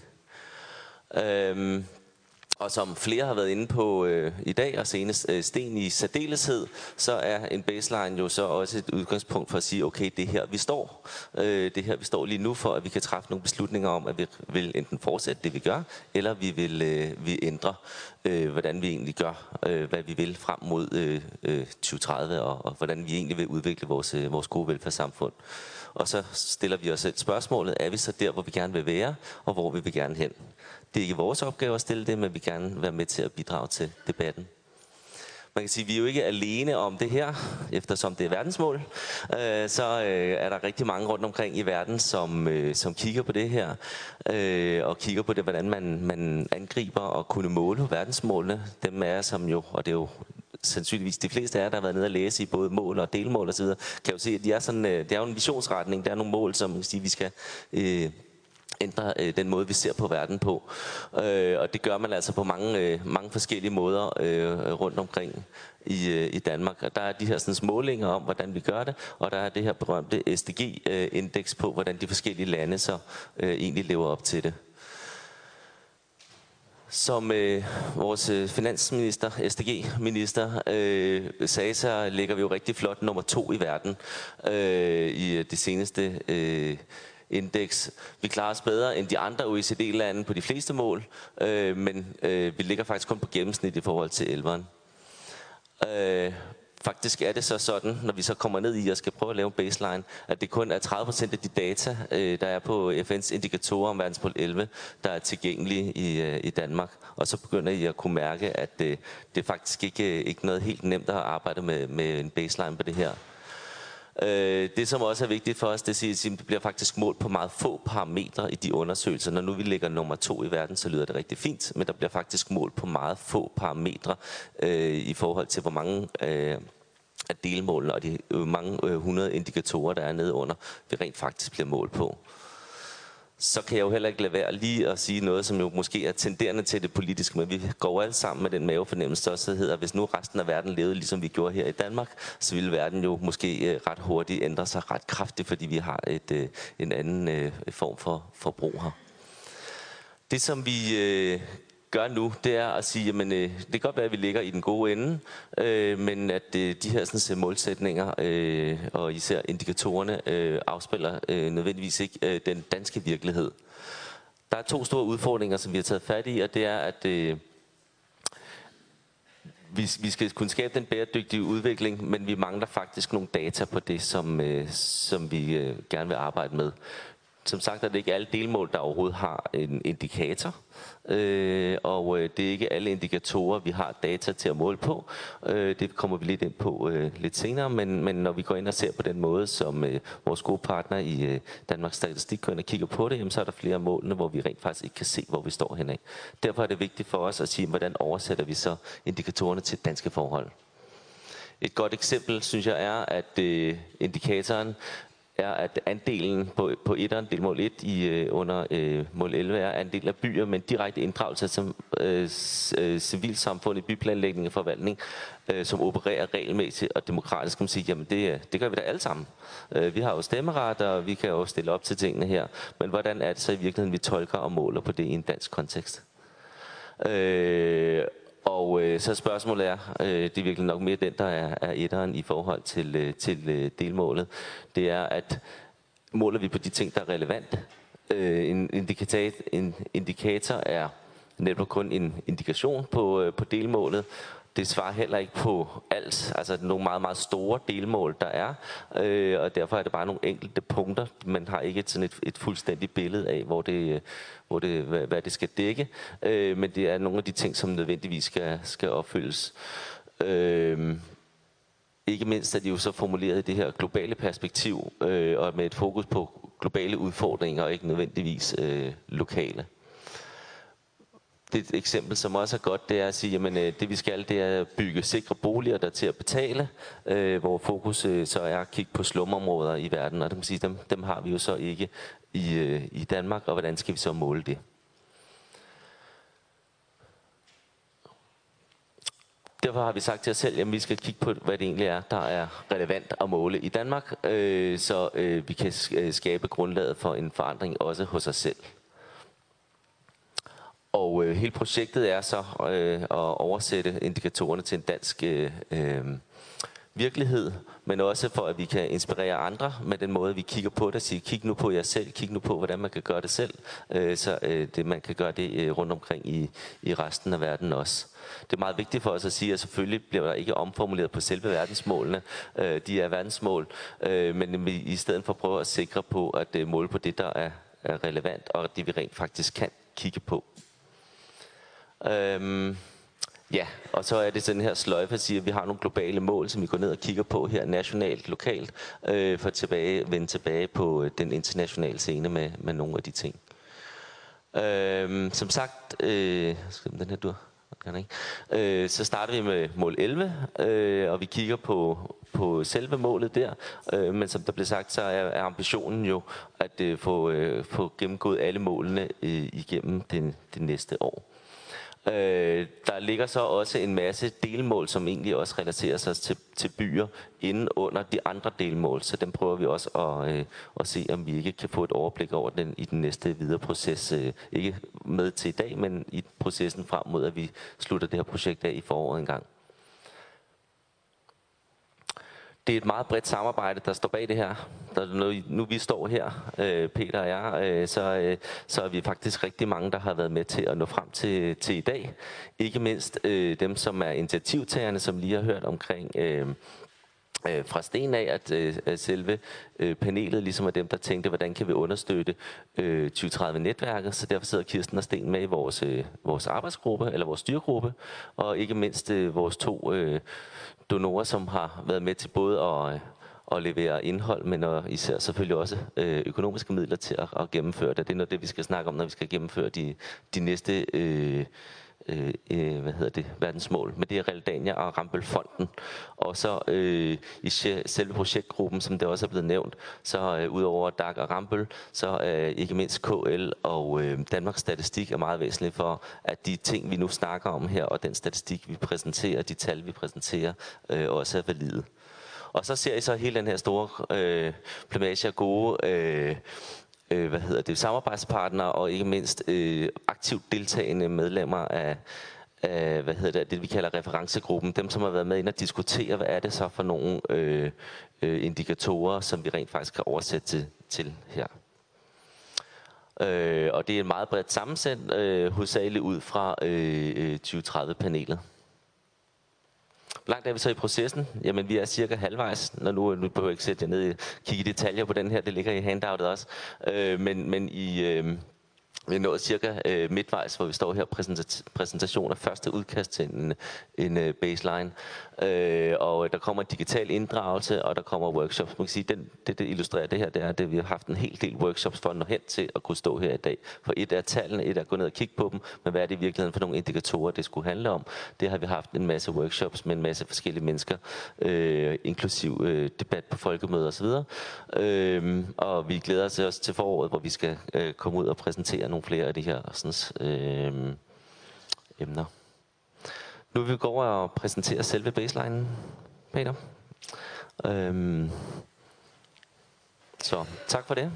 S11: Og som flere har været inde på i dag, og senest Sten i særdeleshed, så er en baseline jo så også et udgangspunkt for at sige, okay, det er her vi står. Det er her vi står lige nu, for at vi kan træffe nogle beslutninger om, at vi vil enten fortsætte det vi gør, eller vi vil ændre, hvordan vi egentlig gør, hvad vi vil frem mod 2030, og hvordan vi egentlig vil udvikle vores gode velfærdssamfund. Og så stiller vi os selv spørgsmålet, er vi så der, hvor vi gerne vil være, og hvor vi vil gerne hen? Det er ikke vores opgave at stille det, men vi gerne være med til at bidrage til debatten. Man kan sige, at vi er jo ikke alene om det her, eftersom det er verdensmål. Så er der rigtig mange rundt omkring i verden, som kigger på det her, og kigger på det, hvordan man angriber og kunne måle verdensmålene. Dem er som jo, og det er jo sandsynligvis de fleste af jer, der har været nede og læse i både mål og delmål osv., kan jo se, at de er sådan, det er jo en visionsretning, der er nogle mål, som man kan sige, vi skal ændre den måde, vi ser på verden på. Og det gør man altså på mange forskellige måder rundt omkring i Danmark. Og der er de her sådan, målinger om, hvordan vi gør det, og der er det her berømte SDG-indeks på, hvordan de forskellige lande så egentlig lever op til det. Som vores finansminister, SDG-minister, sagde, så ligger vi jo rigtig flot nummer 2 i verden i det seneste indeks. Vi klarer os bedre end de andre OECD-lande på de fleste mål, men vi ligger faktisk kun på gennemsnit i forhold til 11'eren. Faktisk er det så sådan, når vi så kommer ned i og skal prøve at lave en baseline, at det kun er 30% af de data, der er på FN's indikatorer om verdensmål 11, der er tilgængelige i Danmark. Og så begynder I at kunne mærke, at det er faktisk ikke noget helt nemt at arbejde med en baseline på det her. Det, som også er vigtigt for os, det siger, at det bliver faktisk målt på meget få parametre i de undersøgelser. Når nu vi ligger nummer 2 i verden, så lyder det rigtig fint, men der bliver faktisk målt på meget få parametre i forhold til, hvor mange af delmålene og de mange 100 indikatorer, der er nede under, vi rent faktisk bliver målt på. så kan jeg jo heller ikke lade være lige at sige noget, som jo måske er tenderende til det politiske, men vi går alle sammen med den mavefornemmelse, der så hedder, hvis nu resten af verden levede, ligesom vi gjorde her i Danmark, så ville verden jo måske ret hurtigt ændre sig ret kraftigt, fordi vi har en anden form for forbrug her. Det, som vi gør nu, det er at sige, jamen det kan godt være, at vi ligger i den gode ende, men at de her sådan, målsætninger og især indikatorerne afspiller nødvendigvis ikke den danske virkelighed. Der er 2 store udfordringer, som vi har taget fat i, og det er, at vi skal kunne skabe den bæredygtige udvikling, men vi mangler faktisk nogle data på det, som vi gerne vil arbejde med. Som sagt er det ikke alle delmål, der overhovedet har en indikator, og det er ikke alle indikatorer, vi har data til at måle på. Det kommer vi lidt ind på lidt senere, men når vi går ind og ser på den måde, som vores gode partner i Danmarks Statistik går ind og kigger på det, jamen, så er der flere af målene, hvor vi rent faktisk ikke kan se, hvor vi står henad. Derfor er det vigtigt for os at sige, hvordan oversætter vi så indikatorerne til danske forhold. Et godt eksempel, synes jeg, er, at indikatoren er, at andelen på etteren, delmål 1 under mål 11, er andel af byer, men direkte inddragelse som civilsamfund i byplanlægning og forvaltning, som opererer regelmæssigt og demokratisk, kan man sige, jamen det gør vi da alle sammen. Vi har jo stemmeret, og vi kan jo stille op til tingene her, men hvordan er det så i virkeligheden, vi tolker og måler på det i en dansk kontekst? Og så spørgsmålet er, det er virkelig nok mere den, der er etteren i forhold til delmålet. Det er, at måler vi på de ting, der er relevant. En indikator er netop kun en indikation på delmålet. Det svarer heller ikke på alt, altså nogle meget, meget store delmål, der er, og derfor er det bare nogle enkelte punkter. Man har ikke sådan et fuldstændigt billede af, hvad det skal dække, men det er nogle af de ting, som nødvendigvis skal opfyldes. Ikke mindst er de jo så formuleret i det her globale perspektiv, og med et fokus på globale udfordringer, og ikke nødvendigvis lokale. Det eksempel, som også er godt, det er at sige, jamen det vi skal, det er at bygge sikre boliger, der er til at betale, hvor fokus så er at kigge på slumområder i verden, og dem har vi jo så ikke i Danmark, og hvordan skal vi så måle det? Derfor har vi sagt til os selv, at vi skal kigge på, hvad det egentlig er, der er relevant at måle i Danmark, så vi kan skabe grundlaget for en forandring også hos os selv. Og hele projektet er så at oversætte indikatorerne til en dansk virkelighed, men også for, at vi kan inspirere andre med den måde, vi kigger på det. Sige, kig nu på jer selv, kig nu på, hvordan man kan gøre det selv, så man kan gøre det rundt omkring i resten af verden også. Det er meget vigtigt for os at sige, at selvfølgelig bliver der ikke omformuleret på selve verdensmålene. De er verdensmål, men vi i stedet for prøve at sikre på at måle på det, der er relevant, og det vi rent faktisk kan kigge på. Ja, og så er det sådan her sløjfe at sige, at vi har nogle globale mål, som vi går ned og kigger på her nationalt, lokalt, for at vende tilbage på den internationale scene med nogle af de ting. Som sagt, den her dur. Så starter vi med mål 11, og vi kigger på selve målet der, men som der blev sagt, så er ambitionen jo at få gennemgået alle målene igennem det næste år. Der ligger så også en masse delmål, som egentlig også relaterer sig til byer inden under de andre delmål, så dem prøver vi også at se, om vi ikke kan få et overblik over den i den næste videre proces. Ikke med til i dag, men i processen frem mod, at vi slutter det her projekt af i foråret en gang. Det er et meget bredt samarbejde, der står bag det her. Nu vi står her, Peter og jeg, så er vi faktisk rigtig mange, der har været med til at nå frem til i dag. Ikke mindst dem, som er initiativtagerne, som lige har hørt omkring fra Sten af, at selve panelet ligesom er dem, der tænkte, hvordan kan vi understøtte 2030-netværket. Så derfor sidder Kirsten og Sten med i vores arbejdsgruppe, eller vores styregruppe, og ikke mindst vores 2 donorer, som har været med til både at levere indhold, men især selvfølgelig også økonomiske midler til at gennemføre det. Det er noget det, vi skal snakke om, når vi skal gennemføre de næste verdensmål. Men det er Realdania og Rambøllfonden. Og så i selve projektgruppen, som det også er blevet nævnt, så udover DAC og Rambøll, så ikke mindst KL og Danmarks Statistik er meget væsentlige for, at de ting, vi nu snakker om her, og den statistik, vi præsenterer, de tal, vi præsenterer, også er valide. Og så ser I så hele den her store plamage af gode samarbejdspartnere og ikke mindst aktivt deltagende medlemmer af det vi kalder referencegruppen, dem som har været med ind og diskutere, hvad er det så for nogle indikatorer, som vi rent faktisk kan oversætte til her. Og det er en meget bredt sammensæt, hovedsageligt ud fra 2030-panelet. Hvor langt er vi så i processen? Jamen, vi er cirka halvvejs. Nu behøver jeg ikke sætte jer ned og kigge i detaljer på den her. Det ligger i handoutet også. Men vi er nået cirka midtvejs, hvor vi står her præsentation af første udkast til en baseline. Og der kommer en digital inddragelse, og der kommer workshops. Man kan sige, det illustrerer det her, det er, at vi har haft en hel del workshops for at nå hen til at kunne stå her i dag. For et er tallene, et er at gå ned og kigge på dem, men hvad er det i virkeligheden for nogle indikatorer, det skulle handle om? Det har vi haft en masse workshops med en masse forskellige mennesker, inklusiv debat på folkemøder osv. Og vi glæder os også til foråret, hvor vi skal komme ud og præsentere nogle flere af de her emner. Nu vil vi gå over og præsentere selve baselinen, Peter. Så tak for det.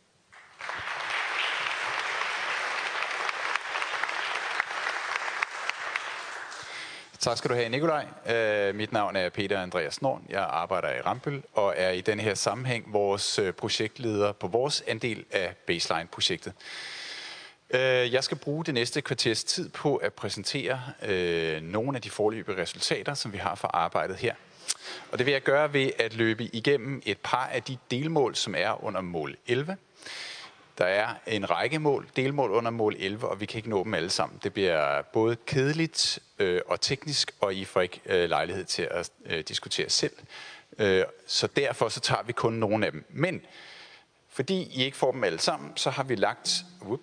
S12: Tak skal du have, Nikolaj. Mit navn er Peter Andreas Norn. Jeg arbejder i Rambøll og er i denne her sammenhæng vores projektleder på vores andel af Baseline-projektet. Jeg skal bruge det næste kvarters tid på at præsentere nogle af de foreløbige resultater, som vi har for arbejdet her. Og det vil jeg gøre ved at løbe igennem et par af de delmål, som er under mål 11. Der er en række delmål under mål 11, og vi kan ikke nå dem alle sammen. Det bliver både kedeligt og teknisk, og I får ikke lejlighed til at diskutere selv. Så derfor så tager vi kun nogle af dem. Men fordi I ikke får dem alle sammen, så har vi lagt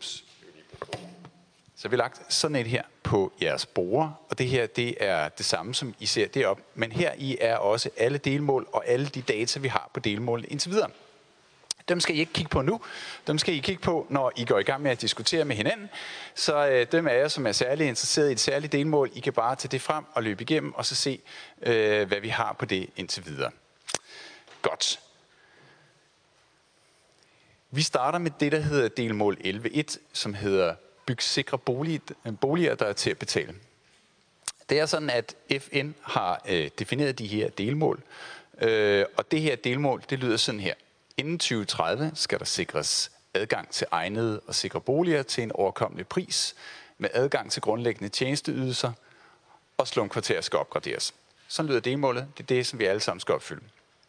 S12: sådan et her på jeres borde, og det her det er det samme, som I ser deroppe. Men her i er også alle delmål og alle de data, vi har på delmålene indtil videre. Dem skal I ikke kigge på nu. Dem skal I kigge på, når I går i gang med at diskutere med hinanden. Så dem af jer, som er særlig interesseret i et særligt delmål, I kan bare tage det frem og løbe igennem, og så se, hvad vi har på det indtil videre. Godt. Vi starter med det, der hedder delmål 11.1, som hedder byg sikre boliger, der er til at betale. Det er sådan, at FN har defineret de her delmål, og det her delmål, det lyder sådan her. Inden 2030 skal der sikres adgang til egnede og sikre boliger til en overkommelig pris, med adgang til grundlæggende tjenesteydelser, og slumkvarterer skal opgraderes. Sådan lyder delmålet. Det er det, som vi alle sammen skal opfylde.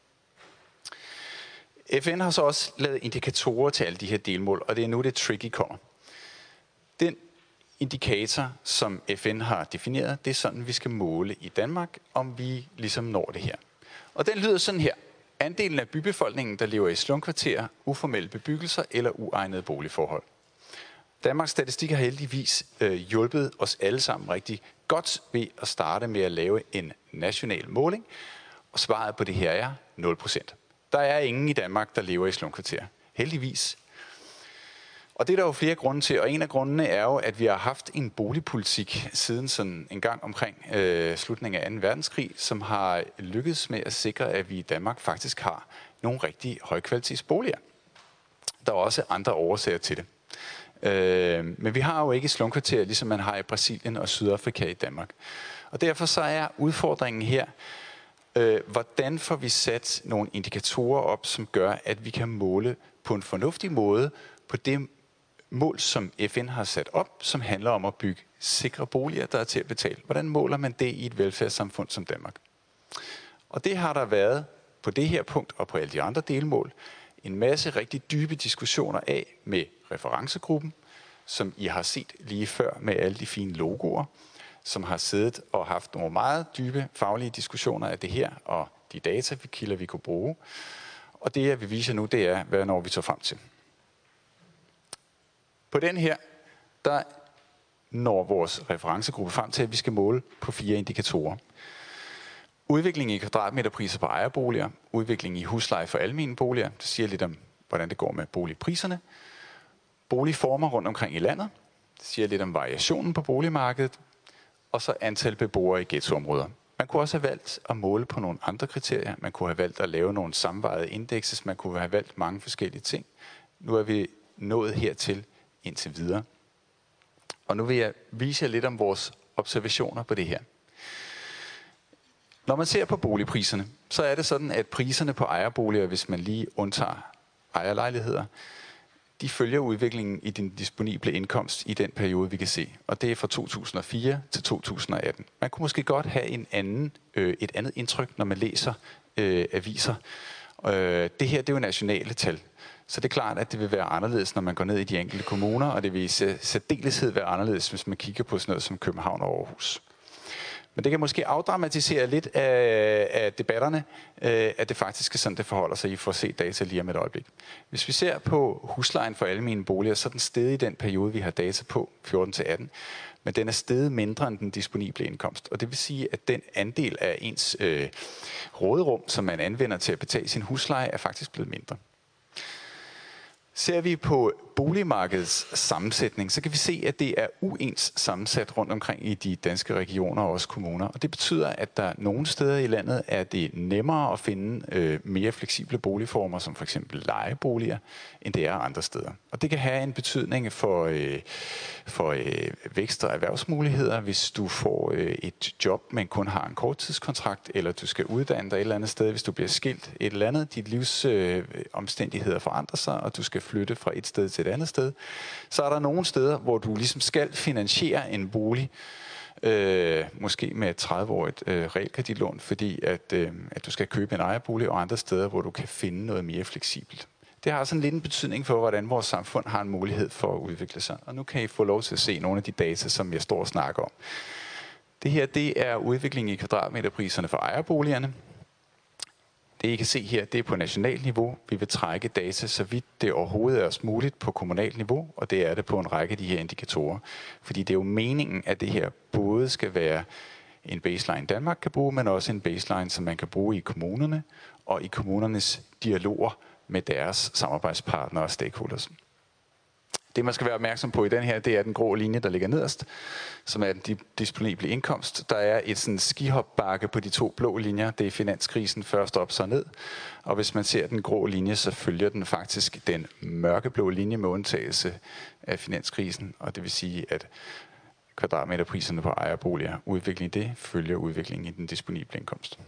S12: FN har så også lavet indikatorer til alle de her delmål, og det er nu, det tricky kommer. Den indikator, som FN har defineret, det er sådan, vi skal måle i Danmark, om vi ligesom når det her. Og den lyder sådan her. Andelen af bybefolkningen, der lever i slumkvarterer, uformelle bebyggelser eller uegnede boligforhold. Danmarks Statistik har heldigvis hjulpet os alle sammen rigtig godt ved at starte med at lave en national måling, og svaret på det her er 0%. Der er ingen i Danmark, der lever i slumkvarterer. Heldigvis. Og det er der jo flere grunde til, og en af grundene er jo, at vi har haft en boligpolitik siden sådan en gang omkring slutningen af 2. verdenskrig, som har lykkedes med at sikre, at vi i Danmark faktisk har nogle rigtig højkvalitetsboliger. Der er også andre årsager til det. Men vi har jo ikke slumkvarterer, ligesom man har i Brasilien og Sydafrika i Danmark. Og derfor så er udfordringen her, hvordan får vi sat nogle indikatorer op, som gør, at vi kan måle på en fornuftig måde på det mål, som FN har sat op, som handler om at bygge sikre boliger, der er til at betale. Hvordan måler man det i et velfærdssamfund som Danmark? Og det har der været på det her punkt og på alle de andre delmål en masse rigtig dybe diskussioner af med referencegruppen, som I har set lige før med alle de fine logoer, som har siddet og haft nogle meget dybe faglige diskussioner af det her og de datakilder, vi kunne bruge. Og det, jeg vil vise nu, det er, hvad når vi tager frem til. På den her, der når vores referencegruppe frem til, at vi skal måle på 4 indikatorer. Udvikling i kvadratmeterpriser på ejerboliger, udvikling i husleje for almene boliger, det siger lidt om, hvordan det går med boligpriserne, boligformer rundt omkring i landet, det siger lidt om variationen på boligmarkedet, og så antal beboere i ghettoområder. Man kunne også have valgt at måle på nogle andre kriterier. Man kunne have valgt at lave nogle sammenvejede indekses. Man kunne have valgt mange forskellige ting. Nu er vi nået hertil indtil videre. Og nu vil jeg vise jer lidt om vores observationer på det her. Når man ser på boligpriserne, så er det sådan, at priserne på ejerboliger, hvis man lige undtager ejerlejligheder, de følger udviklingen i den disponible indkomst i den periode, vi kan se. Og det er fra 2004 til 2018. Man kunne måske godt have et andet indtryk, når man læser aviser. Det her, det er jo nationale tal. Så det er klart, at det vil være anderledes, når man går ned i de enkelte kommuner, og det vil i særdeleshed være anderledes, hvis man kigger på sådan noget som København og Aarhus. Men det kan måske afdramatisere lidt af debatterne, at det faktisk er sådan, det forholder sig. I får set data lige om et øjeblik. Hvis vi ser på huslejen for almene boliger, så er den steget i den periode, vi har data på, 14-18, men den er steget mindre end den disponible indkomst. Og det vil sige, at den andel af ens råderum, som man anvender til at betale sin husleje, er faktisk blevet mindre. Ser vi på boligmarkedets sammensætning, så kan vi se, at det er uens sammensat rundt omkring i de danske regioner og også kommuner. Og det betyder, at der nogle steder i landet er det nemmere at finde mere fleksible boligformer, som for eksempel lejeboliger, end det er andre steder. Og det kan have en betydning for vækst og erhvervsmuligheder, hvis du får et job, men kun har en korttidskontrakt, eller du skal uddanne dig et eller andet sted, hvis du bliver skilt et eller andet, dit livs omstændigheder forandrer sig, og du skal flytte fra et sted til et andet sted, så er der nogle steder, hvor du ligesom skal finansiere en bolig, måske med et 30-årigt realkreditlån, fordi at du skal købe en ejerbolig, og andre steder, hvor du kan finde noget mere fleksibelt. Det har sådan lidt en betydning for, hvordan vores samfund har en mulighed for at udvikle sig. Og nu kan I få lov til at se nogle af de data, som jeg står og snakker om. Det her, det er udviklingen i kvadratmeterpriserne for ejerboligerne. Det I kan se her, det er på nationalt niveau. Vi vil trække data, så vidt det overhovedet er os muligt på kommunalt niveau, og det er det på en række af de her indikatorer. Fordi det er jo meningen, at det her både skal være en baseline Danmark kan bruge, men også en baseline, som man kan bruge i kommunerne og i kommunernes dialoger med deres samarbejdspartnere og stakeholders. Det, man skal være opmærksom på i den her, det er den grå linje, der ligger nederst, som er den disponible indkomst. Der er et sådan skihopbakke på de 2 blå linjer. Det er finanskrisen først op, så ned. Og hvis man ser den grå linje, så følger den faktisk den mørkeblå linje med undtagelse af finanskrisen. Og det vil sige, at kvadratmeterpriserne på ejerboliger, udviklingen i det, følger udviklingen i den disponible indkomst.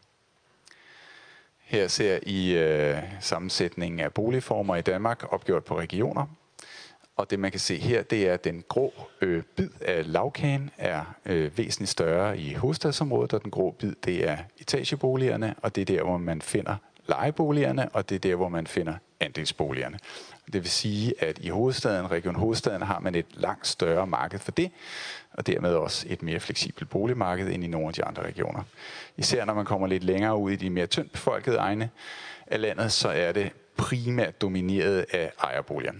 S12: Her ser I sammensætningen af boligformer i Danmark opgjort på regioner. Og det man kan se her, det er, at den grå bid af lavkagen er væsentligt større i hovedstadsområdet, og den grå bid, det er etageboligerne, og det er der, hvor man finder lejeboligerne, og det er der, hvor man finder andelsboligerne. Det vil sige, at i hovedstaden, Region Hovedstaden, har man et langt større marked for det, og dermed også et mere fleksibelt boligmarked end i nogle af de andre regioner. Især når man kommer lidt længere ud i de mere tyndt befolkede egne af landet, så er det primært domineret af ejerboligerne.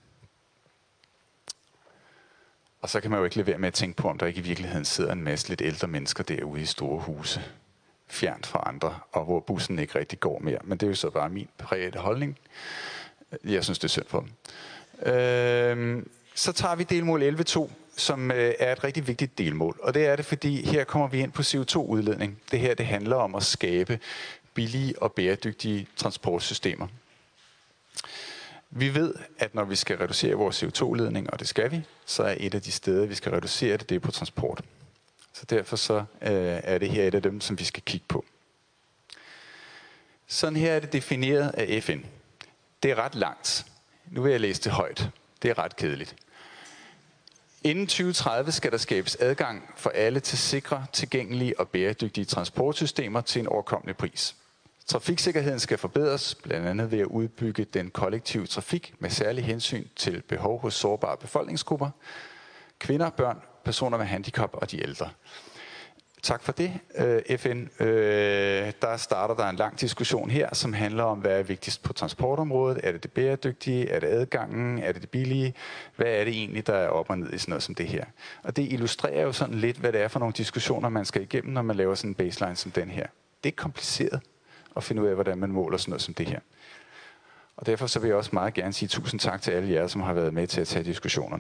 S12: Og så kan man jo ikke lade være med at tænke på, om der ikke i virkeligheden sidder en masse lidt ældre mennesker derude i store huse, fjernt fra andre, og hvor bussen ikke rigtig går mere. Men det er jo så bare min private holdning. Jeg synes, det er synd for dem. Så tager vi delmål 11.2, som er et rigtig vigtigt delmål. Og det er det, fordi her kommer vi ind på CO2-udledning. Det her, det handler om at skabe billige og bæredygtige transportsystemer. Vi ved, at når vi skal reducere vores CO2-udledning, og det skal vi, så er et af de steder, vi skal reducere det, det er på transport. Så derfor så er det her et af dem, som vi skal kigge på. Sådan her er det defineret af FN. Det er ret langt. Nu vil jeg læse det højt. Det er ret kedeligt. Inden 2030 skal der skabes adgang for alle til sikre, tilgængelige og bæredygtige transportsystemer til en overkommelig pris. Trafiksikkerheden skal forbedres, blandt andet ved at udbygge den kollektive trafik med særlig hensyn til behov hos sårbare befolkningsgrupper, kvinder, børn, personer med handicap og de ældre. Tak for det, FN. Der starter der en lang diskussion her, som handler om, hvad er vigtigst på transportområdet. Er det det bæredygtige? Er det adgangen? Er det det billige? Hvad er det egentlig, der er op og ned i sådan noget som det her? Og det illustrerer jo sådan lidt, hvad det er for nogle diskussioner, man skal igennem, når man laver sådan en baseline som den her. Det er kompliceret at finde ud af, hvordan man måler sådan noget som det her. Og derfor så vil jeg også meget gerne sige tusind tak til alle jer, som har været med til at tage diskussionerne.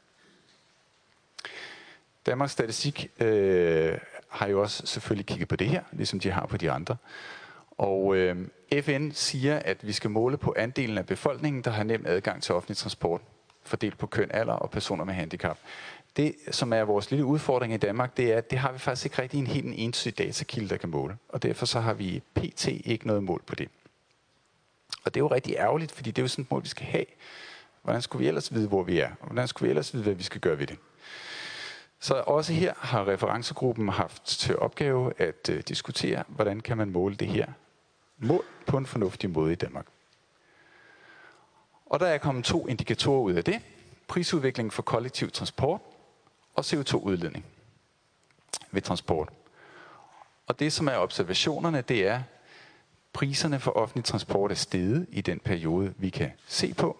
S12: Danmarks Statistik har jo også selvfølgelig kigget på det her, ligesom de har på de andre. Og FN siger, at vi skal måle på andelen af befolkningen, der har nem adgang til offentlig transport, fordelt på køn, alder og personer med handicap. Det, som er vores lille udfordring i Danmark, det er, at det har vi faktisk ikke rigtig en helt entydig datakilde, der kan måle. Og derfor så har vi pt. Ikke noget mål på det. Og det er jo rigtig ærgerligt, fordi det er jo sådan et mål, vi skal have. Hvordan skulle vi ellers vide, hvor vi er? Og hvordan skulle vi ellers vide, hvad vi skal gøre ved det? Så også her har referencegruppen haft til opgave at diskutere, hvordan kan man måle det her mål på en fornuftig måde i Danmark. Og der er kommet 2 indikatorer ud af det. Prisudvikling for kollektiv transport og CO2-udledning ved transport. Og det, som er observationerne, det er, priserne for offentlig transport er steget i den periode, vi kan se på.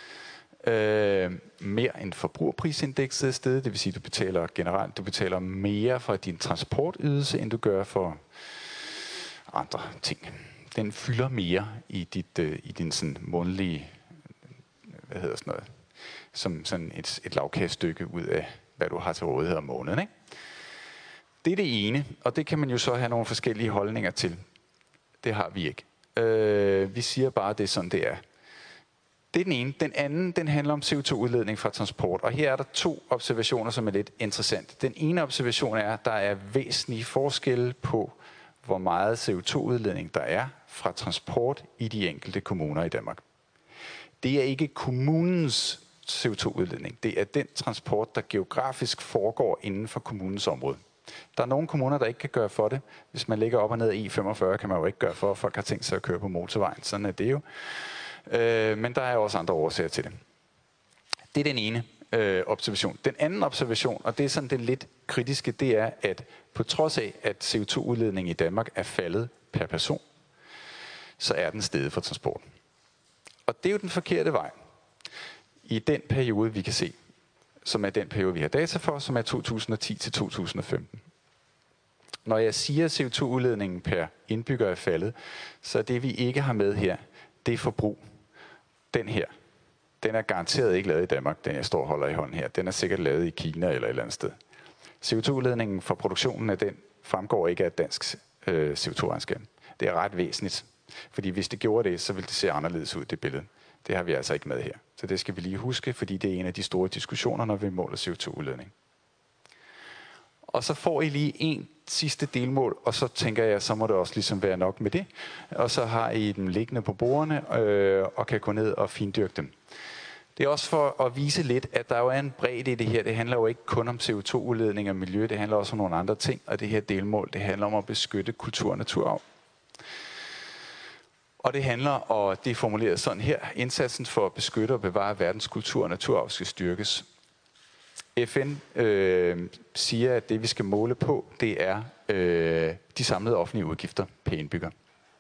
S12: Mere end forbrugerprisindekset er steget, det vil sige, at du betaler mere for din transportydelse, end du gør for andre ting. Den fylder mere i din sådan månedlige, hvad hedder sådan noget, som sådan et lavkagestykke ud af, hvad du har til rådighed om måneden. Ikke? Det er det ene, og det kan man jo så have nogle forskellige holdninger til. Det har vi ikke. Vi siger bare, at det er sådan, det er. Det er den ene. Den anden, den handler om CO2-udledning fra transport. Og her er der 2 observationer, som er lidt interessante. Den ene observation er, at der er væsentlige forskelle på, hvor meget CO2-udledning der er fra transport i de enkelte kommuner i Danmark. Det er ikke kommunens CO2-udledning. Det er den transport, der geografisk foregår inden for kommunens område. Der er nogle kommuner, der ikke kan gøre for det. Hvis man ligger op og ned af E45, kan man jo ikke gøre for, at folk har tænkt sig at køre på motorvejen. Sådan er det jo. Men der er også andre årsager til det. Det er den ene observation. Den anden observation, og det er sådan det lidt kritiske, det er, at på trods af, at CO2-udledningen i Danmark er faldet per person, så er den steget for transport. Og det er jo den forkerte vej. I den periode, vi kan se, som er den periode, vi har data for, som er 2010 til 2015. Når jeg siger, at CO2-udledningen per indbygger er faldet, så er det, vi ikke har med her, det er forbrug. Den her, den er garanteret ikke lavet i Danmark, den jeg står og holder i hånden her. Den er sikkert lavet i Kina eller et eller andet sted. CO2-udledningen for produktionen af den fremgår ikke af et dansk CO2-regnskab. Det er ret væsentligt, fordi hvis det gjorde det, så ville det se anderledes ud, det billede. Det har vi altså ikke med her. Så det skal vi lige huske, fordi det er en af de store diskussioner, når vi måler CO2-udledning. Og så får I lige en sidste delmål, og så tænker jeg, så må det også ligesom være nok med det. Og så har I dem liggende på bordene, og kan gå ned og findyrke dem. Det er også for at vise lidt, at der jo er en bredde i det her. Det handler jo ikke kun om CO2-udledning og miljø, det handler også om nogle andre ting. Og det her delmål, det handler om at beskytte kultur- og naturarv. Og det handler, og det er formuleret sådan her, indsatsen for at beskytte og bevare verdens kultur- og naturarv skal styrkes. FN siger, at det vi skal måle på, det er de samlede offentlige udgifter per indbygger.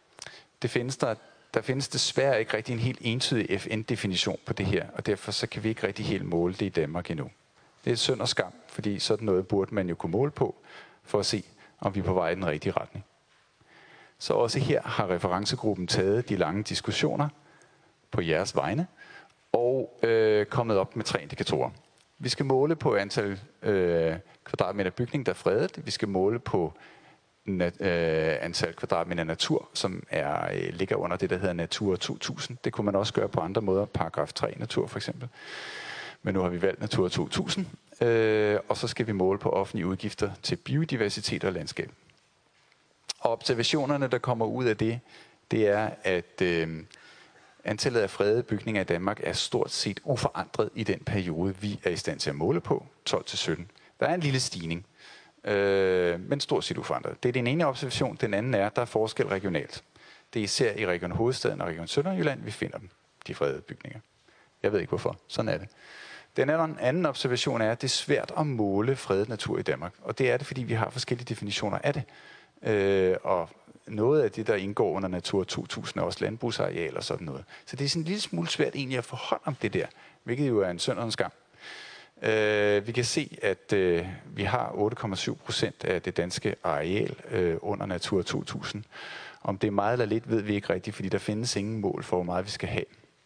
S12: Der findes desværre ikke rigtig en helt entydig FN-definition på det her, og derfor så kan vi ikke rigtig helt måle det i Danmark endnu. Det er synd og skam, fordi sådan noget burde man jo kunne måle på, for at se, om vi er på vej i den rigtige retning. Så også her har referencegruppen taget de lange diskussioner på jeres vegne, og kommet op med 3 indikatorer. Vi skal måle på antal kvadratmeter bygning, der er fredet. Vi skal måle på antal kvadratmeter natur, som ligger under det, der hedder Natura 2000. Det kunne man også gøre på andre måder, paragraf 3 natur for eksempel. Men nu har vi valgt Natura 2000, og så skal vi måle på offentlige udgifter til biodiversitet og landskab. Og observationerne, der kommer ud af det, det er, at antallet af fredede bygninger i Danmark er stort set uforandret i den periode, vi er i stand til at måle på, 12-17. Der er en lille stigning, men stort set uforandret. Det er den ene observation. Den anden er, at der er forskel regionalt. Det er især i Region Hovedstaden og Region Sønderjylland, vi finder dem, de fredede bygninger. Jeg ved ikke hvorfor. Sådan er det. Den anden observation er, at det er svært at måle fredet natur i Danmark. Og det er det, fordi vi har forskellige definitioner af det. Og noget af det, der indgår under Natur 2000, er også landbrugsareal og sådan noget. Så det er sådan en lille smule svært egentlig at få hånd om det der, hvilket jo er en synd og en skam. Vi kan se, at vi har 8,7% af det danske areal under Natur 2000. Om det er meget eller lidt, ved vi ikke rigtigt, fordi der findes ingen mål for, hvor meget vi skal have.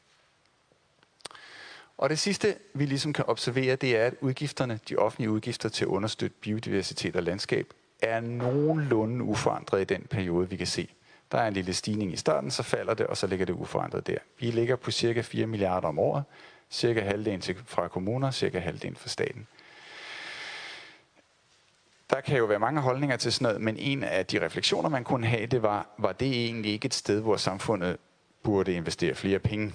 S12: Og det sidste, vi ligesom kan observere, det er, at udgifterne, de offentlige udgifter til at understøtte biodiversitet og landskab, er nogenlunde uforandret i den periode, vi kan se. Der er en lille stigning i starten, så falder det, og så ligger det uforandret der. Vi ligger på cirka 4 milliarder om året, cirka halvdelen fra kommuner, cirka halvdelen fra staten. Der kan jo være mange holdninger til sådan noget, men en af de refleksioner, man kunne have, det var det egentlig ikke et sted, hvor samfundet burde investere flere penge?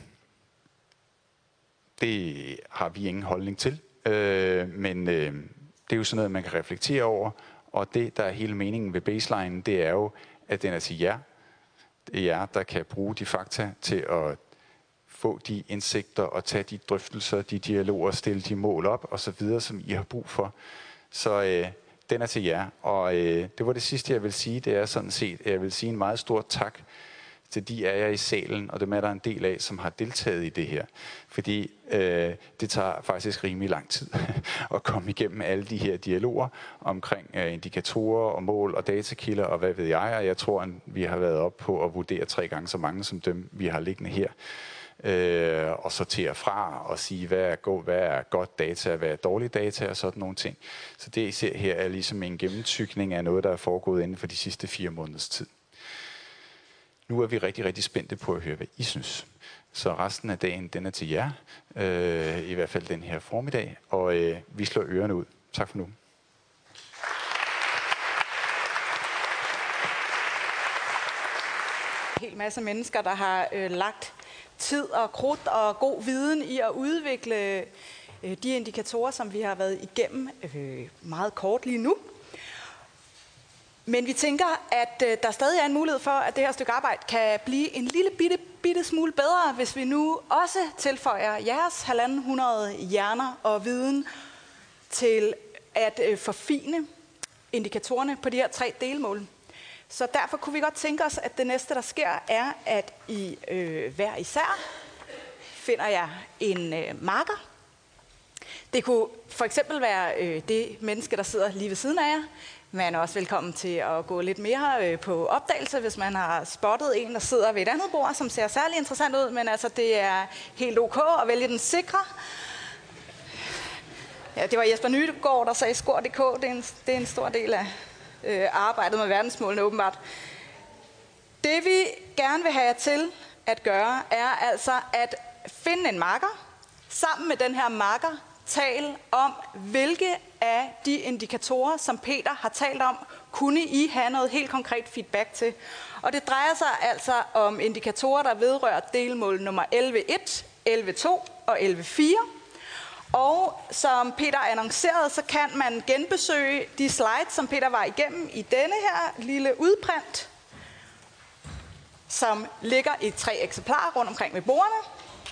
S12: Det har vi ingen holdning til, men det er jo sådan noget, man kan reflektere over, og det, der er hele meningen ved baseline, det er jo, at den er til jer. Det er jer, der kan bruge de fakta til at få de indsigter og tage de drøftelser, de dialoger, stille de mål op og så videre, som I har brug for. Så den er til jer, og det var det sidste, jeg vil sige. Det er sådan set, jeg vil sige en meget stor tak til de af jer i salen, og dem er der en del af, som har deltaget i det her. Fordi det tager faktisk rimelig lang tid at komme igennem alle de her dialoger omkring indikatorer og mål og datakilder og hvad ved jeg. Og jeg tror, at vi har været op på at vurdere 3 gange så mange som dem, vi har liggende her. Og sortere fra og sige, hvad er godt data, hvad er dårlig data og sådan nogle ting. Så det, I ser her, er ligesom en gennemtykning af noget, der er foregået inden for de sidste 4 måneders tid. Nu er vi rigtig, rigtig spændte på at høre, hvad I synes. Så resten af dagen, den er til jer, i hvert fald den her formiddag, og vi slår ørerne ud. Tak for nu.
S10: En hel masse mennesker, der har lagt tid og krudt og god viden i at udvikle de indikatorer, som vi har været igennem meget kort lige nu. Men vi tænker, at der stadig er en mulighed for, at det her stykke arbejde kan blive en lille bitte smule bedre, hvis vi nu også tilføjer jeres 1.500 hjerner og viden til at forfine indikatorerne på de her 3 delmål. Så derfor kunne vi godt tænke os, at det næste, der sker, er, at I hver især finder jer en marker. Det kunne for eksempel være det menneske, der sidder lige ved siden af jer. Man er også velkommen til at gå lidt mere på opdagelse, hvis man har spottet en, der sidder ved et andet bord, som ser særlig interessant ud, men altså det er helt ok at vælge den sikre. Ja, det var Jesper Nygaard, der sagde skor.dk. Det er en stor del af arbejdet med verdensmålene åbenbart. Det vi gerne vil have jer til at gøre, er altså at finde en marker. Sammen med den her marker, tal om, hvilke af de indikatorer, som Peter har talt om, kunne I have noget helt konkret feedback til. Og det drejer sig altså om indikatorer, der vedrører delmål nummer 11.1, 11.2 og 11.4. Og som Peter annoncerede, så kan man genbesøge de slides, som Peter var igennem i denne her lille udprint, som ligger i 3 eksemplarer rundt omkring ved bordene.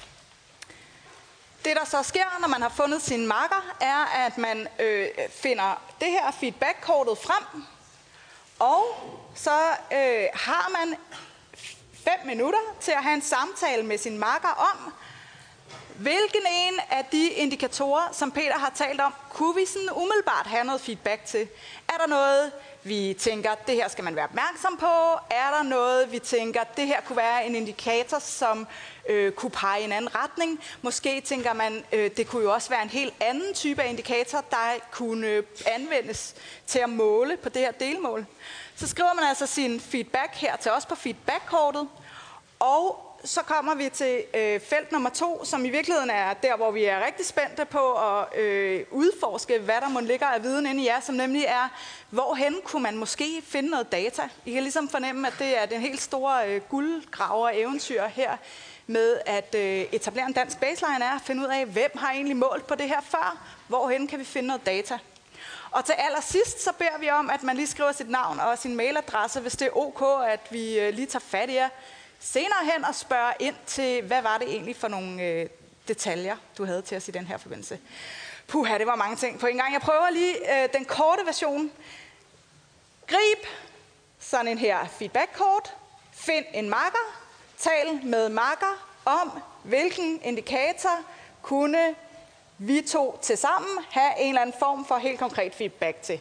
S10: Det, der så sker, når man har fundet sine marker, er, at man finder det her feedback-kortet frem, og så har man 5 minutter til at have en samtale med sin marker om, hvilken en af de indikatorer, som Peter har talt om, kunne vi sådan umiddelbart have noget feedback til? Er der noget, vi tænker, det her skal man være opmærksom på? Er der noget, vi tænker, det her kunne være en indikator, som kunne pege i en anden retning? Måske tænker man, det kunne jo også være en helt anden type af indikator, der kunne anvendes til at måle på det her delmål. Så skriver man altså sin feedback her til os på feedback-kortet, og så kommer vi til felt nummer 2, som i virkeligheden er der, hvor vi er rigtig spændte på at udforske, hvad der må ligge af viden inde i jer, som nemlig er, hvorhen kunne man måske finde noget data. I kan ligesom fornemme, at det er den helt store guldgraver-eventyr her med at etablere en dansk baseline er at finde ud af, hvem har egentlig målt på det her før, hvorhen kan vi finde noget data. Og til allersidst, så beder vi om, at man lige skriver sit navn og sin mailadresse, hvis det er ok, at vi lige tager fat i jer senere hen og spørger ind til, hvad var det egentlig for nogle detaljer, du havde til os i den her forbindelse. Puha, det var mange ting på en gang. Jeg prøver lige den korte version. Grib sådan en her feedback-kort. Find en makker. Tal med makker om, hvilken indikator kunne vi to til sammen have en eller anden form for helt konkret feedback til.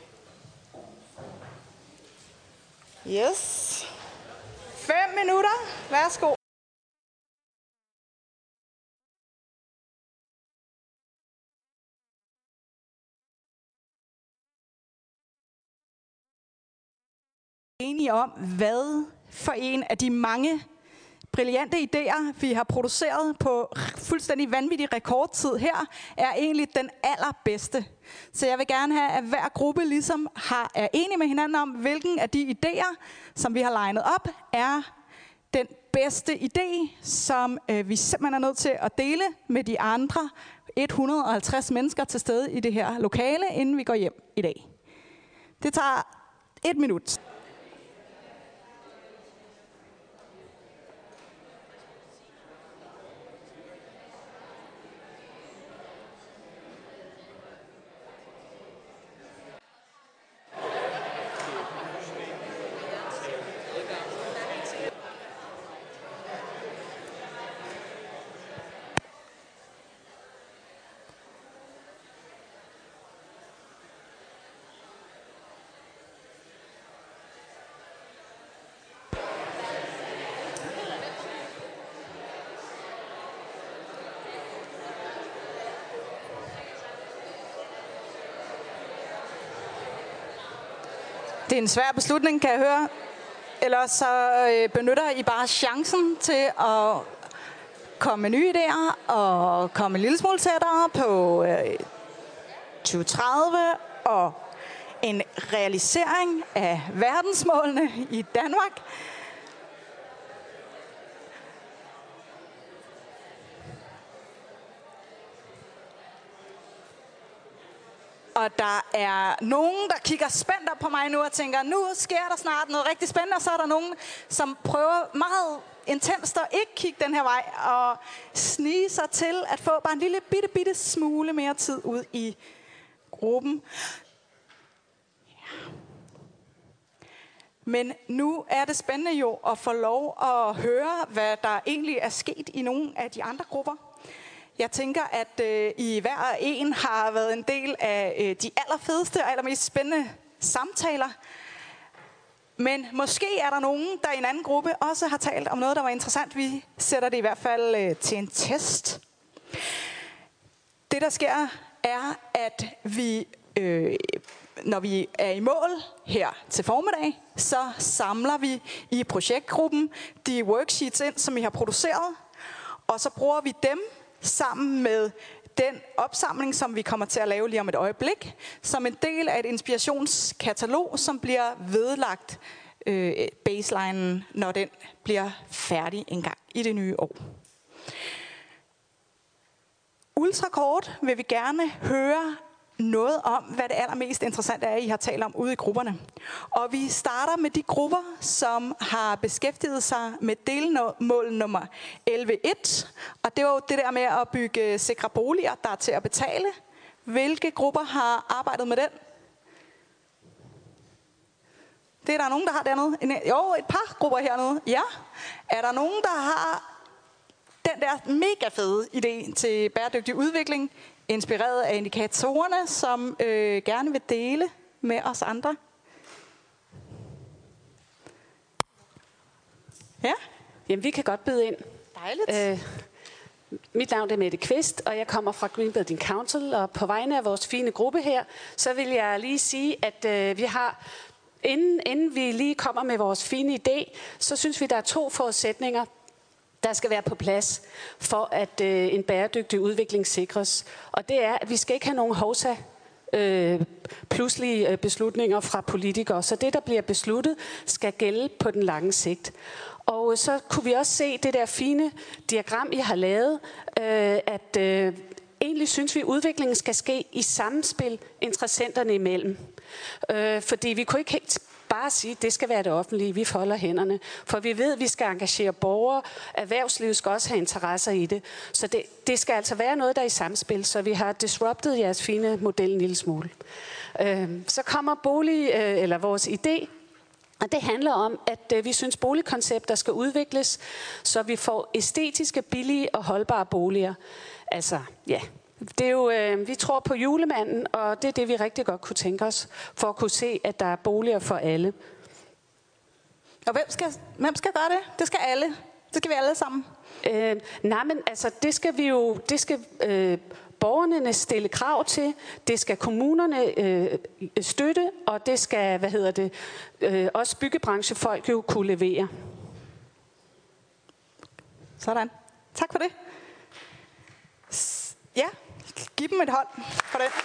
S10: Yes. 5 minutter. Værsgo. Enige om, hvad for en af de mange brillante idéer, vi har produceret på fuldstændig vanvittig rekordtid her, er egentlig den allerbedste. Så jeg vil gerne have, at hver gruppe ligesom er enige med hinanden om, hvilken af de idéer, som vi har legnet op, er den bedste idé, som vi simpelthen er nødt til at dele med de andre 150 mennesker til stede i det her lokale, inden vi går hjem i dag. Det tager 1 minut. Det er en svær beslutning, kan jeg høre. Ellers så benytter I bare chancen til at komme med nye idéer og komme en lille smule tættere på 2030 og en realisering af verdensmålene i Danmark. Og der er nogen, der kigger spændt op på mig nu og tænker, nu sker der snart noget rigtig spændende. Og så er der nogen, som prøver meget intenst at ikke kigge den her vej og snige sig til at få bare en lille bitte smule mere tid ud i gruppen. Ja. Men nu er det spændende jo at få lov at høre, hvad der egentlig er sket i nogle af de andre grupper. Jeg tænker, at I hver en har været en del af de allerfedeste og allermest spændende samtaler. Men måske er der nogen, der i en anden gruppe også har talt om noget, der var interessant. Vi sætter det i hvert fald til en test. Det, der sker, er, at vi, når vi er i mål her til formiddag, så samler vi i projektgruppen de worksheets ind, som vi har produceret. Og så bruger vi dem sammen med den opsamling, som vi kommer til at lave lige om et øjeblik, som en del af et inspirationskatalog, som bliver vedlagt baselinen, når den bliver færdig en gang i det nye år. Ultrakort vil vi gerne høre noget om, hvad det allermest interessante er, I har talt om ude i grupperne. Og vi starter med de grupper, som har beskæftiget sig med delmål nummer 11.1. Og det var jo det der med at bygge sikre boliger, der er til at betale. Hvilke grupper har arbejdet med den? Det er der nogen, der har dernede. Jo, et par grupper hernede. Ja. Er der nogen, der har den der mega fede idé til bæredygtig udvikling, inspireret af indikatorerne, som gerne vil dele med os andre? Ja?
S13: Jamen, vi kan godt byde ind.
S10: Dejligt.
S13: Mit navn er Mette Kvist, og jeg kommer fra Green Building Council, og på vegne af vores fine gruppe her, så vil jeg lige sige, at vi har, inden vi lige kommer med vores fine idé, så synes vi, der er 2 forudsætninger, der skal være på plads, for at en bæredygtig udvikling sikres. Og det er, at vi skal ikke have nogen pludselige beslutninger fra politikere. Så det, der bliver besluttet, skal gælde på den lange sigt. Og så kunne vi også se det der fine diagram, I har lavet, at egentlig synes vi, at udviklingen skal ske i samspil interessenterne imellem. Fordi vi kunne ikke helt bare sige, at det skal være det offentlige, vi folder hænderne. For vi ved, at vi skal engagere borgere, erhvervslivet skal også have interesser i det. Så det skal altså være noget, der er i samspil, så vi har disruptet jeres fine model en lille smule. Så kommer vores idé, og det handler om, at vi synes, boligkoncepter skal udvikles, så vi får æstetiske, billige og holdbare boliger. Altså, ja, det er jo, vi tror på julemanden, og det er det, vi rigtig godt kunne tænke os, for at kunne se, at der er boliger for alle.
S10: Og hvem skal gøre det? Det skal alle. Det skal vi alle sammen.
S13: Nej, men altså, det skal borgerne stille krav til, det skal kommunerne støtte, og det skal, også byggebranchefolk jo kunne levere.
S10: Sådan. Tak for det. Ja, giv dem et hånd for den.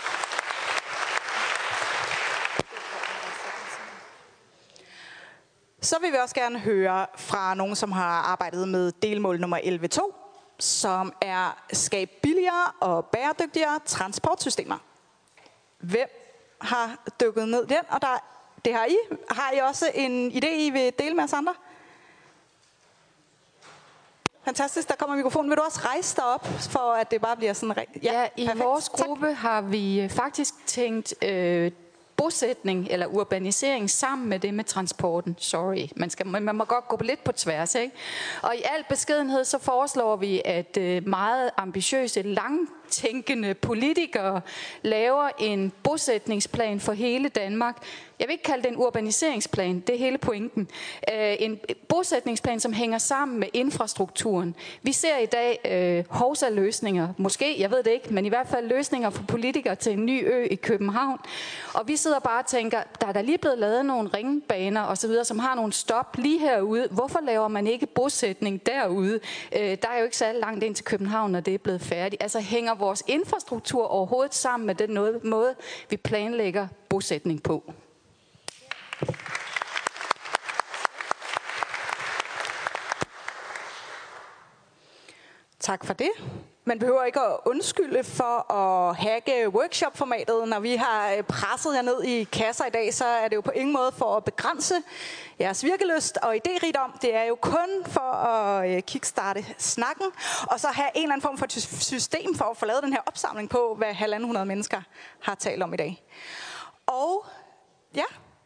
S10: Så vil vi også gerne høre fra nogen, som har arbejdet med delmål nummer 11.2, som er skab billigere og bæredygtigere transportsystemer. Hvem har dykket ned den? Og det har I. Har I også en idé, I vil dele med os andre? Fantastisk, der kommer mikrofonen. Vil du også rejse dig op, for at det bare bliver sådan...
S14: Ja, i perfekt. Vores gruppe har vi faktisk tænkt bosætning eller urbanisering sammen med det med transporten. Sorry, man må godt gå lidt på tværs, ikke? Og i al beskedenhed så foreslår vi, at meget ambitiøse, langtænkende politikere laver en bosætningsplan for hele Danmark. Jeg vil ikke kalde det en urbaniseringsplan, det er hele pointen. En bosætningsplan, som hænger sammen med infrastrukturen. Vi ser i dag hovsaløsninger, måske, jeg ved det ikke, men i hvert fald løsninger for politikere til en ny ø i København. Og vi sidder bare og tænker, der er der lige blevet lavet nogle ringbaner osv., som har nogle stop lige herude. Hvorfor laver man ikke bosætning derude? Der er jo ikke særlig langt ind til København, når det er blevet færdigt. Altså hænger vores infrastruktur overhovedet sammen med den måde, vi planlægger bosætning på?
S10: Tak for det. Man behøver ikke at undskylde for at hacke workshop-formatet. Når vi har presset jer ned i kasser i dag, så er det jo på ingen måde for at begrænse jeres virkelyst og idérigdom. Det er jo kun for at kickstarte snakken, og så have en eller anden form for system for at få lavet den her opsamling på, hvad 1.500 mennesker har talt om i dag. Og ja,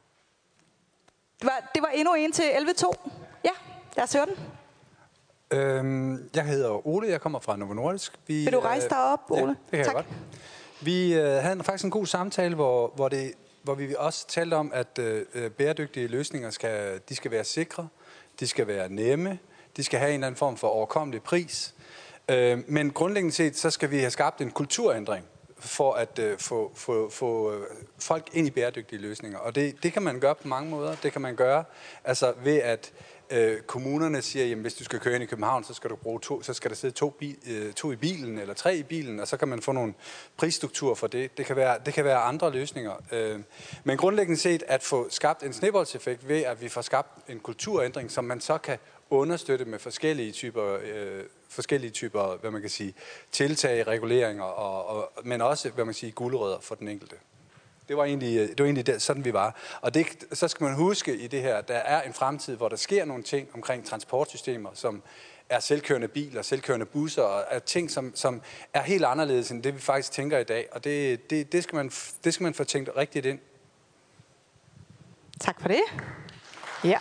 S10: det var endnu en til 11.2. Ja, lad os høre den.
S15: Jeg hedder Ole, jeg kommer fra Novo Nordisk.
S10: Vil du rejse dig op, Ole?
S15: Ja, det kan jeg godt. Vi havde faktisk en god samtale, hvor vi også talte om, at bæredygtige løsninger skal være sikre, de skal være nemme, de skal have en eller anden form for overkommelig pris. Men grundlæggende set, så skal vi have skabt en kulturændring for at få folk ind i bæredygtige løsninger. Og det kan man gøre på mange måder. Det kan man gøre altså ved at kommunerne siger, at hvis du skal køre ind i København, så skal du bruge så skal der sidde to i bilen eller 3 i bilen, og så kan man få nogle prisstrukturer for det. Det kan være andre løsninger. Men grundlæggende set at få skabt en sneboldeffekt ved, at vi får skabt en kulturændring, som man så kan understøtte med forskellige typer, hvad man kan sige, tiltag, reguleringer, men også, hvad man kan sige, gulerødder for den enkelte. Det var egentlig sådan, vi var. Og så skal man huske i det her, der er en fremtid, hvor der sker nogle ting omkring transportsystemer, som er selvkørende biler, selvkørende busser, og er ting, som er helt anderledes end det, vi faktisk tænker i dag. Og det skal man få tænkt rigtigt ind.
S10: Tak for det. Ja.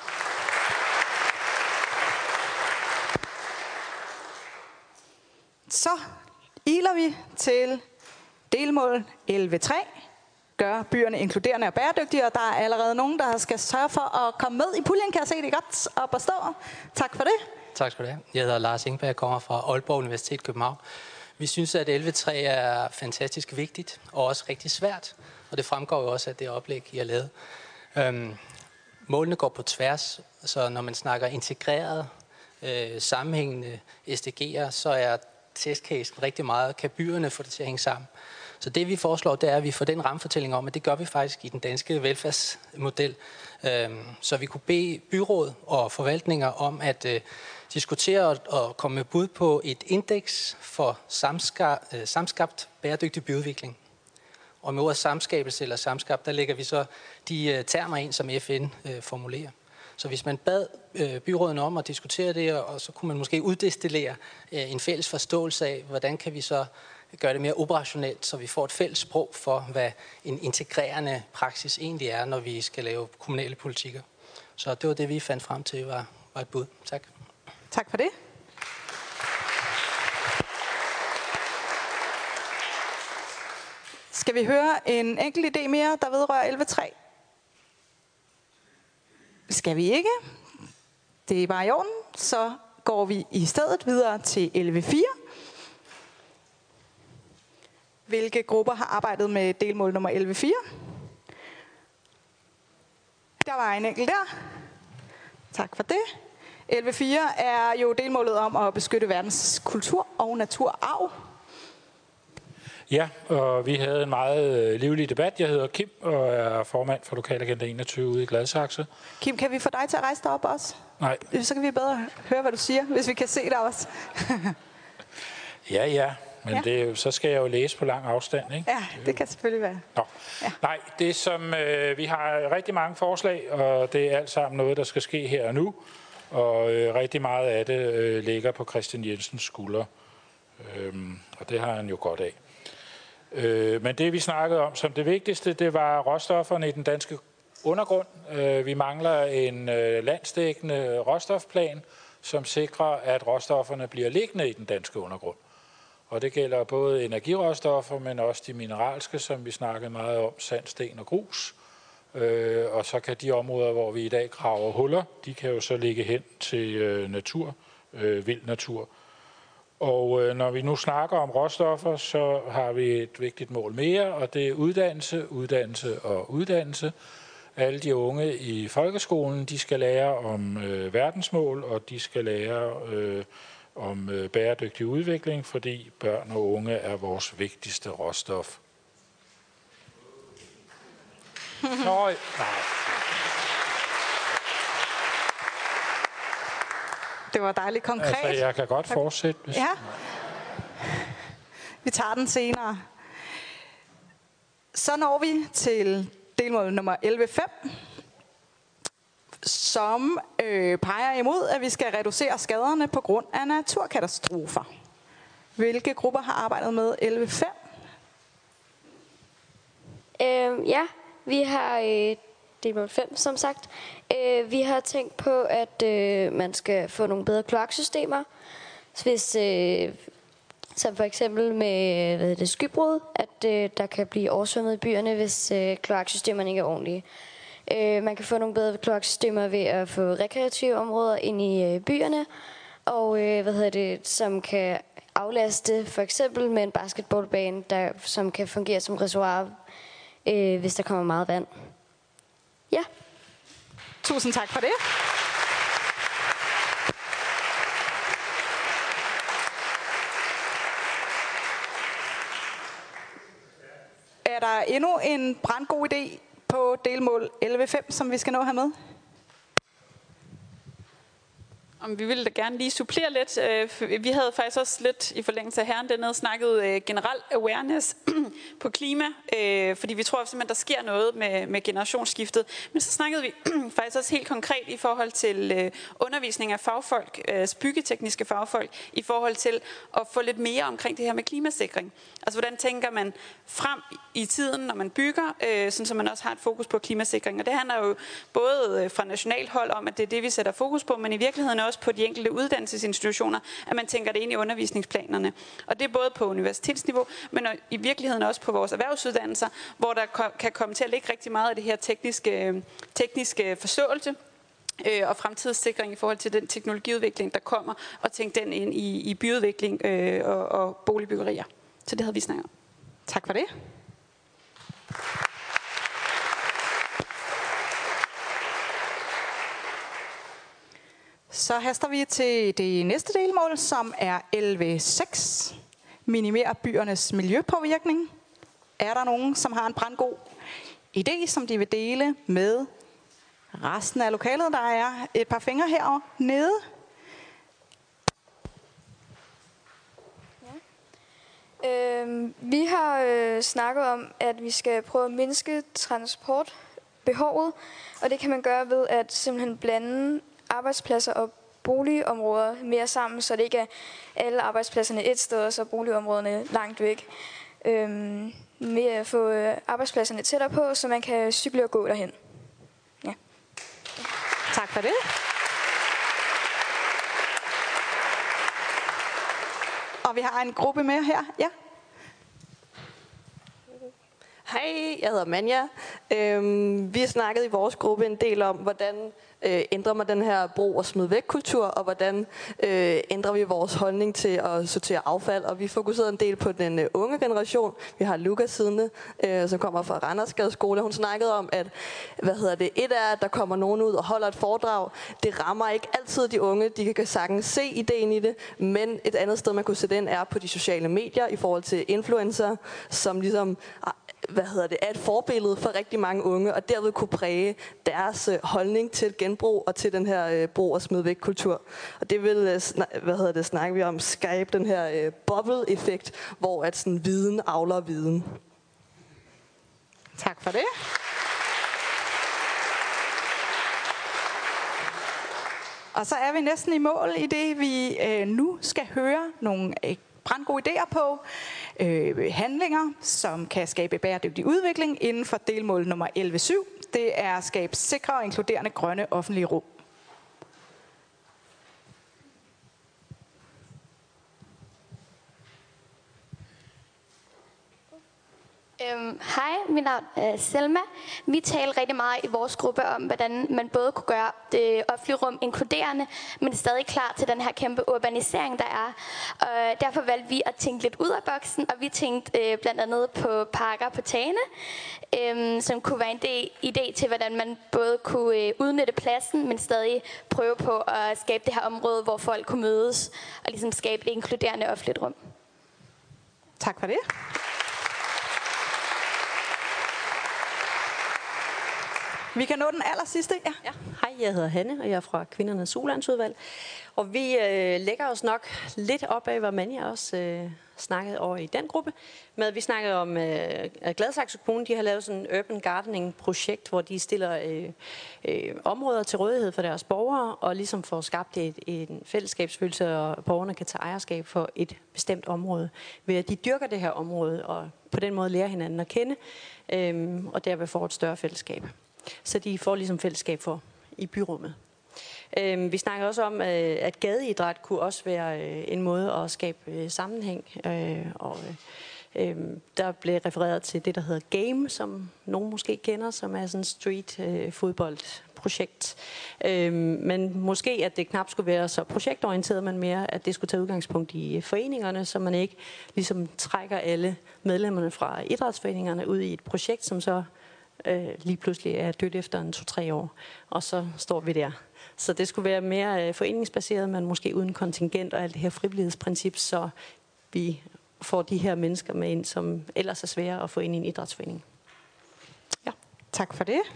S10: Så iler vi til delmål 11.3. Gør byerne inkluderende og bæredygtige, og der er allerede nogen, der skal sørge for at komme med i puljen. Kan jeg se det godt op og stå? Tak for det.
S16: Tak skal du have. Jeg hedder Lars Ingberg, jeg kommer fra Aalborg Universitet København. Vi synes, at 11.3 er fantastisk vigtigt og også rigtig svært, og det fremgår jo også af det oplæg, I har lavet. Målene går på tværs, så når man snakker integreret, sammenhængende SDG'er, så er testcasen rigtig meget, kan byerne få det til at hænge sammen. Så det vi foreslår, det er, at vi får den rammefortælling om, at det gør vi faktisk i den danske velfærdsmodel. Så vi kunne bede byråd og forvaltninger om at diskutere og komme med bud på et indeks for samskabt bæredygtig byudvikling. Og med ordet samskabelse eller samskab, der lægger vi så de termer ind, som FN formulerer. Så hvis man bad byråden om at diskutere det, og så kunne man måske uddestillere en fælles forståelse af, hvordan kan vi så gøre det mere operationelt, så vi får et fælles sprog for, hvad en integrerende praksis egentlig er, når vi skal lave kommunale politikker. Så det var det, vi fandt frem til, var et bud. Tak.
S10: Tak for det. Skal vi høre en enkelt idé mere, der vedrører 11.3? Skal vi ikke? Det er bare i orden. Så går vi i stedet videre til 11.4. Hvilke grupper har arbejdet med delmål nummer 11.4? Der var en enkelt der. Tak for det. 11.4 er jo delmålet om at beskytte verdens kultur- og naturarv.
S17: Ja, og vi havde en meget livlig debat. Jeg hedder Kim og er formand for Lokalagenda 21 ude i Gladsaxe.
S10: Kim, kan vi få dig til at rejse dig op også?
S17: Nej.
S10: Så kan vi bedre høre, hvad du siger, hvis vi kan se dig også.
S17: Ja, men ja. Det er jo, så skal jeg jo læse på lang afstand, ikke?
S10: Ja, det kan selvfølgelig være.
S17: Nå. Ja. Nej, det som vi har rigtig mange forslag, og det er alt sammen noget, der skal ske her og nu. Og rigtig meget af det ligger på Christian Jensens skuldre. Og det har han jo godt af. Men det vi snakkede om som det vigtigste, det var råstofferne i den danske undergrund. Vi mangler en landsdækkende råstofplan, som sikrer, at råstofferne bliver liggende i den danske undergrund. Og det gælder både energiråstoffer, men også de mineralske, som vi snakkede meget om, sand, sten og grus. Og så kan de områder, hvor vi i dag graver huller, de kan jo så ligge hen til natur, vild natur. Og når vi nu snakker om råstoffer, så har vi et vigtigt mål mere, og det er uddannelse, uddannelse og uddannelse. Alle de unge i folkeskolen, de skal lære om verdensmål, og de skal lære om bæredygtig udvikling, fordi børn og unge er vores vigtigste råstof. Nej.
S10: Det var dejligt konkret.
S17: Altså, jeg kan godt fortsætte. Hvis...
S10: Ja. Vi tager den senere. Så når vi til delmål nummer 11.5, som peger imod, at vi skal reducere skaderne på grund af naturkatastrofer. Hvilke grupper har arbejdet med 11.5?
S18: Ja, vi har delmål 5, som sagt. Vi har tænkt på, at man skal få nogle bedre kloaksystemer. Hvis, som for eksempel med skybrud, at der kan blive oversvømmet i byerne, hvis kloaksystemerne ikke er ordentlige. Man kan få nogle bedre kloaksystemer ved at få rekreative områder ind i byerne, og som kan aflaste for eksempel med en basketballbane, som kan fungere som reservoir, hvis der kommer meget vand. Ja.
S10: Tusind tak for det. Er der endnu en brandgod idé på delmål 11.5, som vi skal nå her med?
S19: Vi ville da gerne lige supplere lidt. Vi havde faktisk også lidt i forlængelse af herren dernede snakket generel awareness på klima, fordi vi tror simpelthen, der sker noget med generationsskiftet. Men så snakkede vi faktisk også helt konkret i forhold til undervisning af fagfolk, byggetekniske fagfolk, i forhold til at få lidt mere omkring det her med klimasikring. Altså hvordan tænker man frem i tiden, når man bygger, sådan så man også har et fokus på klimasikring. Og det handler jo både fra nationalt hold om, at det er det, vi sætter fokus på, men i virkeligheden også på de enkelte uddannelsesinstitutioner, at man tænker det ind i undervisningsplanerne. Og det er både på universitetsniveau, men i virkeligheden også på vores erhvervsuddannelser, hvor der kan komme til at ligge rigtig meget af det her tekniske forståelse og fremtidssikring i forhold til den teknologiudvikling, der kommer, og tænke den ind i byudvikling og boligbyggerier. Så det havde vi snakket om.
S10: Tak for det. Så haster vi til det næste delmål, som er 11.6. Minimere byernes miljøpåvirkning. Er der nogen, som har en brandgod idé, som de vil dele med resten af lokalet? Der er et par fingre herovre nede.
S18: Vi har snakket om, at vi skal prøve at mindske transportbehovet, og det kan man gøre ved at simpelthen blande arbejdspladser og boligområder mere sammen, så det ikke er alle arbejdspladserne et sted, og så boligområderne langt væk. Med at få arbejdspladserne tættere på, så man kan cykle og gå derhen. Ja.
S7: Tak for det.
S10: Og vi har en gruppe med her. Ja.
S20: Hej, jeg hedder Manja. Vi har snakket i vores gruppe en del om, hvordan ændrer man den her brug og smid væk kultur, og hvordan ændrer vi vores holdning til at sortere affald. Og vi fokuserede en del på den unge generation. Vi har Lukas siddende, som kommer fra Randersgade skole. Hun snakkede om, at et er, at der kommer nogen ud og holder et foredrag. Det rammer ikke altid de unge. De kan sagtens se ideen i det, men et andet sted, man kunne sætte ind, er på de sociale medier i forhold til influencer, som ligesom er et forbillede for rigtig mange unge, og derved kunne præge deres holdning til genbrug og til den her brug og smid væk kultur. Og det vil, snakker vi om, skabe den her bubble-effekt, hvor at sådan viden avler viden.
S10: Tak for det. Og så er vi næsten i mål i det, vi nu skal høre nogle brandgode idéer på handlinger, som kan skabe bæredygtig udvikling inden for delmål nummer 11.7. Det er at skabe sikre og inkluderende grønne offentlige rum.
S18: Hej, mit navn er Selma. Vi taler rigtig meget i vores gruppe om, hvordan man både kunne gøre det offentlige rum inkluderende, men stadig klar til den her kæmpe urbanisering, der er. Og derfor valgte vi at tænke lidt ud af boksen, og vi tænkte blandt andet på parker på tagene, som kunne være en idé til, hvordan man både kunne udnytte pladsen, men stadig prøve på at skabe det her område, hvor folk kunne mødes og ligesom skabe et inkluderende offentligt rum.
S10: Tak for det. Vi kan nå den aller sidste.
S21: Ja. Hej, jeg hedder Hanne, og jeg er fra Kvindernes Ulandsudvalg. Og vi lægger os nok lidt op af, hvad Manja også snakkede over i den gruppe. Men vi snakkede om, at Gladsaxe Kommune de har lavet sådan en urban gardening-projekt, hvor de stiller områder til rådighed for deres borgere, og ligesom får skabt en fællesskabsfølelse, og borgerne kan tage ejerskab for et bestemt område, ved at de dyrker det her område, og på den måde lærer hinanden at kende, og derved får et større fællesskab. Så de får ligesom fællesskab for i byrummet. Vi snakker også om, at gadeidræt kunne også være en måde at skabe sammenhæng. Der blev refereret til det, der hedder Game, som nogen måske kender, som er sådan et street fodboldprojekt. Men måske, at det knap skulle være så projektorienteret, men mere, at det skulle tage udgangspunkt i foreningerne, så man ikke ligesom trækker alle medlemmerne fra idrætsforeningerne ud i et projekt, som så lige pludselig er dødt efter 2-3 år, og så står vi der. Så det skulle være mere foreningsbaseret, men måske uden kontingent og alt det her frivillighedsprincip, så vi får de her mennesker med ind, som ellers er svære at få ind i en idrætsforening.
S10: Ja, tak for det.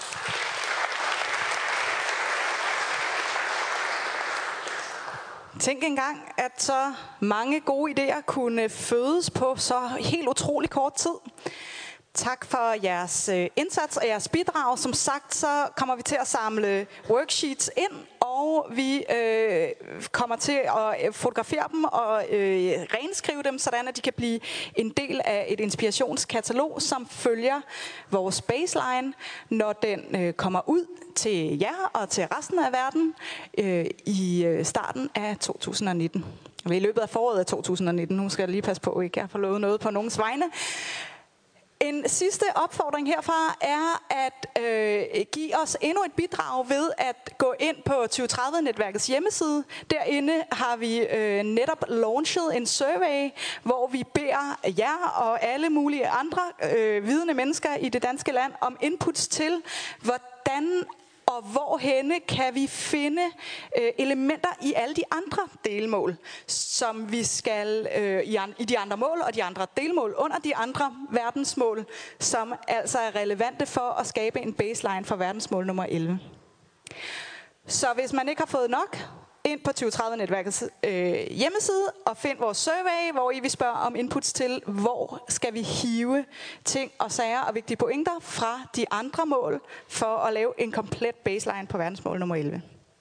S10: Tænk engang, at så mange gode idéer kunne fødes på så helt utrolig kort tid. Tak for jeres indsats og jeres bidrag. Som sagt, så kommer vi til at samle worksheets ind, og vi kommer til at fotografere dem og renskrive dem, sådan at de kan blive en del af et inspirationskatalog, som følger vores baseline, når den kommer ud til jer og til resten af verden i starten af 2019. I løbet af foråret af 2019. Nu skal jeg lige passe på, ikke jeg får lovet noget på nogens vegne. En sidste opfordring herfra er at give os endnu et bidrag ved at gå ind på 2030-netværkets hjemmeside. Derinde har vi netop launchet en survey, hvor vi beder jer og alle mulige andre vidende mennesker i det danske land om inputs til, hvordan og hvorhenne kan vi finde elementer i alle de andre delmål, som vi skal i de andre mål og de andre delmål under de andre verdensmål, som altså er relevante for at skabe en baseline for verdensmål nummer 11. Så hvis man ikke har fået nok, ind på 2030-netværkets hjemmeside og find vores survey, hvor I vil spørge om inputs til, hvor skal vi hive ting og sager og vigtige pointer fra de andre mål for at lave en komplet baseline på verdensmål nummer 11.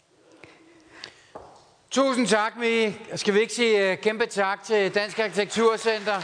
S1: Tusind tak, Mie. Skal vi ikke sige kæmpe tak til Dansk Arkitekturcenter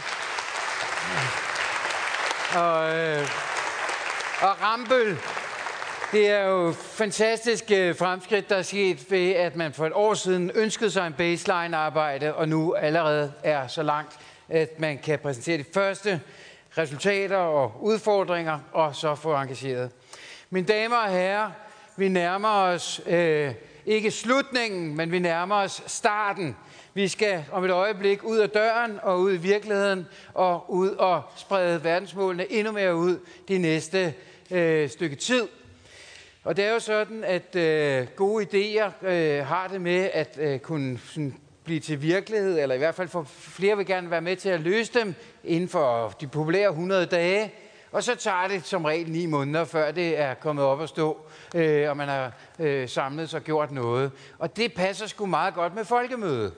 S1: og Rambøll. Det er jo fantastisk fremskridt, der er sket ved, at man for et år siden ønskede sig en baseline-arbejde, og nu allerede er så langt, at man kan præsentere de første resultater og udfordringer, og så få engageret. Mine damer og herrer, vi nærmer os ikke slutningen, men vi nærmer os starten. Vi skal om et øjeblik ud af døren og ud i virkeligheden, og ud og sprede verdensmålene endnu mere ud de næste stykke tid. Og det er jo sådan, at gode idéer har det med at kunne blive til virkelighed, eller i hvert fald for flere vil gerne være med til at løse dem inden for de populære 100 dage. Og så tager det som regel 9 måneder, før det er kommet op at stå, og man har samlet sig og gjort noget. Og det passer sgu meget godt med folkemødet.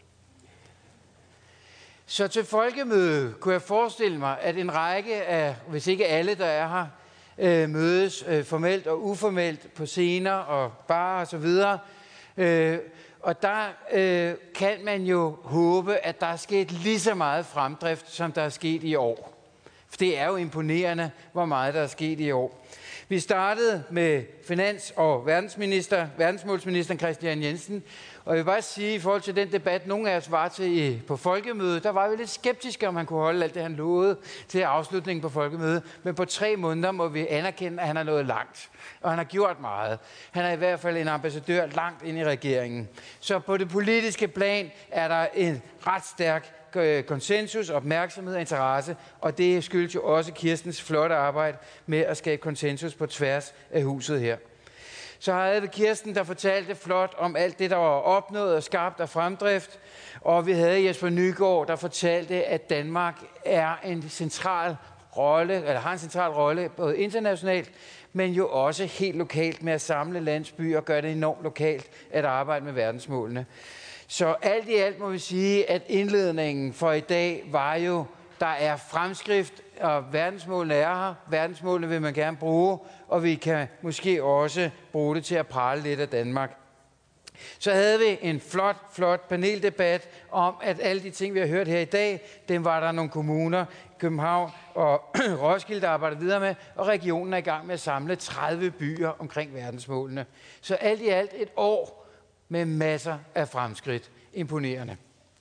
S1: Så til folkemødet kunne jeg forestille mig, at en række af, hvis ikke alle, der er her, mødes formelt og uformelt på scener og barer og så videre. Og der kan man jo håbe, at der er sket lige så meget fremdrift, som der er sket i år. For det er jo imponerende, hvor meget der er sket i år. Vi startede med finans- og verdensmålsministeren Kristian Jensen. Og jeg vil bare sige, i forhold til den debat, nogle af os var til på folkemødet, der var vi lidt skeptiske, om han kunne holde alt det, han lovede til afslutningen på folkemødet. Men på 3 måneder må vi anerkende, at han har nået langt. Og han har gjort meget. Han er i hvert fald en ambassadør langt ind i regeringen. Så på det politiske plan er der en ret stærk konsensus, opmærksomhed og interesse, og det skyldes jo også Kirstens flotte arbejde med at skabe konsensus på tværs af huset her. Så havde vi Kirsten, der fortalte flot om alt det, der var opnået og skabt af fremdrift, og vi havde Jesper Nygaard, der fortalte, at Danmark er en central rolle, eller har en central rolle, både internationalt, men jo også helt lokalt med at samle landsbyer og gøre det enormt lokalt at arbejde med verdensmålene. Så alt i alt må vi sige, at indledningen for i dag var jo, der er fremskridt, og verdensmålene er her. Verdensmålene vil man gerne bruge, og vi kan måske også bruge det til at prale lidt af Danmark. Så havde vi en flot paneldebat om, at alle de ting, vi har hørt her i dag, dem var der nogle kommuner, København og Roskilde, der arbejder videre med, og regionen er i gang med at samle 30 byer omkring verdensmålene. Så alt i alt et år med masser af fremskridt. Imponerende.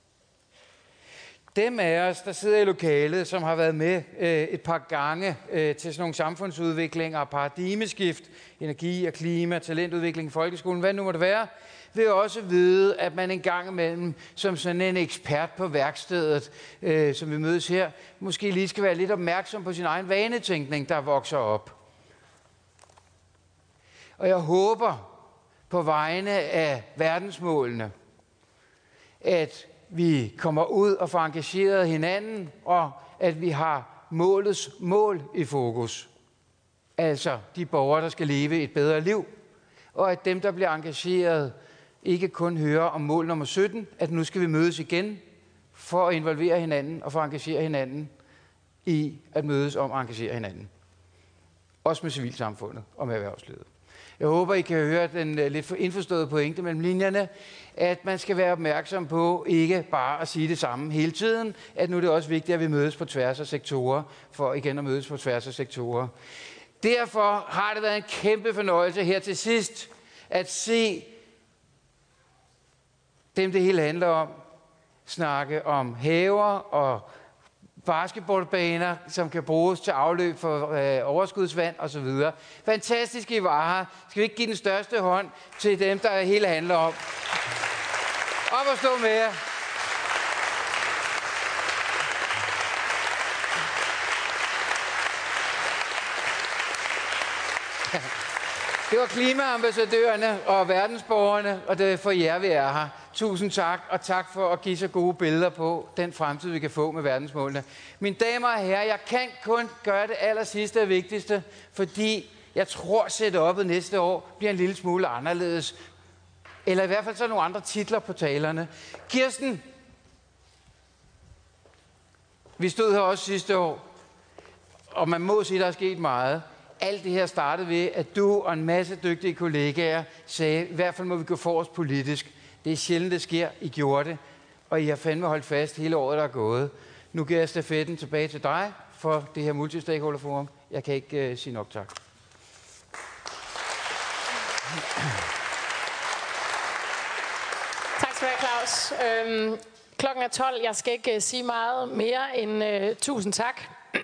S1: Dem af os, der sidder i lokalet, som har været med et par gange til sådan nogle samfundsudviklinger og paradigmeskift, energi og klima, talentudvikling i folkeskolen, hvad nu må det være, vil også vide, at man en gang imellem, som sådan en ekspert på værkstedet, som vi mødes her, måske lige skal være lidt opmærksom på sin egen vanetænkning, der vokser op. Og jeg håber på vegne af verdensmålene, at vi kommer ud og får engageret hinanden, og at vi har målets mål i fokus. Altså de borgere, der skal leve et bedre liv, og at dem, der bliver engageret, ikke kun hører om mål nummer 17, at nu skal vi mødes igen for at involvere hinanden og for at engagere hinanden i at mødes om at engagere hinanden. Også med civilsamfundet og med erhvervslivet. Jeg håber, I kan høre den lidt indforståede pointe mellem linjerne, at man skal være opmærksom på ikke bare at sige det samme hele tiden, at nu er det også vigtigt, at vi mødes på tværs af sektorer, for igen at mødes på tværs af sektorer. Derfor har det været en kæmpe fornøjelse her til sidst at se dem, det hele handler om, snakke om haver og basketballbaner, som kan bruges til afløb for overskudsvand osv. Fantastisk, I var her. Skal vi ikke give den største hånd til dem, der hele handler om? Op og stå med jer. Det var klimaambassadørerne og verdensborgerne, og det er for jer, vi er her. Tusind tak, og tak for at give så gode billeder på den fremtid, vi kan få med verdensmålene. Mine damer og herrer, jeg kan kun gøre det aller sidste og vigtigste, fordi jeg tror, setup'et næste år bliver en lille smule anderledes. Eller i hvert fald så nogle andre titler på talerne. Kirsten, vi stod her også sidste år, og man må sige, at der er sket meget. Alt det her startede ved, at du og en masse dygtige kollegaer sagde, i hvert fald må vi gå forrest politisk. Det er sjældent, det sker. I gjorde det, og I har fandme holdt fast hele året, der er gået. Nu giver jeg stafetten tilbage til dig for det her multistakeholderforum. Jeg kan ikke sige nok tak.
S4: Tak skal du have, Claus. Klokken er 12. Jeg skal ikke sige meget mere end tusind tak.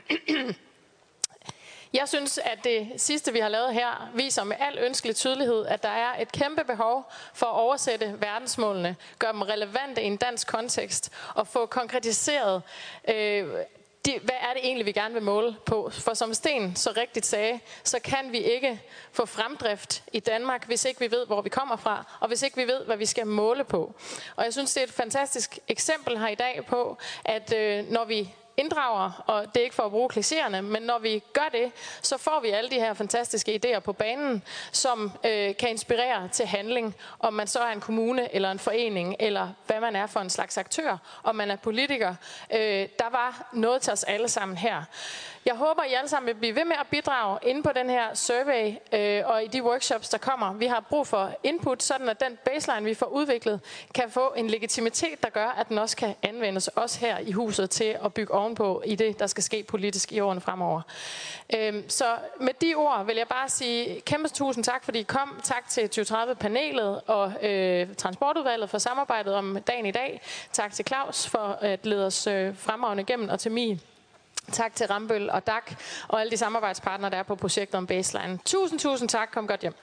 S4: Jeg synes, at det sidste, vi har lavet her, viser med al ønskelig tydelighed, at der er et kæmpe behov for at oversætte verdensmålene, gøre dem relevante i en dansk kontekst og få konkretiseret, hvad er det egentlig, vi gerne vil måle på? For som Sten så rigtigt sagde, så kan vi ikke få fremdrift i Danmark, hvis ikke vi ved, hvor vi kommer fra, og hvis ikke vi ved, hvad vi skal måle på. Og jeg synes, det er et fantastisk eksempel her i dag på, at når vi inddrager, og det er ikke for at bruge klichéerne, men når vi gør det, så får vi alle de her fantastiske idéer på banen, som kan inspirere til handling, om man så er en kommune eller en forening, eller hvad man er for en slags aktør, om man er politiker. Der var noget til os alle sammen her. Jeg håber, I alle sammen vil blive ved med at bidrage inde på den her survey og i de workshops, der kommer. Vi har brug for input, sådan at den baseline, vi får udviklet, kan få en legitimitet, der gør, at den også kan anvendes også her i huset til at bygge ovenpå i det, der skal ske politisk i årene fremover. Så med de ord vil jeg bare sige kæmpe tusind tak, fordi I kom. Tak til 2030-panelet og Transportudvalget for samarbejdet om dagen i dag. Tak til Claus for at lede os fremragende igennem, og til Mie. Tak til Rambøll og DAC og alle de samarbejdspartnere, der er på projektet om baseline. Tusind tak. Kom godt hjem.